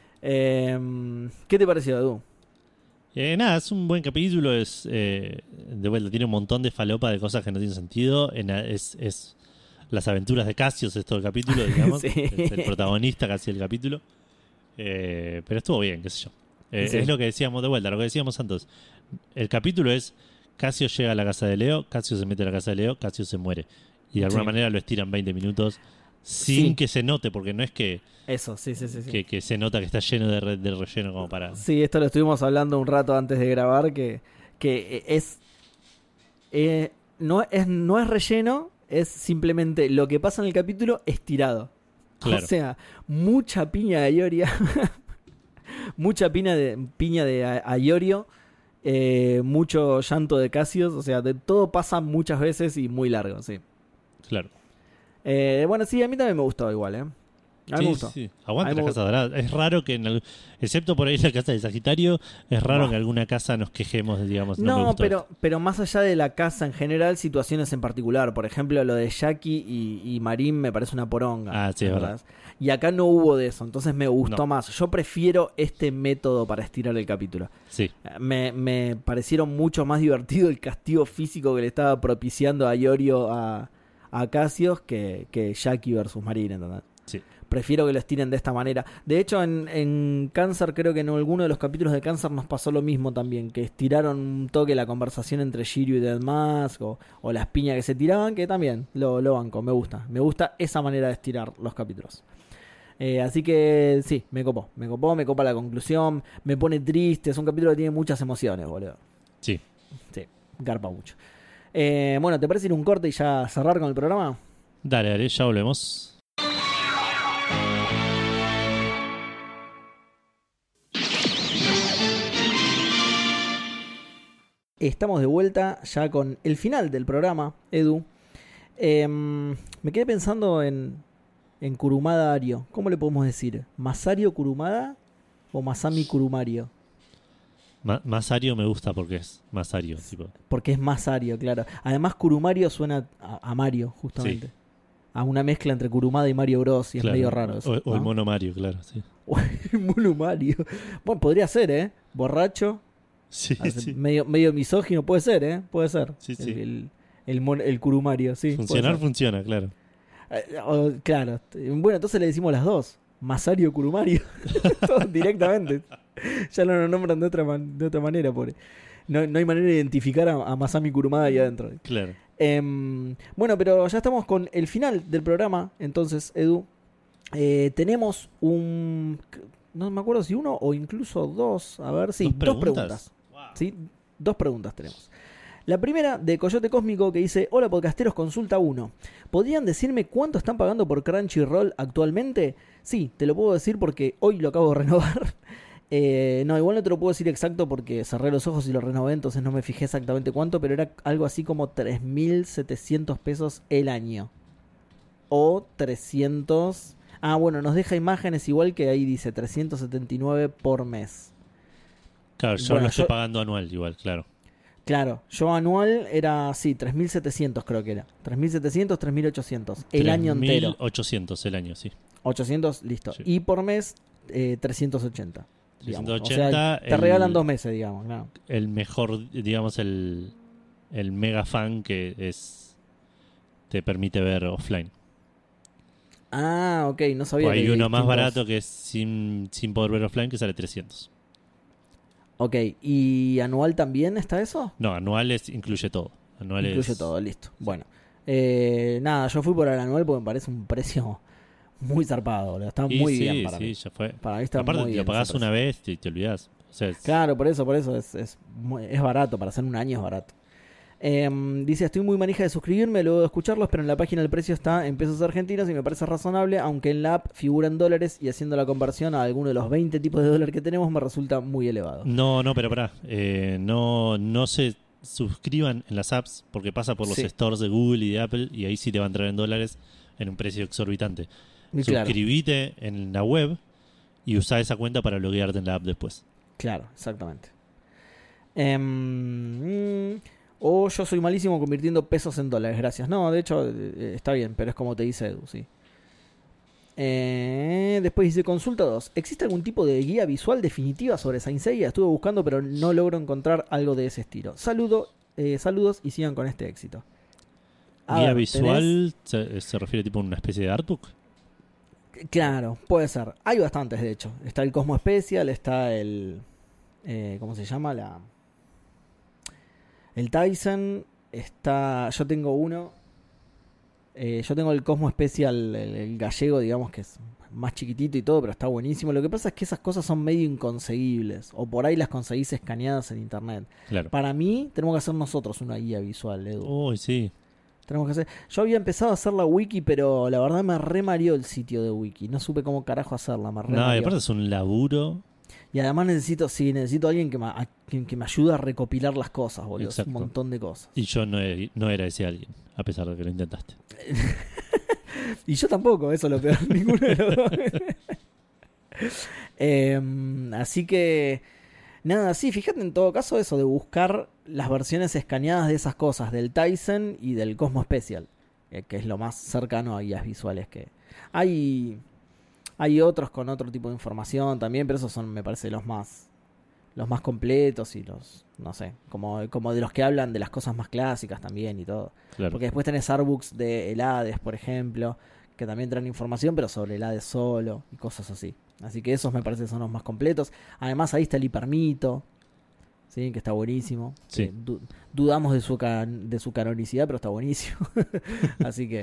Eh, ¿Qué te pareció, Edu? Eh, nada, es un buen capítulo, es eh, de vuelta, tiene un montón de falopa de cosas que no tienen sentido. En, es, es las aventuras de Cassius, es todo el capítulo, digamos. Sí. Es el protagonista casi del capítulo. Eh, pero estuvo bien, qué sé yo. Eh, sí. Es lo que decíamos de vuelta, lo que decíamos antes. El capítulo es Cassius llega a la casa de Leo, Cassius se mete a la casa de Leo, Cassius se muere. Y de alguna sí. manera lo estiran veinte minutos sin sí. que se note, porque no es que eso, sí, sí, sí, sí. Que, que se nota que está lleno de, re, de relleno como para... Sí, esto lo estuvimos hablando un rato antes de grabar, que, que es, eh, no es no es relleno, es simplemente lo que pasa en el capítulo estirado. Claro. O sea, mucha piña de Ayoria, mucha piña de, piña de Ayorio, eh, mucho llanto de Cassius, o sea, de todo pasa muchas veces y muy largo, sí. Claro. Eh, bueno, sí, a mí también me gustó igual, ¿eh? A mí sí, me gustó. Sí, sí. Aguanta la casa dorada. Es raro que, en el, excepto por ahí la casa de Sagitario, es raro no. que en alguna casa nos quejemos, digamos. No, no me pero, pero más allá de la casa en general, situaciones en particular. Por ejemplo, lo de Jackie y, y Marín me parece una poronga. Ah, sí, es verdad. Y acá no hubo de eso, entonces me gustó no. más. Yo prefiero este método para estirar el capítulo. Sí. Me, me parecieron mucho más divertido el castigo físico que le estaba propiciando a Iorio a, a Cassius que, que Jackie versus Marín, ¿entendés? Sí. Prefiero que lo estiren de esta manera. De hecho, en, en Cáncer, creo que en alguno de los capítulos de Cáncer nos pasó lo mismo también. Que estiraron un toque la conversación entre Shiryu y Dead Mask. O, o las piñas que se tiraban, que también lo, lo banco. Me gusta. Me gusta esa manera de estirar los capítulos. Eh, así que sí, me copó. Me copó, me copa la conclusión. Me pone triste. Es un capítulo que tiene muchas emociones, boludo. Sí. Sí, garpa mucho. Eh, bueno, ¿te parece ir un corte y ya cerrar con el programa? Dale, dale, ya volvemos. Estamos de vuelta ya con el final del programa, Edu. Eh, me quedé pensando en, en Kurumada Ario. ¿Cómo le podemos decir? ¿Masario Kurumada o Masami Kurumario? Ma- Masario me gusta porque es Masario. Tipo. Porque es Masario, claro. Además, Kurumario suena a, a Mario, justamente. Sí. A una mezcla entre Kurumada y Mario Bros. Y claro. Es medio raro eso. O, o ¿no? El mono Mario, claro. Sí. O el mono Mario. Bueno, podría ser, ¿eh? Borracho. Sí, sí. Medio, medio misógino, puede ser, ¿eh? Puede ser. Sí, sí. El, el, el, mon, el Kurumario, sí. Funcionar funciona, claro. Eh, o, claro. Bueno, entonces le decimos las dos. Masario Kurumario. Directamente. Ya lo nombran de otra, man, de otra manera, pobre. No, no hay manera de identificar a, a Masami Kurumada ahí adentro. Claro. Eh, bueno, pero ya estamos con el final del programa. Entonces, Edu, eh, tenemos un... No me acuerdo si uno o incluso dos. A ver, sí, dos preguntas. Dos preguntas. Wow. ¿Sí? Dos preguntas tenemos. La primera de Coyote Cósmico que dice: hola podcasteros, consulta uno. ¿Podrían decirme cuánto están pagando por Crunchyroll actualmente? Sí, te lo puedo decir porque hoy lo acabo de renovar. Eh, no, igual no te lo puedo decir exacto porque cerré los ojos y lo renové, entonces no me fijé exactamente cuánto, pero era algo así como tres mil setecientos pesos el año. O trescientos... Ah, bueno, nos deja imágenes igual que ahí dice trescientos setenta y nueve por mes. Claro, yo bueno, lo estoy yo... pagando anual igual, claro. Claro, yo anual era, sí, tres mil setecientos creo que era. tres mil setecientos, tres mil ochocientos. El año entero. tres mil ochocientos el año, sí. ochocientos, listo. Sí. Y por mes, eh, trescientos ochenta. trescientos ochenta. O sea, te el, regalan dos meses, digamos. Claro. El mejor, digamos, el, el mega fan que es te permite ver offline. Ah, ok, no sabía. O hay que uno distintos... más barato que es sin, sin poder ver offline que sale trescientos. Ok, ¿y anual también está eso? No, anual es, incluye todo. Anual incluye es... todo, listo. Bueno, eh, nada, yo fui por el anual porque me parece un precio muy zarpado. Está y muy sí, bien para sí, mí. ya fue. Para mí está Aparte, muy lo bien. pagás una vez y te olvidás. O sea, es... Claro, por eso, por eso es, es, muy, es barato. Para hacer un año es barato. Eh, dice, estoy muy manija de suscribirme luego de escucharlos, pero en la página el precio está en pesos argentinos y me parece razonable, aunque en la app figura en dólares y haciendo la conversión a alguno de los veinte tipos de dólar que tenemos me resulta muy elevado. No, no, pero pará. Eh, no, no se suscriban en las apps porque pasa por los sí. stores de Google y de Apple y ahí sí te va a entrar en dólares en un precio exorbitante. Y Suscribite claro. en la web y usá esa cuenta para loguearte en la app después. Claro, exactamente. Eh, mm, O yo soy malísimo convirtiendo pesos en dólares, gracias. No, de hecho, eh, está bien, pero es como te dice Edu, sí. Eh, después dice, consulta dos. ¿Existe algún tipo de guía visual definitiva sobre Saint Seiya? Estuve buscando, pero no logro encontrar algo de ese estilo. Saludo, eh, saludos y sigan con este éxito. A ¿Guía ver, visual se, se refiere tipo a una especie de artbook? Claro, puede ser. Hay bastantes, de hecho. Está el Cosmo Special, está el... Eh, ¿Cómo se llama? La... El Tyson está... Yo tengo uno. Eh, yo tengo el Cosmo Special, el, el gallego, digamos, que es más chiquitito y todo, pero está buenísimo. Lo que pasa es que esas cosas son medio inconseguibles. O por ahí las conseguís escaneadas en internet. Claro. Para mí, tenemos que hacer nosotros una guía visual, Edu. Uy, sí. Tenemos que hacer... Yo había empezado a hacer la wiki, pero la verdad me remarió el sitio de wiki. No supe cómo carajo hacerla, me remarió. No, y aparte es un laburo... Y además necesito, sí, necesito a alguien que me, a, que, que me ayude a recopilar las cosas, boludo. Exacto. Un montón de cosas. Y yo no, no era ese alguien, a pesar de que lo intentaste. Y yo tampoco, eso es lo peor. Ninguno de los dos. eh, así que, nada, sí, fíjate en todo caso eso de buscar las versiones escaneadas de esas cosas, del Tyson y del Cosmo Special, eh, que es lo más cercano a guías visuales que hay. Hay otros con otro tipo de información también, pero esos son, me parece, los más los más completos y los, no sé, como, como de los que hablan de las cosas más clásicas también y todo. Claro. Porque después tenés artbooks de el Hades, por ejemplo, que también traen información, pero sobre el Hades solo y cosas así. Así que esos me parece que son los más completos. Además ahí está el Hipermito, ¿sí? Que está buenísimo. Sí. Eh, du- dudamos de su, can- de su canonicidad, pero está buenísimo. Así que...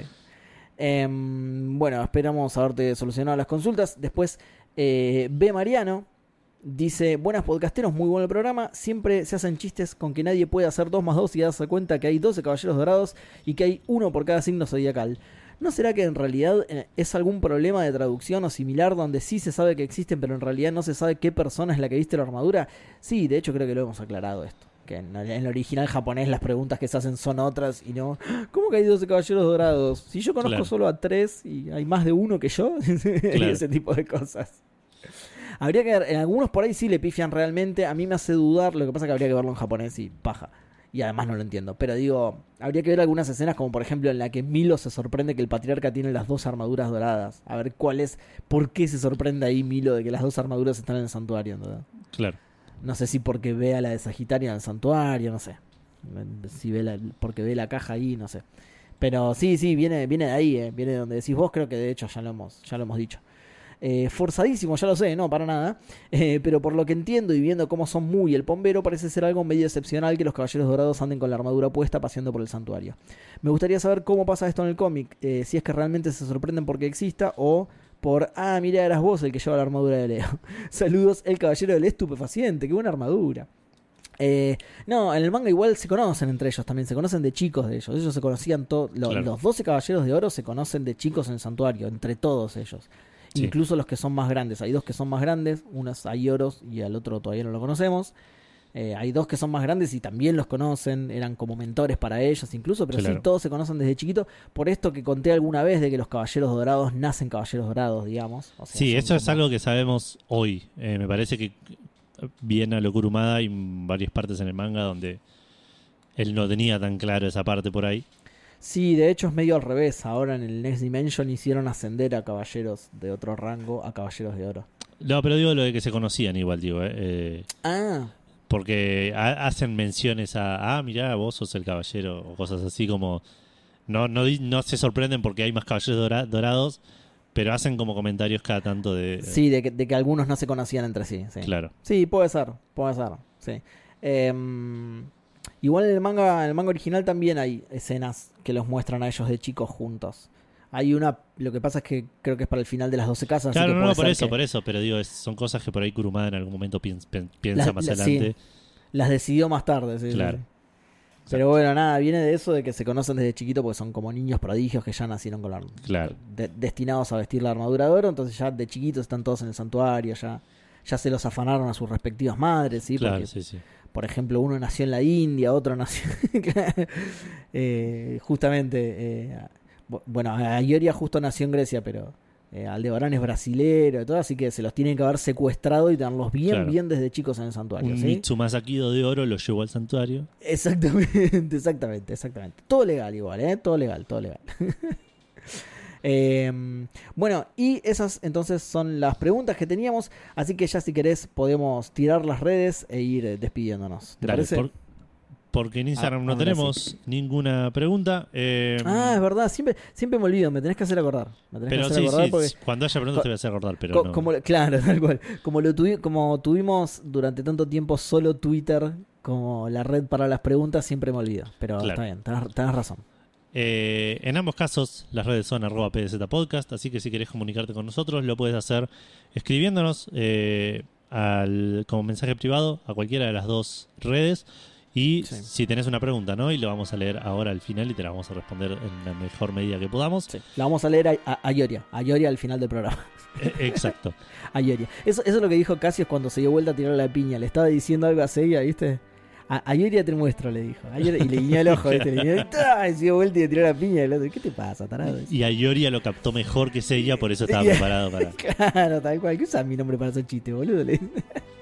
Eh, bueno, esperamos haberte solucionado las consultas. Después, eh, B. Mariano dice: buenas podcasteros, muy bueno el programa. Siempre se hacen chistes con que nadie puede hacer dos más dos y darse cuenta que hay doce caballeros dorados y que hay uno por cada signo zodiacal. ¿No será que en realidad eh, es algún problema de traducción o similar donde sí se sabe que existen, pero en realidad no se sabe qué persona es la que viste la armadura? Sí, de hecho creo que lo hemos aclarado esto. Que en el original japonés las preguntas que se hacen son otras y no... ¿Cómo que hay doce caballeros dorados? Si yo conozco Claro. solo a tres y hay más de uno que yo. Claro. Ese tipo de cosas. Habría que ver... En algunos por ahí sí le pifian realmente. A mí me hace dudar. Lo que pasa es que habría que verlo en japonés y paja. Y además no lo entiendo. Pero digo, habría que ver algunas escenas como por ejemplo en la que Milo se sorprende que el patriarca tiene las dos armaduras doradas. A ver cuál es... ¿Por qué se sorprende ahí Milo de que las dos armaduras están en el santuario? ¿No? Claro. No sé si porque ve a la de Sagitario en el santuario, no sé. Si ve la, porque ve la caja ahí, no sé. Pero sí, sí, viene, viene de ahí, eh. Viene de donde decís vos, creo que de hecho ya lo hemos, ya lo hemos dicho. Eh, forzadísimo, ya lo sé, no, para nada. Eh, pero por lo que entiendo y viendo cómo son muy el pombero, parece ser algo medio excepcional que los caballeros dorados anden con la armadura puesta paseando por el santuario. Me gustaría saber cómo pasa esto en el cómic. Eh, si es que realmente se sorprenden porque exista o... por, ah, mira, eras vos el que lleva la armadura de Leo. Saludos, el caballero del estupefaciente, qué buena armadura. Eh, no, en el manga igual se conocen entre ellos también, se conocen de chicos de ellos. Ellos se conocían todos, lo, Claro. los doce caballeros de oro se conocen de chicos en el santuario, entre todos ellos. Sí. Incluso los que son más grandes. Hay dos que son más grandes, uno es Aioros y al otro todavía no lo conocemos. Eh, hay dos que son más grandes y también los conocen, eran como mentores para ellos incluso, pero claro. sí, todos se conocen desde chiquito, por esto que conté alguna vez de que los caballeros dorados nacen caballeros dorados, digamos. O sea, sí, eso como... es algo que sabemos hoy. Eh, me parece que viene a lo Kurumada y varias partes en el manga donde él no tenía tan claro esa parte por ahí. Sí, de hecho es medio al revés. Ahora en el Next Dimension hicieron ascender a caballeros de otro rango a caballeros de oro. No, pero digo lo de que se conocían igual, digo. Eh. Eh, ah, Porque ha- hacen menciones a, ah, mirá, vos sos el caballero, o cosas así como... No no, no se sorprenden porque hay más caballeros dora- dorados, pero hacen como comentarios cada tanto de... Sí, de que, de que algunos no se conocían entre sí, sí. Claro. Sí, puede ser, puede ser, sí. Eh, igual en el manga, en el manga original también hay escenas que los muestran a ellos de chicos juntos. Hay una, lo que pasa es que creo que es para el final de las doce casas. Claro, así que no, puede por ser eso, que... por eso, pero digo, es, son cosas que por ahí Kurumada en algún momento piensa, piensa las, más las, adelante. Sí, las decidió más tarde, sí. Claro. Sí. Pero bueno, nada, viene de eso de que se conocen desde chiquito porque son como niños prodigios que ya nacieron con la, claro. de, destinados a vestir la armadura de oro, entonces ya de chiquitos están todos en el santuario, ya, ya se los afanaron a sus respectivas madres, ¿sí? Claro, porque, sí, sí. por ejemplo, uno nació en la India, otro nació... eh, justamente... Eh, bueno, Aioria justo nació en Grecia, pero eh, Aldebarán es brasilero y todo, así que se los tienen que haber secuestrado y tenerlos bien, claro. bien desde chicos en el santuario. Un ¿sí? Mitsumasakido de oro lo llevó al santuario. Exactamente, exactamente, exactamente. Todo legal igual, ¿eh? Todo legal, todo legal. eh, bueno, y esas entonces son las preguntas que teníamos, así que ya si querés podemos tirar las redes e ir despidiéndonos. ¿Te Dale, parece? Por... Porque en Instagram ah, no tenemos sí. ninguna pregunta. Eh, ah, es verdad. Siempre siempre me olvido. Me tenés que hacer acordar. Me tenés pero que hacer sí, acordar sí. porque... Cuando haya preguntas te voy a hacer acordar. Pero co- no. como, claro, tal cual. Como, lo tuvi- como tuvimos durante tanto tiempo solo Twitter como la red para las preguntas, siempre me olvido. Pero claro. está bien. Tenés, tenés razón. Eh, en ambos casos, las redes son arroba P D Z Podcast. Así que si querés comunicarte con nosotros, lo puedes hacer escribiéndonos eh, al, como mensaje privado a cualquiera de las dos redes. Y sí. si tenés una pregunta, ¿no? Y lo vamos a leer ahora al final y te la vamos a responder en la mejor medida que podamos. Sí. La vamos a leer a, a, a Ioria. A Ioria al final del programa. Eh, exacto. A Ioria. Eso, eso es lo que dijo Cassius cuando se dio vuelta a tirar la piña. Le estaba diciendo algo a Seiya, ¿viste? A, a Ioria te muestro, le dijo. A Ioria, y le guiñó el ojo, ¿viste? Le guiñó, y se dio vuelta y le tiró la piña. Y el otro, ¿qué te pasa, tarado? Y a Ioria lo captó mejor que Seiya, por eso estaba preparado para... Claro, tal cual. ¿Qué usas mi nombre para hacer chiste, boludo? Le dice.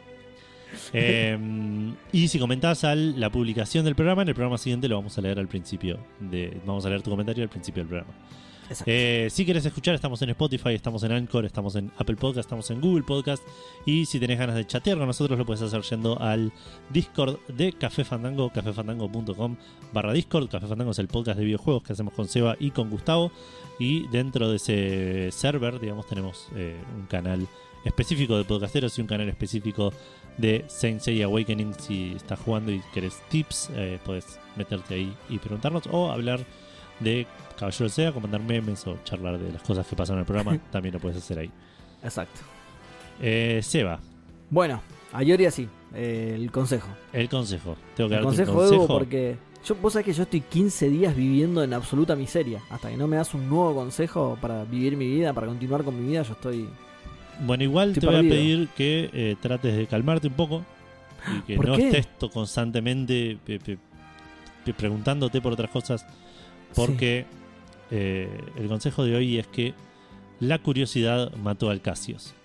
Eh, y si comentás a la publicación del programa, en el programa siguiente lo vamos a leer al principio de, vamos a leer tu comentario al principio del programa. Eh, si querés escuchar, estamos en Spotify, estamos en Anchor, estamos en Apple Podcast, estamos en Google Podcast. Y si tenés ganas de chatear con nosotros, lo puedes hacer yendo al Discord de Café Fandango, cafefandango.com barra Discord. Café Fandango es el podcast de videojuegos que hacemos con Seba y con Gustavo. Y dentro de ese server, digamos, tenemos eh, un canal específico de podcasteros y un canal específico de Saint Seiya Awakening. Si estás jugando y querés tips, eh, podés meterte ahí y preguntarnos, o hablar de Caballero Seiya, comentar memes o charlar de las cosas que pasan en el programa. También lo puedes hacer ahí. Exacto. eh, Seba, bueno, a Ioria sí, eh, el consejo el consejo tengo que el darte consejo, un consejo Evo, porque yo, vos sabés que yo estoy quince días viviendo en absoluta miseria. Hasta que no me das un nuevo consejo para vivir mi vida, para continuar con mi vida, yo estoy... Bueno, igual Estoy te voy perdido. a pedir que eh, trates de calmarte un poco y que ¿Por no qué? estés to- constantemente pe- pe- pe- preguntándote por otras cosas, porque sí. eh, el consejo de hoy es que la curiosidad mató al Cassius.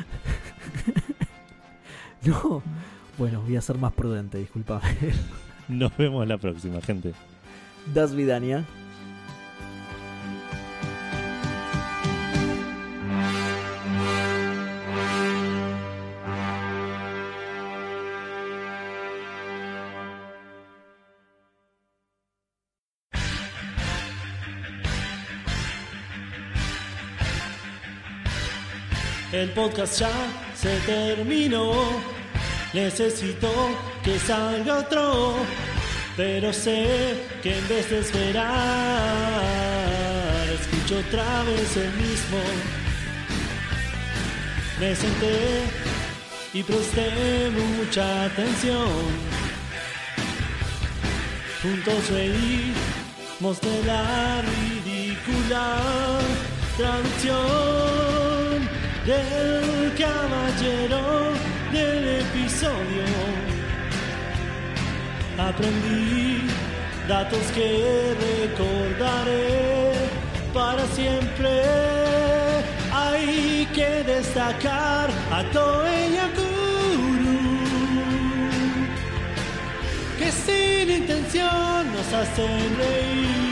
No, bueno, voy a ser más prudente, disculpame. Nos vemos la próxima, gente. Das Vidania. El podcast ya se terminó. Necesito que salga otro, pero sé que en vez de esperar, escucho otra vez el mismo. Me senté y presté mucha atención. Juntos reímos de la ridícula traducción. del caballero del episodio. Aprendí datos que recordaré para siempre. Hay que destacar a Toei Yakuru, que sin intención nos hacen reír.